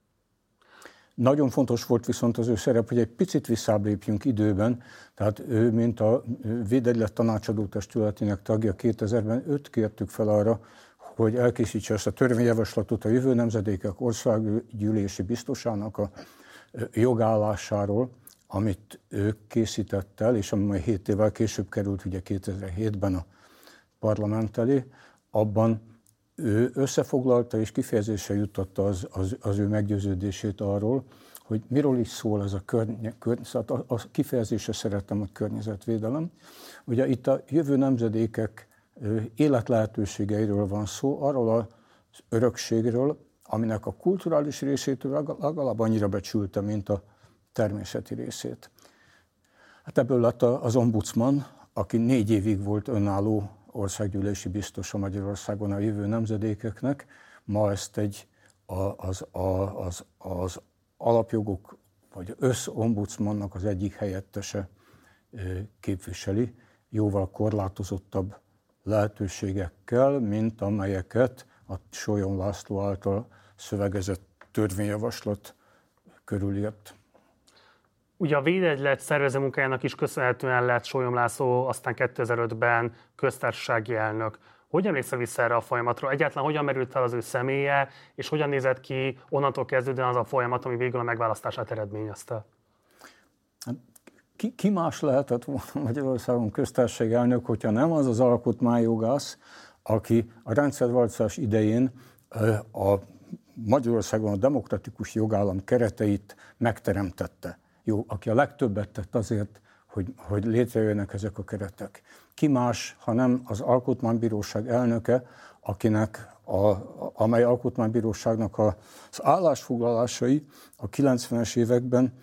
S22: Nagyon fontos volt viszont az ő szerep, hogy egy picit visszább lépjünk időben, tehát ő, mint a Védegylet tanácsadó testületének tagja kétezerben, őt kértük fel arra, hogy elkészítse ezt a törvényjavaslatot a jövő nemzedékek országgyűlési biztosának a jogállásáról, amit ő készített el, és ami majd hét évvel később került ugye kétezer-hétben a parlament elé, abban ő összefoglalta és kifejezésre juttatta az, az, az ő meggyőződését arról, hogy miről is szól ez a környe, körny, a, a kifejezésre szeretem a környezetvédelem. Ugye itt a jövő nemzedékek életlehetőségeiről van szó, arról az örökségről, aminek a kulturális részét legalább annyira becsülte, mint a természeti részét. Hát ebből lett az ombudsman, aki négy évig volt önálló országgyűlési biztos a Magyarországon a jövő nemzedékeknek. Ma ezt egy az, az, az alapjogok vagy összombudsmannak az egyik helyettese képviseli, jóval korlátozottabb lehetőségekkel, mint amelyeket a Sólyom László által szövegezett törvényjavaslat körülírt.
S3: Ugye a Védegylet szervező munkájának is köszönhetően lett Sólyom László aztán kétezer-ötben köztársasági elnök. Hogy emlékszel vissza erre a folyamatra? Egyáltalán hogyan merült fel az ő személye, és hogyan nézett ki onnantól kezdődően az a folyamat, ami végül a megválasztását eredményezte?
S22: Ki, ki más lehetett volna Magyarországon köztársasági elnök, hogyha nem az az alkotmányjogász, aki a rendszerváltozás idején a Magyarországon a demokratikus jogállam kereteit megteremtette. Jó, aki a legtöbbet tett azért, hogy, hogy létrejönnek ezek a keretek. Ki más, ha nem az Alkotmánybíróság elnöke, akinek a, amely Alkotmánybíróságnak az állásfoglalásai a kilencvenes években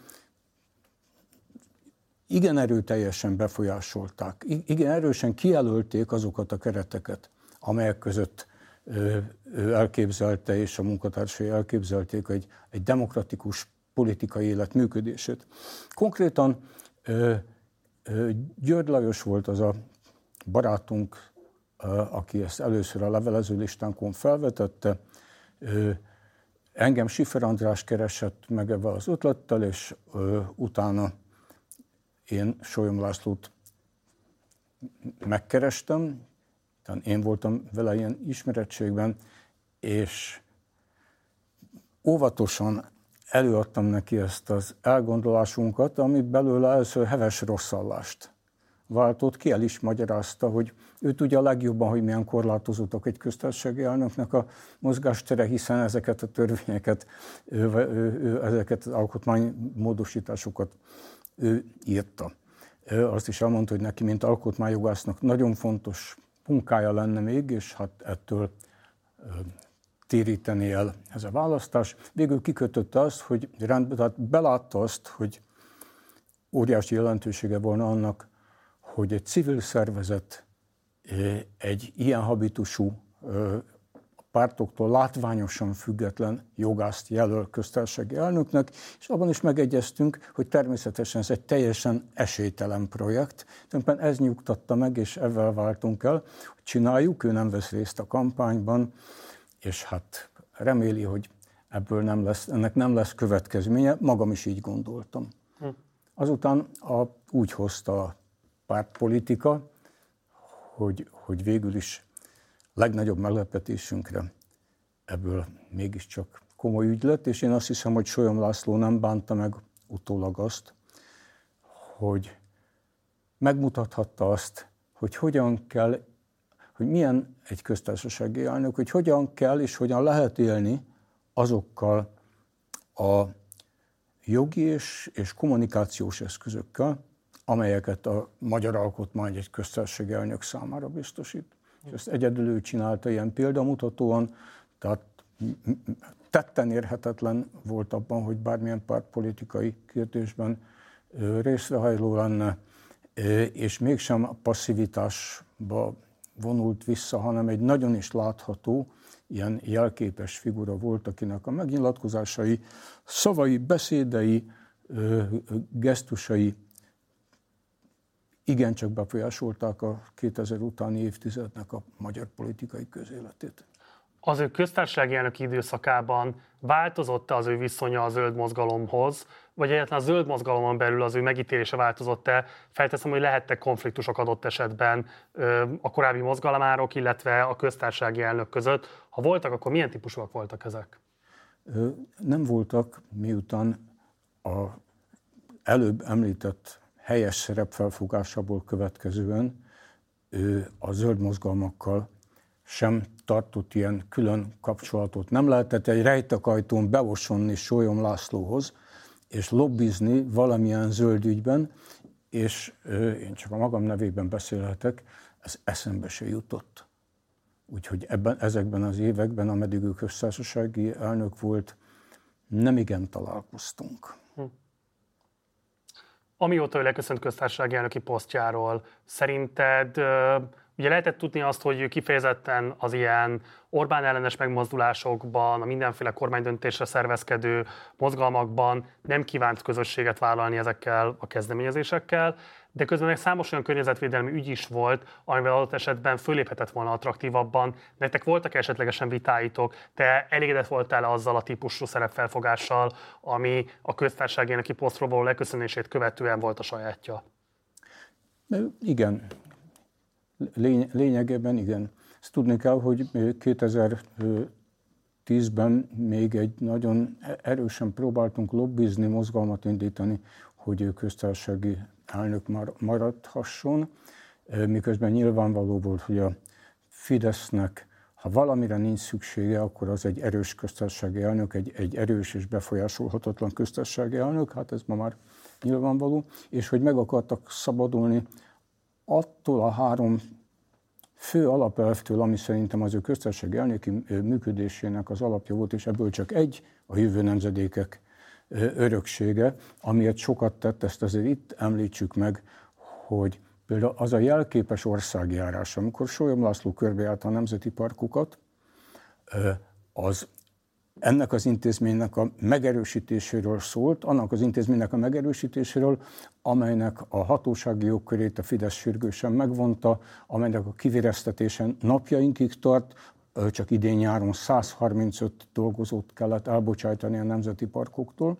S22: igen erőteljesen befolyásolták, igen erősen kijelölték azokat a kereteket, amelyek között ő elképzelte és a munkatársai elképzelték egy, egy demokratikus politikai élet működését. Konkrétan ö, ö, György Lajos volt az a barátunk, ö, aki ezt először a levelező listánkon felvetette. Ö, engem Schiffer András keresett meg ebben az ötlettel, és ö, utána én Sólyom Lászlót megkerestem, tehát én voltam vele ilyen ismerettségben, és óvatosan előadtam neki ezt az elgondolásunkat, ami belőle először heves rosszallást váltott ki, el is magyarázta, hogy ő tudja a legjobban, hogy milyen korlátozottak egy köztársasági elnöknek a mozgástere, hiszen ezeket a törvényeket, ő, ő, ő, ezeket az alkotmánymódosításokat ő írta. Ő azt is elmondta, hogy neki, mint alkotmányjogásznak nagyon fontos munkája lenne még, és hát ettől téríteni el ez a választás. Végül kikötötte azt, hogy rendben, tehát belátta azt, hogy óriási jelentősége volna annak, hogy egy civil szervezet egy ilyen habitusú, pártoktól látványosan független jogászt jelöl köztársasági elnöknek, és abban is megegyeztünk, hogy természetesen ez egy teljesen esélytelen projekt. Tulajdonképpen ez nyugtatta meg, és ezzel váltunk el, hogy csináljuk, ő nem vesz részt a kampányban, és hát reméli, hogy ebből nem lesz, ennek nem lesz következménye, magam is így gondoltam. Hm. Azután a, úgy hozta a pártpolitika, hogy, hogy végül is legnagyobb meglepetésünkre ebből mégiscsak komoly ügy lett, és én azt hiszem, hogy Sólyom László nem bánta meg utólag azt, hogy megmutathatta azt, hogy hogyan kell, hogy milyen egy köztársasági elnök, hogy hogyan kell és hogyan lehet élni azokkal a jogi és, és kommunikációs eszközökkel, amelyeket a magyar alkotmány egy köztársasági elnök számára biztosít. És ezt egyedül ő csinálta ilyen példamutatóan, tehát tetten érhetetlen volt abban, hogy bármilyen pártpolitikai kérdésben részrehajló lenne, és mégsem a passzivitásba vonult vissza, hanem egy nagyon is látható, ilyen jelképes figura volt, akinek a megnyilatkozásai, szavai, beszédei, gesztusai igencsak befolyásolták a kétezer utáni évtizednek a magyar politikai közéletét.
S3: Az ő köztársasági elnöki időszakában változott-e az ő viszonya a zöld mozgalomhoz, vagy egyáltalán a zöld mozgalomon belül az ő megítélése változott-e? Felteszem, hogy lehettek konfliktusok adott esetben a korábbi mozgalmárok, illetve a köztársasági elnök között. Ha voltak, akkor milyen típusúak voltak ezek?
S22: Nem voltak, miután a előbb említett helyes szerepfelfogásából következően ő a zöld mozgalmakkal sem tartott ilyen külön kapcsolatot. Nem lehetett egy rejtekajtón beosonni Sólyom Lászlóhoz, és lobbizni valamilyen zöld ügyben, és én csak a magam nevében beszélhetek, ez eszembe se jutott. Úgyhogy ebben, ezekben az években, ameddig ő köztársasági elnök volt, nem igen találkoztunk. Hm.
S3: Amióta ő leköszönt köztársasági elnöki posztjáról, szerinted ugye lehetett tudni azt, hogy kifejezetten az ilyen Orbán ellenes megmozdulásokban, a mindenféle kormánydöntésre szervezkedő mozgalmakban nem kívánt közösséget vállalni ezekkel a kezdeményezésekkel, de közben meg számos olyan környezetvédelmi ügy is volt, amivel adott esetben föléphetett volna attraktívabban. Nektek voltak esetlegesen vitáitok, te elégedett voltál azzal a típusú szerepfelfogással, ami a köztársasági elnöki posztról való leköszönését követően volt a sajátja?
S22: Igen. Lény- lényegében igen. Ezt tudni kell, hogy kétezer-tízben még egy nagyon erősen próbáltunk lobbizni, mozgalmat indítani, hogy ő köztársasági elnök maradhasson, miközben nyilvánvaló volt, hogy a Fidesznek, ha valamire nincs szüksége, akkor az egy erős köztársasági elnök, egy, egy erős és befolyásolhatatlan köztársasági elnök, hát ez ma már nyilvánvaló, és hogy meg akartak szabadulni attól a három fő alapelvtől, ami szerintem az ő köztársasági elnöki működésének az alapja volt, és ebből csak egy a jövő nemzedékek öröksége, amiért sokat tett, ezt azért itt említsük meg, hogy például az a jelképes országjárás, amikor Sólyom László körbejárta a nemzeti parkokat, az ennek az intézménynek a megerősítéséről szólt, annak az intézménynek a megerősítéséről, amelynek a hatósági jogkörét a Fidesz sürgősen megvonta, amelynek a kivéreztetésen napjainkig tart, csak idén nyáron száz harmincöt dolgozót kellett elbocsájtani a nemzeti parkoktól.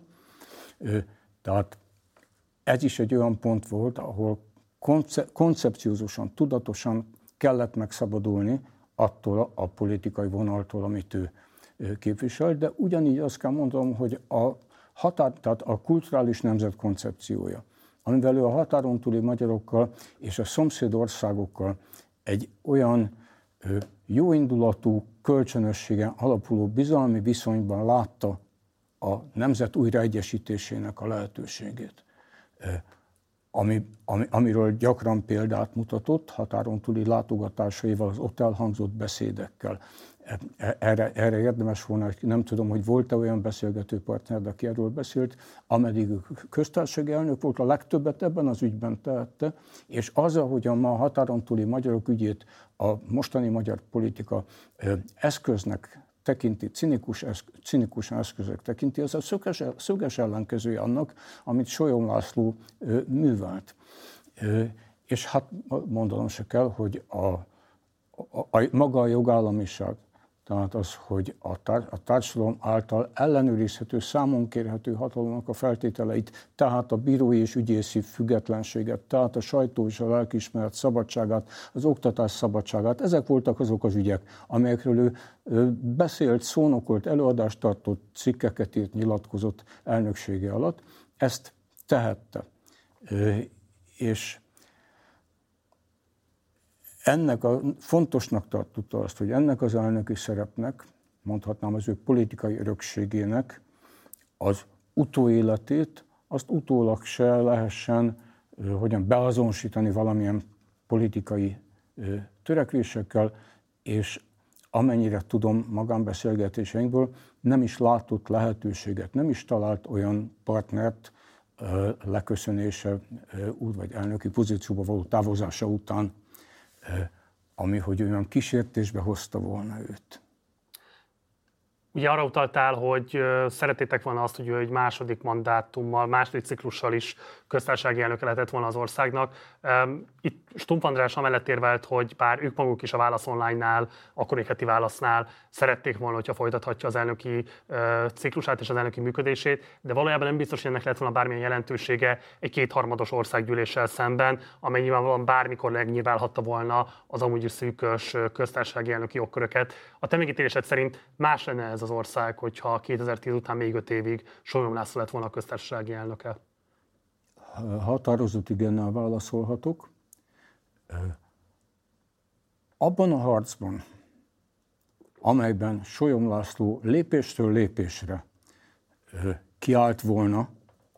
S22: Tehát ez is egy olyan pont volt, ahol konce- koncepciózusan, tudatosan kellett megszabadulni attól a politikai vonaltól, amit ő képvisel, de ugyanígy azt kell mondanom, hogy a, határ, tehát a kulturális nemzet koncepciója, amivel ő a határon túli magyarokkal és a szomszédországokkal egy olyan ö, jóindulatú, kölcsönösségen alapuló bizalmi viszonyban látta a nemzet újraegyesítésének a lehetőségét. ami, ami, amiről gyakran példát mutatott, határon túli látogatásaival, az ott elhangzott beszédekkel. Erre, erre érdemes volna, nem tudom, hogy volt-e olyan beszélgető partner, aki erről beszélt, ameddig köztársasági elnök volt, a legtöbbet ebben az ügyben tehette, és az, ahogyan ma a határon túli magyarok ügyét a mostani magyar politika eszköznek tekinti, cinikus, cinikusan eszközök tekinti, az a szöges, szöges ellenkezője annak, amit Sólyom László művelt. És hát mondanom se kell, hogy a, a, a, maga a jogállamiság, tehát az, hogy a, tár, a társadalom által ellenőrizhető, számon kérhető hatalomnak a feltételeit, tehát a bírói és ügyészi függetlenséget, tehát a sajtó és a lelkiismeret szabadságát, az oktatás szabadságát, ezek voltak azok az ügyek, amelyekről ő beszélt, szónokolt, előadást tartott, cikkeket írt, nyilatkozott elnöksége alatt. Ezt tehette. És ennek a, fontosnak tartotta azt, hogy ennek az elnöki szerepnek, mondhatnám az ő politikai örökségének az utóéletét, azt utólag se lehessen hogyan beazonosítani valamilyen politikai törekvésekkel, és amennyire tudom magánbeszélgetéseinkből, nem is látott lehetőséget, nem is talált olyan partnert leköszönése úgy vagy elnöki pozícióba való távozása után, ami, hogy olyan kísértésbe hozta volna őt.
S3: Ugye arra utaltál, hogy szeretétek volna azt, hogy ő egy második mandátummal, második ciklussal is köztársasági elnöke lehetett volna az országnak. Itt Stumpf András amellett érvelt, hogy bár ők maguk is a Válasz Online-nál, akkor még heti válasznál szerették volna, hogyha folytathatja az elnöki ciklusát és az elnöki működését, de valójában nem biztos, hogy ennek lett volna bármilyen jelentősége egy kétharmados országgyűléssel szemben, amely nyilvánvalóan bármikor megnyilválhatta volna az amúgy is szűkös köztársasági elnöki jogköröket. A te megítélésed szerint más lenne ez az ország, hogyha kétezer-tíz után még öt évig Sólyom László lett volna a köztársasági elnöke?
S22: Határozott igennel válaszolhatok. Abban a harcban, amelyben Sólyom László lépésről lépésre kiállt volna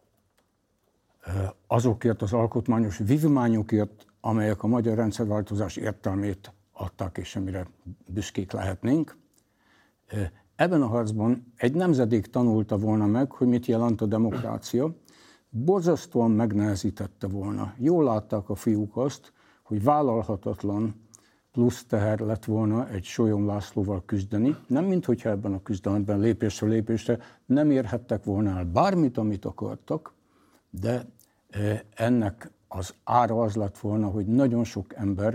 S22: azokért az alkotmányos vívmányokért, amelyek a magyar rendszerváltozás értelmét adták, és amire büszkék lehetnénk, ebben a harcban egy nemzedék tanulta volna meg, hogy mit jelent a demokrácia, borzasztóan megnehezítette volna. Jól látták a fiúk azt, hogy vállalhatatlan plusz teher lett volna egy Sólyom Lászlóval küzdeni. Nem minthogyha ebben a küzdelemben lépésről lépésre nem érhettek volna el bármit, amit akartak, de ennek az ára az lett volna, hogy nagyon sok ember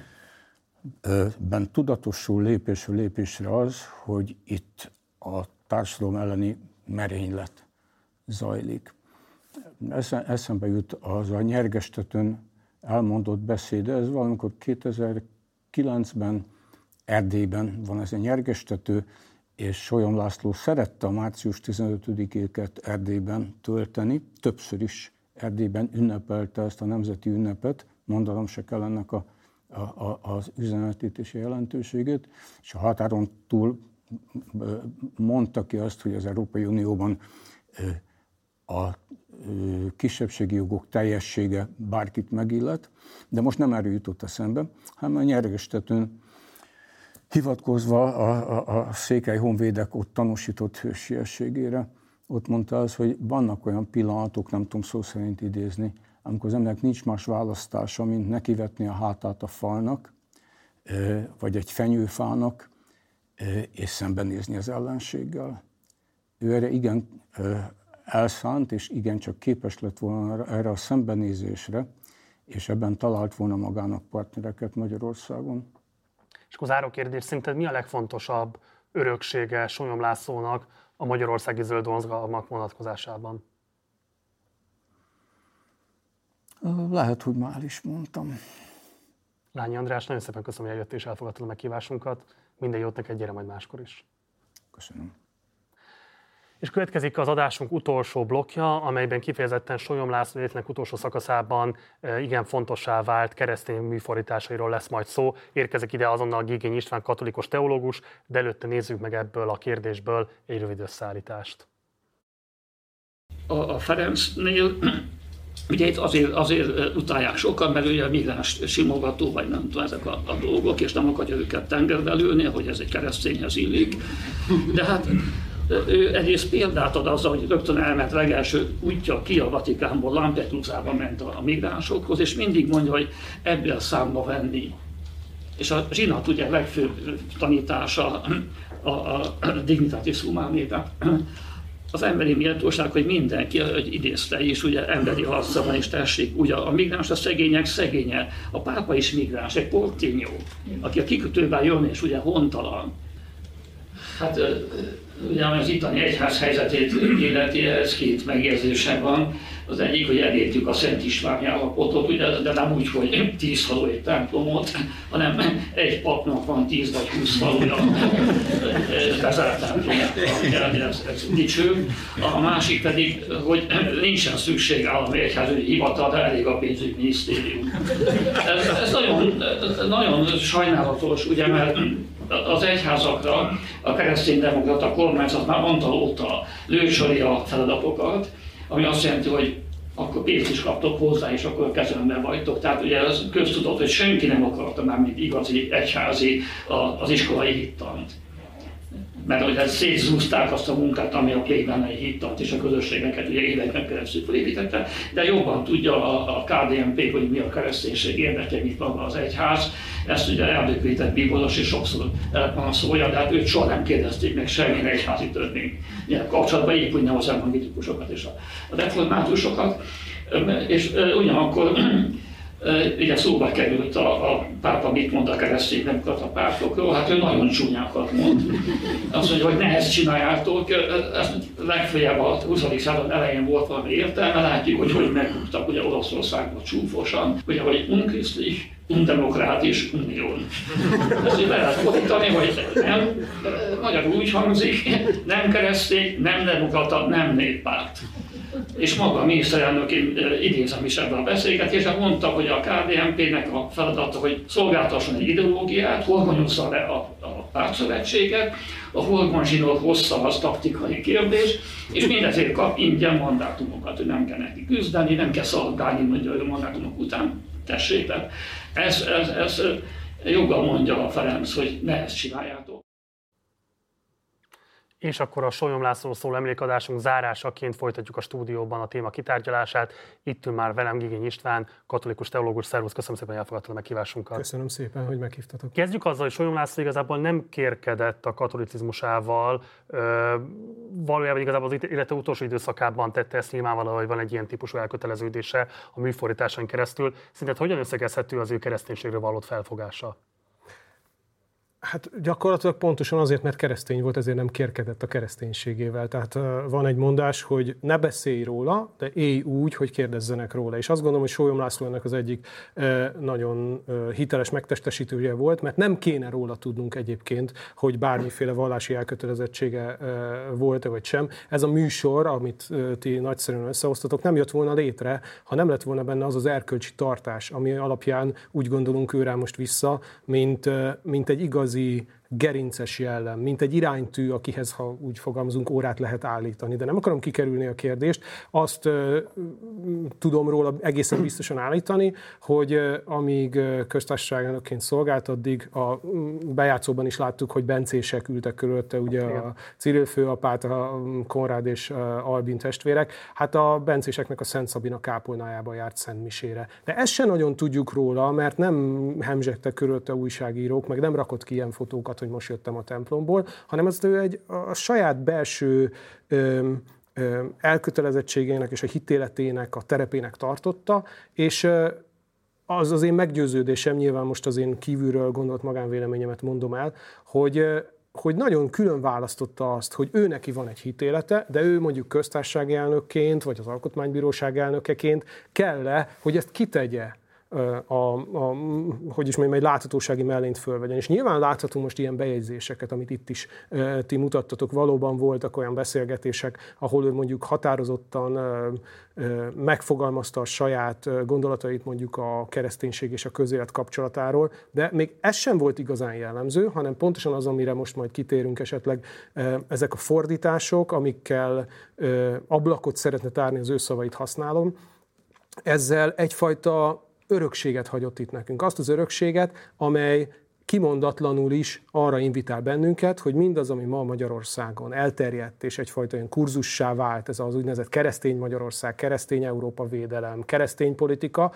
S22: ben tudatosul lépésről lépésre az, hogy itt a társadalom elleni merénylet zajlik. Eszembe jut az a Nyergestetőn elmondott beszéde, ez valamikor kétezer-kilencben Erdélyben van ez a Nyergestető, és Sólyom László szerette a március tizenötödikéket Erdélyben tölteni, többször is Erdélyben ünnepelte ezt a nemzeti ünnepet, mondanom se kell ennek a, a, a, az üzenetét és a jelentőségét, és a határon túl mondta ki azt, hogy az Európai Unióban a kisebbségi jogok teljessége bárkit megillet, de most nem erről jutott eszembe, hanem a Nyergestetőn hivatkozva a, a, a székely honvédek ott tanúsított hősiességére, ott mondta az, hogy vannak olyan pillanatok, nem tudom szó szerint idézni, amikor az embernek nincs más választása, mint nekivetni a hátát a falnak, vagy egy fenyőfának, és szembenézni az ellenséggel. Ő erre igen elszánt, és igencsak képes lett volna erre a szembenézésre, és ebben talált volna magának partnereket Magyarországon.
S3: És akkor záró kérdés, szerinted mi a legfontosabb öröksége Sólyom Lászlónak a magyarországi zöld mozgalmak vonatkozásában?
S22: Lehet, hogy már is mondtam.
S3: Lányi András, nagyon szépen köszönöm, hogy eljöttél és elfogadtad a meghívásunkat. Minden jót neked, gyere majd máskor is.
S22: Köszönöm.
S3: És következik az adásunk utolsó blokja, amelyben kifejezetten Sólyom László életének utolsó szakaszában igen fontossá vált keresztény műfordításairól lesz majd szó. Érkezik ide azonnal Gigény István katolikus teológus, de előtte nézzük meg ebből a kérdésből egy rövid összeállítást.
S1: A, a Ferencnél Ugye itt azért, azért utálják sokan, mert ugye a migráns simogató, vagy nem tudom, ezek a, a dolgok, és nem akarja őket tengerbe lőni, hogy ez egy keresztényhez illik. De hát ő egyrészt példát ad azzal, hogy rögtön elment legelső útja ki a Vatikánból, Lampedusába ment a, a migránsokhoz, és mindig mondja, hogy ebből számba venni. És a zsinat ugye legfőbb tanítása a, a, a dignitatis humanae, az emberi méltóság, hogy mindenki, hogy idézte is, ugye emberi harca van, és tessék, ugye a migráns a szegények szegénye, a pápa is migráns, egy portinyó, aki a kikötőben jön, és ugye hontalan. Hát ugye az itteni egyház helyzetét illeti, ez két megjegyzésem van. Az egyik, hogy elértük a Szent Istváni állapotot, ugye, de nem úgy, hogy tíz falu egy templomot, hanem egy papnak van tíz vagy húsz faluja bezárt templomot. Ez, ez dicső. A másik pedig, hogy nincsen szükség állami egyházügyi hivatal, de elég a pénzügyminisztérium. Ez, ez nagyon, nagyon sajnálatos, ugye, mert az egyházakra a kereszténydemokrata kormányzat már mondta óta lősori a feladatokat, ami azt jelenti, hogy akkor pénzt is kaptok hozzá, és akkor a kezemben vagytok. Tehát ugye az köztudott, hogy senki nem akarta már, mint igazi egyházi az iskolai hittant. Mert hogy szétzúzták azt a munkát, ami a plébánai hittant és a közösségeket ugye éveken keresztül felépítette, de jobban tudja a, a ká dé en pé, hogy mi a kereszténység érdeke, mit maga az egyház. Ezt ugye elbökített Bíboros, és sokszor van a szója, de hát őt soha nem kérdezték meg semmilyen egyházi törvény kapcsolatban, épp úgy nem az evangelikusokat és a, a reformátusokat. És ugyanakkor ugye szóba került a, a pápa, mit mond a kereszténydemokrata pártokról, hát ő nagyon csúnyákat mond. Azt mondja, hogy ne ezt csináljátok, ez legfeljebb a huszadik század elején volt valami értelme, látjuk, hogy hogy megbuktak ugye Oroszországban csúfosan, ugye, hogy unchristlich, undemokratisch Union. Ezt így lehet fordítani, hogy nem, magyarul úgy hangzik, nem keresztény, nem demokrata, nem néppárt. És maga a miniszterelnök, én idézem is ebben a beszélgetésben, mondta, hogy a ká dé en pé-nek a feladata, hogy szolgáltasson egy ideológiát, horgonyozza le a, a pártszövetséget, a horgonyzsinór hossza az taktikai kérdés, és mindezért kap ingyen mandátumokat, hogy nem kell neki küzdeni, nem kell szolgálni mondja a mandátumok után. Tessék, tehát ez, ez, ez joggal mondja a Ferenc, hogy ne ezt csináljátok.
S3: És akkor a Sólyom Lászlóról szóló emlékadásunk zárásaként folytatjuk a stúdióban a téma kitárgyalását. Itt ül már velem Gigény István, katolikus teológus. Szervusz, köszönöm szépen, hogy elfogadtad a meghívásunkat.
S20: Köszönöm szépen, hogy meghívtatok.
S3: Kezdjük azzal, hogy Sólyom László igazából nem kérkedett a katolicizmusával. Valójában igazából az élete utolsó időszakában tette ezt nyilvánvalóan, hogy van egy ilyen típusú elköteleződése a műfordításon keresztül. Szerinted hogyan összegezhető az ő kereszténységről vallott felfogása?
S20: Hát gyakorlatilag pontosan azért, mert keresztény volt, ezért nem kérkedett a kereszténységével. Tehát uh, van egy mondás, hogy ne beszélj róla, de élj úgy, hogy kérdezzenek róla. És azt gondolom, hogy Sólyom László ennek az egyik uh, nagyon uh, hiteles megtestesítője volt, mert nem kéne róla tudnunk egyébként, hogy bármiféle vallási elkötelezettsége uh, volt-e vagy sem. Ez a műsor, amit uh, ti nagyszerűen összehoztatok, nem jött volna létre, ha nem lett volna benne az az erkölcsi tartás, ami alapján úgy gondolunk őrá most vissza, mint, uh, mint egy igazi gerinces jellem, mint egy iránytű, akihez, ha úgy fogalmazunk, órát lehet állítani. De nem akarom kikerülni a kérdést. Azt uh, tudom róla egészen biztosan állítani, hogy uh, amíg uh, köztársaságelnökként szolgált, addig a bejátszóban is láttuk, hogy bencések ültek körülötte, ugye a Cyril főapát, a Konrád és uh, Albin testvérek. Hát a bencéseknek a Szent Szabina kápolnájába járt szentmisére. De ezt sem nagyon tudjuk róla, mert nem hemzsegtek körülötte újságírók, meg nem rakott ki ilyen fotókat, hogy most jöttem a templomból, hanem ezt ő egy a saját belső ö, ö, elkötelezettségének és a hitéletének, a terepének tartotta, és ö, az az én meggyőződésem, nyilván most az én kívülről gondolt magánvéleményemet mondom el, hogy ö, hogy nagyon külön választotta azt, hogy ő neki van egy hitélete, de ő mondjuk köztársasági elnökként, vagy az alkotmánybíróság elnökeként kell-e, hogy ezt kitegye, A, a, hogy is mondjam, egy láthatósági mellényt fölvegyen. És nyilván láthatunk most ilyen bejegyzéseket, amit itt is e, ti mutattatok. Valóban voltak olyan beszélgetések, ahol ő mondjuk határozottan e, e, megfogalmazta a saját gondolatait mondjuk a kereszténység és a közélet kapcsolatáról, de még ez sem volt igazán jellemző, hanem pontosan az, amire most majd kitérünk esetleg, e, ezek a fordítások, amikkel e, ablakot szeretne tárni, az ő szavait használom,
S2: ezzel egyfajta örökséget hagyott itt nekünk. Azt az örökséget, amely kimondatlanul is arra invitál bennünket, hogy mindaz, ami ma Magyarországon elterjedt, és egyfajta olyan kurzussá vált, ez az úgynevezett keresztény Magyarország, keresztény Európa védelem, keresztény politika,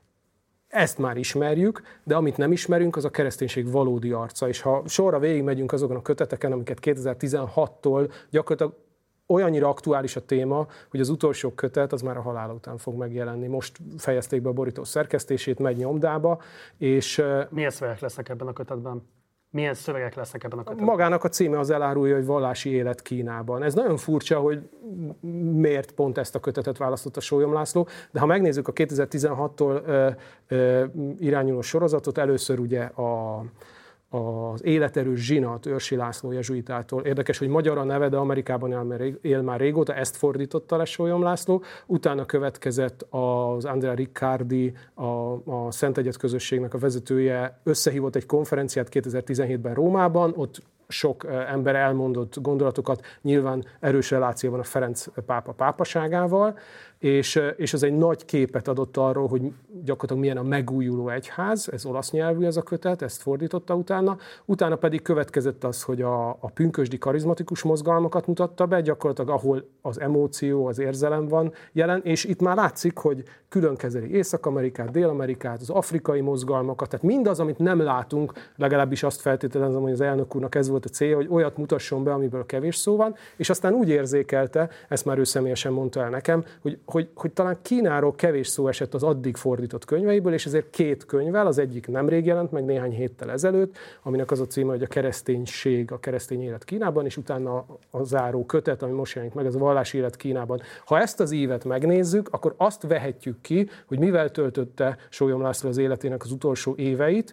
S2: ezt már ismerjük, de amit nem ismerünk, az a kereszténység valódi arca. És ha sorra végigmegyünk azokon a köteteken, amiket kétezer-tizenhattól gyakorlatilag olyannyira aktuális a téma, hogy az utolsó kötet az már a halál után fog megjelenni. Most fejezték be a borító szerkesztését, megy nyomdába, és...
S3: Milyen szövegek lesznek ebben a kötetben? Milyen szövegek lesznek ebben a kötetben?
S2: Magának a címe az elárulja, hogy vallási élet Kínában. Ez nagyon furcsa, hogy miért pont ezt a kötetet választotta Sólyom László, de ha megnézzük a kétezer-tizenhattól ö, ö, irányuló sorozatot, először ugye a az életerős zsinat Őrsi László jezsuitától. Érdekes, hogy magyar a neve, de Amerikában él, él már régóta, ezt fordította le Sólyom László. Utána következett az Andrea Riccardi, a, a Szent Egyet közösségnek a vezetője, összehívott egy konferenciát kétezer-tizenhétben Rómában, ott sok ember elmondott gondolatokat, nyilván erős relációban a Ferenc pápa pápaságával, és, és ez egy nagy képet adott arról, hogy gyakorlatilag milyen a megújuló egyház, ez olasz nyelvű ez a kötet, ezt fordította utána. Utána pedig következett az, hogy a, a pünkösdi karizmatikus mozgalmakat mutatta be, gyakorlatilag ahol az emóció, az érzelem van jelen, és itt már látszik, hogy külön kezeli Észak-Amerikát, Dél-Amerikát, az afrikai mozgalmakat, tehát mindaz, amit nem látunk, legalábbis azt feltételezem, hogy az elnök úrnak ez volt a célja, hogy olyat mutasson be, amiből kevés szó van, és aztán úgy érzékelte, ezt már ő személyesen mondta el nekem, hogy, hogy, hogy talán Kínáról kevés szó esett az addig fordított könyveiből, és ezért két könyvvel, az egyik nemrég jelent meg néhány héttel ezelőtt, aminek az a címe, hogy a kereszténység, a keresztény élet Kínában, és utána a záró kötet, ami most jelenik meg, az a vallási élet Kínában. Ha ezt az ívet megnézzük, akkor azt vehetjük ki, hogy mivel töltötte Sólyom László az életének az utolsó éveit,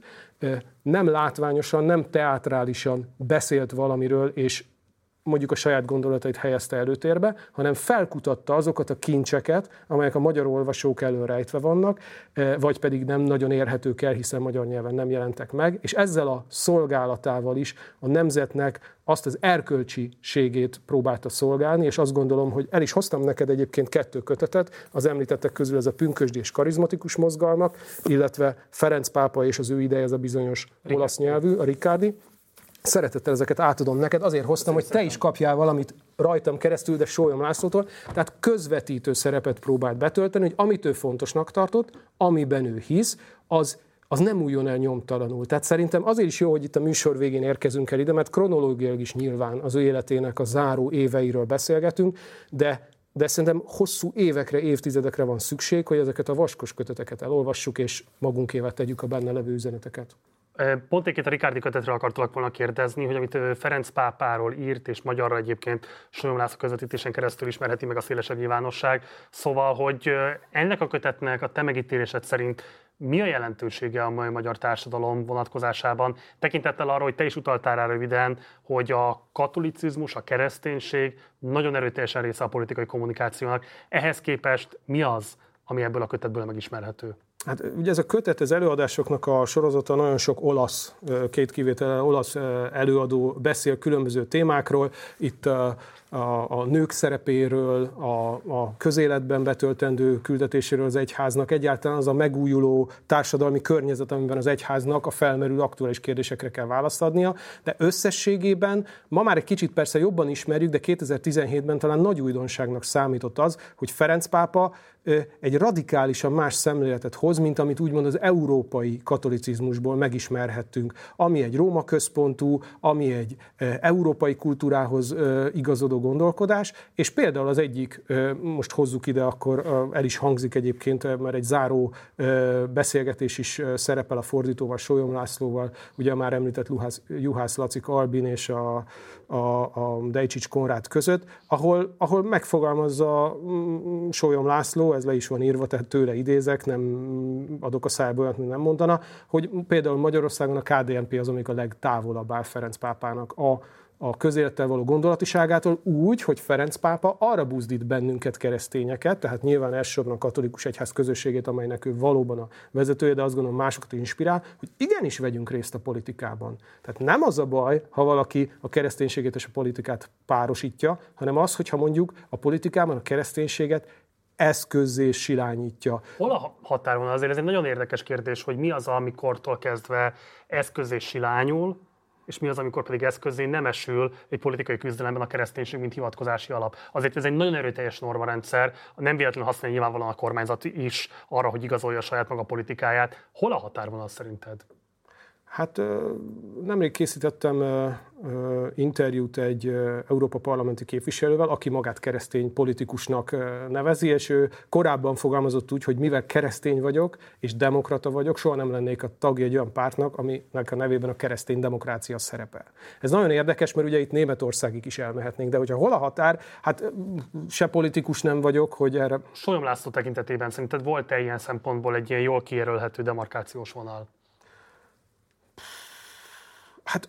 S2: nem látványosan, nem teátrálisan beszélt valamiről, és mondjuk a saját gondolatait helyezte előtérbe, hanem felkutatta azokat a kincseket, amelyek a magyar olvasók elől rejtve vannak, vagy pedig nem nagyon érhetők el, hiszen magyar nyelven nem jelentek meg, és ezzel a szolgálatával is a nemzetnek azt az erkölcsiségét próbálta szolgálni, és azt gondolom, hogy el is hoztam neked egyébként kettő kötetet, az említettek közül ez a pünkösdi és karizmatikus mozgalmak, illetve Ferenc pápa és az ő ideje, ez a bizonyos olasz nyelvű, a Riccardi. Szeretettel ezeket átadom neked, azért hoztam, hogy te is kapjál valamit rajtam keresztül, de Sólyom Lászlótól, tehát közvetítő szerepet próbált betölteni, hogy amit ő fontosnak tartott, amiben ő hisz, az az nem újjon el nyomtalanul. Tehát szerintem azért is jó, hogy itt a műsor végén érkezünk el ide, mert kronológiailag is nyilván az ő életének a záró éveiről beszélgetünk, de, de szerintem hosszú évekre, évtizedekre van szükség, hogy ezeket a vaskos köteteket elolvassuk, és magunkével tegyük a benne levő üzeneteket.
S3: Pont egyébként a Riccardi kötetről akartalak volna kérdezni, hogy amit Ferenc pápáról írt, és magyarra egyébként Sólyom László közvetítésen keresztül ismerheti meg a szélesebb nyilvánosság. Szóval, hogy ennek a kötetnek a te megítélésed szerint mi a jelentősége a mai magyar társadalom vonatkozásában? Tekintettel arra, hogy te is utaltál rá röviden, hogy a katolicizmus, a kereszténység nagyon erőteljesen része a politikai kommunikációnak. Ehhez képest mi az, ami ebből a kötetből megismerhető?
S2: Hát ugye ez a kötet, az előadásoknak a sorozata, nagyon sok olasz, két kivétellel olasz előadó beszél különböző témákról. Itt a, a, a nők szerepéről, a, a közéletben betöltendő küldetéséről az egyháznak, egyáltalán az a megújuló társadalmi környezet, amiben az egyháznak a felmerülő aktuális kérdésekre kell választ adnia. De összességében ma már egy kicsit persze jobban ismerjük, de kétezer-tizenhétben talán nagy újdonságnak számított az, hogy Ferenc pápa egy radikálisan más szemléletet hoz, mint amit úgymond az európai katolicizmusból megismerhettünk, ami egy Róma központú, ami egy európai kultúrához igazodó gondolkodás, és például az egyik, most hozzuk ide, akkor el is hangzik egyébként, mert egy záró beszélgetés is szerepel a fordítóval, Sólyom Lászlóval, ugye a már említett Juhász, Juhász Lacik Albin és a, a, a Dejcsics Konrád között, ahol, ahol megfogalmazza Sólyom László, ez le is van írva, tehát tőle idézek, nem adok a szájba olyat, mint nem mondana, hogy például Magyarországon a ká dé en pé az, amelyik a legtávolabb áll Ferenc pápának a, a közélettel való gondolatiságától, úgy, hogy Ferenc pápa arra buzdít bennünket, keresztényeket, tehát nyilván elsősorban a katolikus egyház közösségét, amelynek ő valóban a vezetője, de azt gondolom másokat inspirál, hogy igenis vegyünk részt a politikában. Tehát nem az a baj, ha valaki a kereszténységet és a politikát párosítja, hanem az, hogyha mondjuk a politikában a kereszténységet eszközzé silányítja.
S3: Hol a határon? Azért ez egy nagyon érdekes kérdés, hogy mi az, amikortól kezdve eszközzé silányul, és mi az, amikor pedig eszközzé nem esül egy politikai küzdelemben a kereszténység, mint hivatkozási alap. Azért ez egy nagyon erőteljes normarendszer, nem véletlenül használja nyilvánvalóan a kormányzat is arra, hogy igazolja a saját maga politikáját. Hol a határvonal szerinted?
S2: Hát nemrég készítettem interjút egy Európa parlamenti képviselővel, aki magát keresztény politikusnak nevezi, és ő korábban fogalmazott úgy, hogy mivel keresztény vagyok és demokrata vagyok, soha nem lennék a tagja egy olyan pártnak, aminek a nevében a keresztény demokrácia szerepel. Ez nagyon érdekes, mert ugye itt Németországig is elmehetnénk, de hogyha hol a határ, hát se politikus nem vagyok, hogy erre...
S3: Solyom László tekintetében szerinted volt-e ilyen szempontból egy ilyen jól kijelölhető demarkációs vonal?
S2: Hát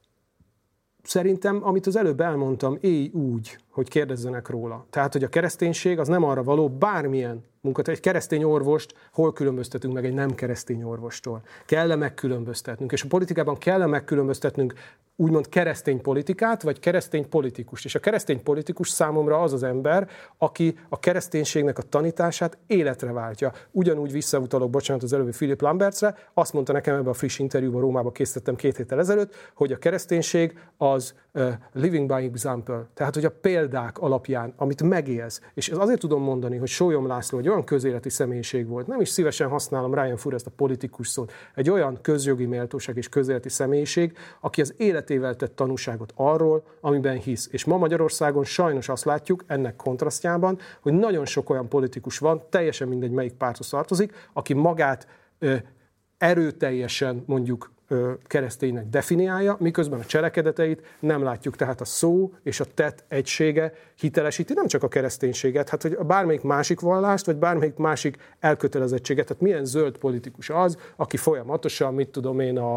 S2: szerintem, amit az előbb elmondtam, élj úgy, hogy kérdezzenek róla. Tehát, hogy a kereszténység az nem arra való, bármilyen munkát, egy keresztény orvost hol különböztetünk meg egy nem keresztény orvostól. Kell-e megkülönböztetnünk, és a politikában kell-e megkülönböztetnünk úgymond keresztény politikát, vagy keresztény politikust. És a keresztény politikus számomra az az ember, aki a kereszténységnek a tanítását életre váltja. Ugyanúgy visszautalok, bocsánat, az előbbi Philip Lambertsre, azt mondta nekem ebben a friss interjúban, Rómába készítettem két héttel ezelőtt, hogy a kereszténység az uh, living by example, tehát hogy a példák alapján, amit megélsz. És azért tudom mondani, hogy Solyom László egy olyan közéleti személyiség volt, nem is szívesen használom Ryan Furr ezt a politikus szót, egy olyan közjogi méltóság és közéleti személyiség, aki az életével tett tanúságot arról, amiben hisz. És ma Magyarországon sajnos azt látjuk ennek kontrasztjában, hogy nagyon sok olyan politikus van, teljesen mindegy melyik párthoz tartozik, aki magát ö, erőteljesen mondjuk ö, kereszténynek definiálja, miközben a cselekedeteit nem látjuk. Tehát a szó és a tett egysége hitelesíti nem csak a kereszténységet, hát hogy bármelyik másik vallást, vagy bármelyik másik elkötelezettséget. Tehát milyen zöld politikus az, aki folyamatosan, mit tudom én, a,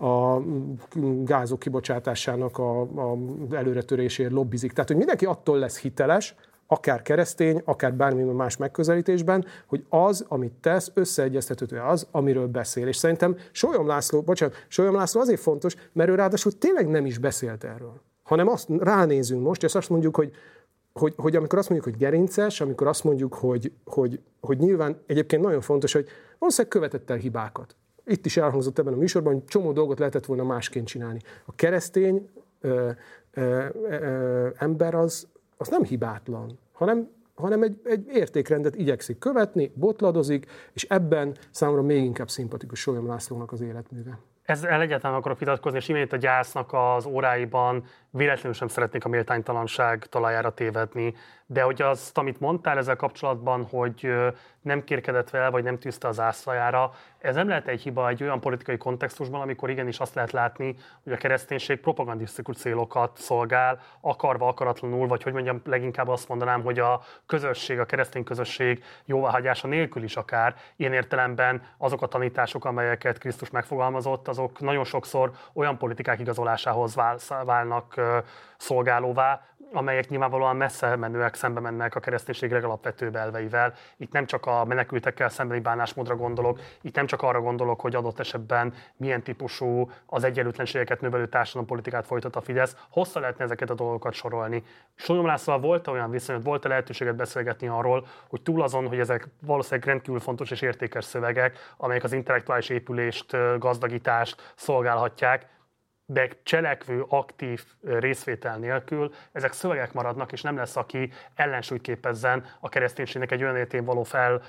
S2: a gázok kibocsátásának a, a előretörésért lobbizik. Tehát, hogy mindenki attól lesz hiteles, akár keresztény, akár bármilyen más megközelítésben, hogy az, amit tesz, összeegyeztethető az, amiről beszél. És szerintem Solyom László, bocsánat, Solyom László azért fontos, mert ő ráadásul tényleg nem is beszélt erről. Hanem azt ránézünk most, és azt mondjuk, hogy, hogy, hogy amikor azt mondjuk, hogy gerinces, amikor azt mondjuk, hogy, hogy, hogy nyilván egyébként nagyon fontos, hogy valószínűleg követett el hibákat. Itt is elhangzott ebben a műsorban, hogy csomó dolgot lehetett volna másként csinálni. A keresztény ö, ö, ö, ember az, az nem hibátlan, hanem, hanem egy, egy értékrendet igyekszik követni, botladozik, és ebben számomra még inkább szimpatikus Solyom Lászlónak az életműve.
S3: Ezzel egyáltalán akarok vitatkozni, és imént a gyásznak az óráiban véletlenül sem szeretnék a méltánytalanság talajára tévedni, de hogy azt, amit mondtál ezzel kapcsolatban, hogy nem kérkedett vele, vagy nem tűzte az zászlajára, ez nem lehet egy hiba egy olyan politikai kontextusban, amikor igenis azt lehet látni, hogy a kereszténység propagandisztikus célokat szolgál, akarva, akaratlanul, vagy hogy mondjam, leginkább azt mondanám, hogy a közösség, a keresztény közösség jóváhagyása nélkül is akár, ilyen értelemben azok a tanítások, amelyeket Krisztus megfogalmazott, azok nagyon sokszor olyan politikák igazolásához válnak szolgálóvá, amelyek nyilvánvalóan messze menőek, szembe mennek a kereszténység legalapvetőbb elveivel. Itt nem csak a menekültekkel szembeni bánásmódra gondolok, itt nem csak arra gondolok, hogy adott esetben milyen típusú az egyenlőtlenségeket növelő társadalompolitikát folytat a Fidesz. Hosszá lehetne ezeket a dolgokat sorolni. Solyom Lászlóval volt olyan viszonyod, volt-e lehetőséget beszélgetni arról, hogy túl azon, hogy ezek valószínűleg rendkívül fontos és értékes szövegek, amelyek az intellektuális épülést, gazdagítást szolgálhatják, de cselekvő, aktív részvétel nélkül ezek szövegek maradnak, és nem lesz, aki ellensúlyt képezzen a kereszténységnek egy olyan értén való fel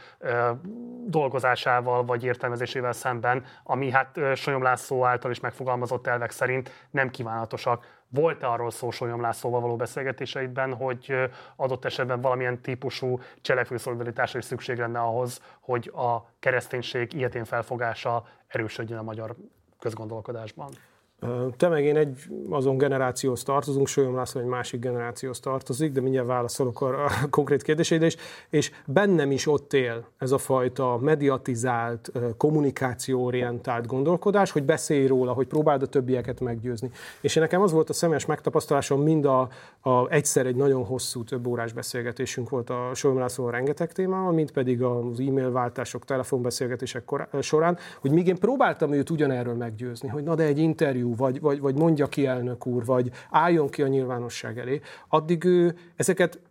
S3: dolgozásával vagy értelmezésével szemben, ami hát Solyom László által is megfogalmazott elvek szerint nem kívánatosak. Volt-e arról szó Solyom Lászlóval való beszélgetéseidben, hogy adott esetben valamilyen típusú cselekvő szolidaritásra is szükség lenne ahhoz, hogy a kereszténység ilyetén felfogása erősödjön a magyar közgondolkodásban?
S2: Te meg én egy azon generációhoz tartozunk, Solyom László egy másik generációhoz tartozik, de mindjárt válaszolok a, a konkrét kérdéseidre is, és bennem is ott él ez a fajta mediatizált, kommunikációorientált gondolkodás, hogy beszélj róla, hogy próbáld a többieket meggyőzni. És nekem az volt a személyes megtapasztalásom, mind a, a egyszer egy nagyon hosszú, több órás beszélgetésünk volt a Solyom Lászlóval rengeteg témával, mint pedig az e-mail váltások, telefonbeszélgetések során, hogy míg én próbáltam őt ugyanerről meggyőzni, hogy na de egy interjú, Vagy, vagy, vagy mondja ki elnök úr, vagy álljon ki a nyilvánosság elé, addig ő ezeket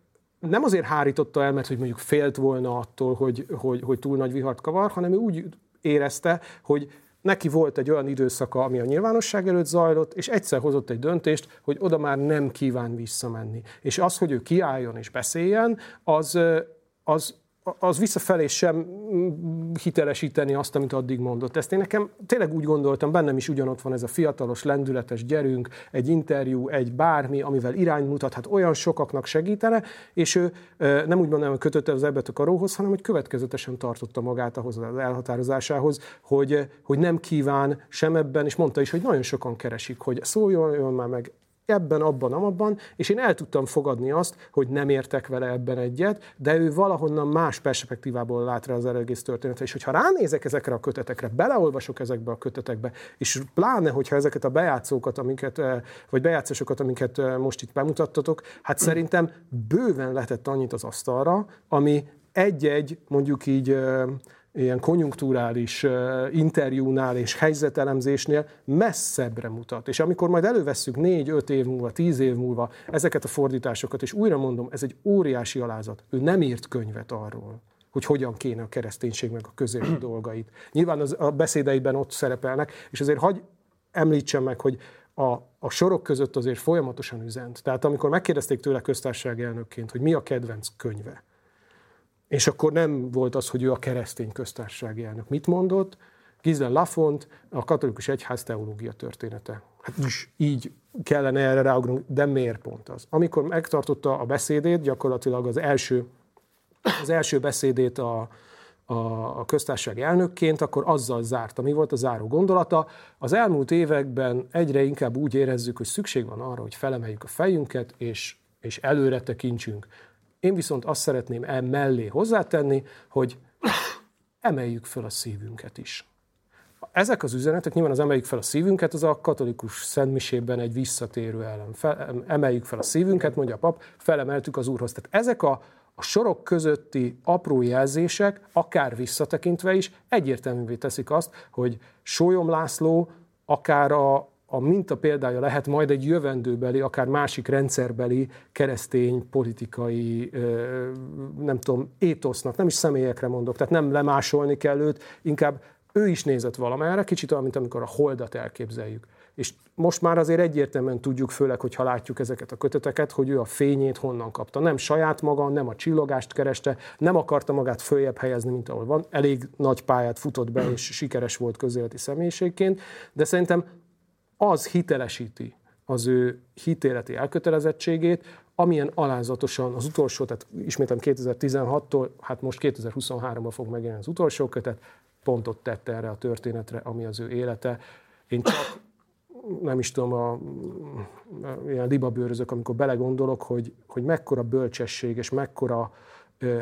S2: nem azért hárította el, mert hogy mondjuk félt volna attól, hogy, hogy, hogy túl nagy vihart kavar, hanem ő úgy érezte, hogy neki volt egy olyan időszaka, ami a nyilvánosság előtt zajlott, és egyszer hozott egy döntést, hogy oda már nem kíván visszamenni. És az, hogy ő kiálljon és beszéljen, az, az, az visszafelé sem hitelesíteni azt, amit addig mondott. Ezt én nekem tényleg úgy gondoltam, bennem is ugyanott van ez a fiatalos, lendületes gyerünk, egy interjú, egy bármi, amivel irány mutat, hát olyan sokaknak segítene, és ő nem úgy mondanám, hogy kötötte az ebbet a karóhoz, hanem hogy következetesen tartotta magát ahhoz az elhatározásához, hogy, hogy nem kíván sem ebben, és mondta is, hogy nagyon sokan keresik, hogy szóljon már meg ebben, abban, amabban, és én el tudtam fogadni azt, hogy nem értek vele ebben egyet, de ő valahonnan más perspektívából lát rá az egész történetre. És hogyha ránézek ezekre a kötetekre, beleolvasok ezekbe a kötetekbe, és pláne, hogyha ezeket a bejátszókat, amiket, vagy bejátszásokat, amiket most itt bemutattatok, hát szerintem bőven lehetett annyit az asztalra, ami egy-egy, mondjuk így, ilyen konjunkturális interjúnál és helyzetelemzésnél messzebbre mutat. És amikor majd elővesszük négy-öt év múlva, tíz év múlva ezeket a fordításokat, és újra mondom, ez egy óriási alázat. Ő nem írt könyvet arról, hogy hogyan kéne a kereszténység meg a közélet dolgait. Nyilván az, a beszédeiben ott szerepelnek, és azért hagy említsem meg, hogy a, a sorok között azért folyamatosan üzent. Tehát amikor megkérdezték tőle köztársasági elnökként, hogy mi a kedvenc könyve, és akkor nem volt az, hogy ő a keresztény köztársasági elnök. Mit mondott? Ghislain Lafont, a katolikus egyház teológia története. Hát is így kellene erre ráugrunk, de miért pont az? Amikor megtartotta a beszédét, gyakorlatilag az első, az első beszédét a, a, a köztársasági elnökként, akkor azzal zárta. Mi volt a záró gondolata? Az elmúlt években egyre inkább úgy érezzük, hogy szükség van arra, hogy felemeljük a fejünket, és, és előre tekintsünk. Én viszont azt szeretném el mellé hozzátenni, hogy emeljük fel a szívünket is. Ezek az üzenetek, nyilván az emeljük fel a szívünket, az a katolikus szentmisében egy visszatérő elem. Fel, emeljük fel a szívünket, mondja a pap, felemeltük az Úrhoz. Tehát ezek a, a sorok közötti apró jelzések, akár visszatekintve is, egyértelművé teszik azt, hogy Sólyom László akár a a minta példája lehet majd egy jövendőbeli, akár másik rendszerbeli keresztény politikai, nem tudom, étosznak, nem is személyekre mondok, tehát nem lemásolni kell őt, inkább ő is nézett valamerre, kicsit olyan, mint amikor a holdat elképzeljük. És most már azért egyértelműen tudjuk, főleg, hogyha látjuk ezeket a köteteket, hogy ő a fényét honnan kapta. Nem saját maga, nem a csillogást kereste, nem akarta magát följebb helyezni, mint ahol van. Elég nagy pályát futott be, és sikeres volt közéleti személyiségként, de szerintem az hitelesíti az ő hitéleti elkötelezettségét, amilyen alázatosan az utolsó, tehát ismétlem kétezer-tizenhattól, hát most kétezer-huszonháromban fog megjelenni az utolsó kötet, pontot tette erre a történetre, ami az ő élete. Én csak nem is tudom, a, a, ilyen libabőrözök, amikor belegondolok, hogy, hogy mekkora bölcsesség és mekkora ö,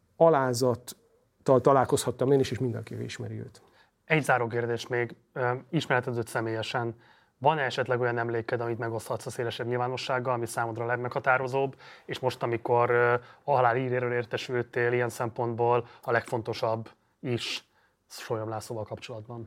S2: alázattal találkozhattam én is, és mindenki ismeri őt.
S3: Egy záró kérdés még, ismereted őt személyesen. Van-e esetleg olyan emléked, amit megoszthatsz a szélesebb nyilvánossággal, ami számodra a legmeghatározóbb, és most, amikor a halál híréről értesültél, ilyen szempontból a legfontosabb is Sólyom Lászlóval kapcsolatban?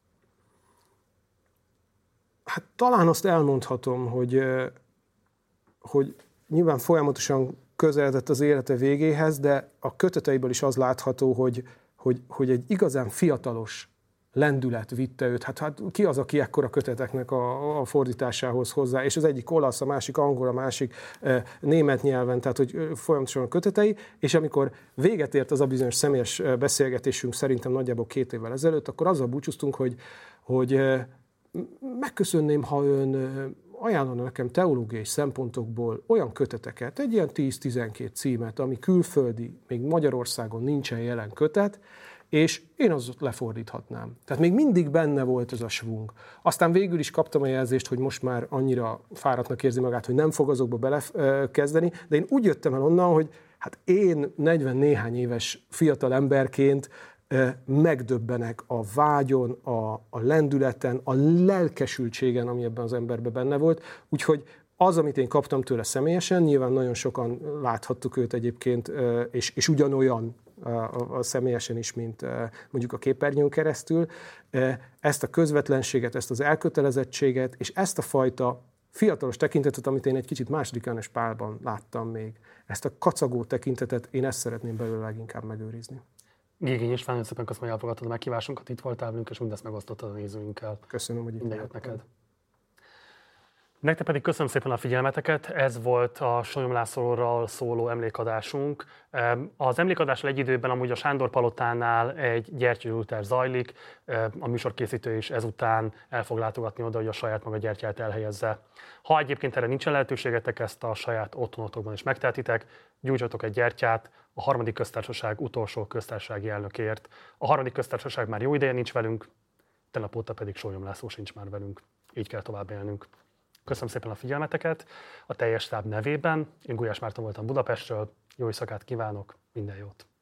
S2: Hát talán azt elmondhatom, hogy, hogy nyilván folyamatosan közeledett az élete végéhez, de a köteteiből is az látható, hogy, hogy, hogy egy igazán fiatalos lendület vitte őt. Hát, hát ki az, aki ekkora köteteknek a, a fordításához hozzá, és az egyik olasz, a másik angol, a másik e, német nyelven, tehát hogy folyamatosan a kötetei, és amikor véget ért az a bizonyos személyes beszélgetésünk szerintem nagyjából két évvel ezelőtt, akkor azzal búcsúztunk, hogy, hogy e, megköszönném, ha ön ajánlana nekem teológiai szempontokból olyan köteteket, egy ilyen tíz-tizenkét címet, ami külföldi, még Magyarországon nincsen jelen kötet, és én azt lefordíthatnám. Tehát még mindig benne volt ez a svung. Aztán végül is kaptam a jelzést, hogy most már annyira fáradtnak érzi magát, hogy nem fog azokba belekezdeni, de én úgy jöttem el onnan, hogy hát én negyven néhány éves fiatal emberként megdöbbenek a vágyon, a, a lendületen, a lelkesültségen, ami ebben az emberben benne volt. Úgyhogy az, amit én kaptam tőle személyesen, nyilván nagyon sokan láthattuk őt egyébként, és, és ugyanolyan a, a, a személyesen is, mint mondjuk a képernyőn keresztül. Ezt a közvetlenséget, ezt az elkötelezettséget, és ezt a fajta fiatalos tekintetet, amit én egy kicsit második János Pálban láttam még. Ezt a kacagó tekintetet, én ezt szeretném belőle leginkább megőrizni.
S3: Gégény István, nagyon szépen köszönöm, hogy elfogadtad a meghívásunkat, itt voltál velünk, és mindezt megosztottad a nézőinkkel.
S2: Köszönöm, hogy itt
S3: minden jót neked. Nektek pedig köszönöm szépen a figyelmeteket, ez volt a Sólyom Lászlóról szóló emlékadásunk. Az emlékadással egy időben amúgy a Sándor Palotánál egy gyertyagyújtás zajlik, a műsorkészítő is ezután el fog látogatni oda, hogy a saját maga gyertyát elhelyezze. Ha egyébként erre nincsen lehetőségetek, ezt a saját otthonotokban is megtehetitek, gyújtsatok egy gyertyát a harmadik köztársaság utolsó köztársasági elnökért. A harmadik köztársaság már jó ideje nincs velünk, tegnap óta pedig Sólyom László sincs már velünk. Így kell tovább élnünk. Köszönöm szépen a figyelmeteket, a teljes stáb nevében. Én Gulyás Márton voltam Budapestről, jó éjszakát kívánok, minden jót!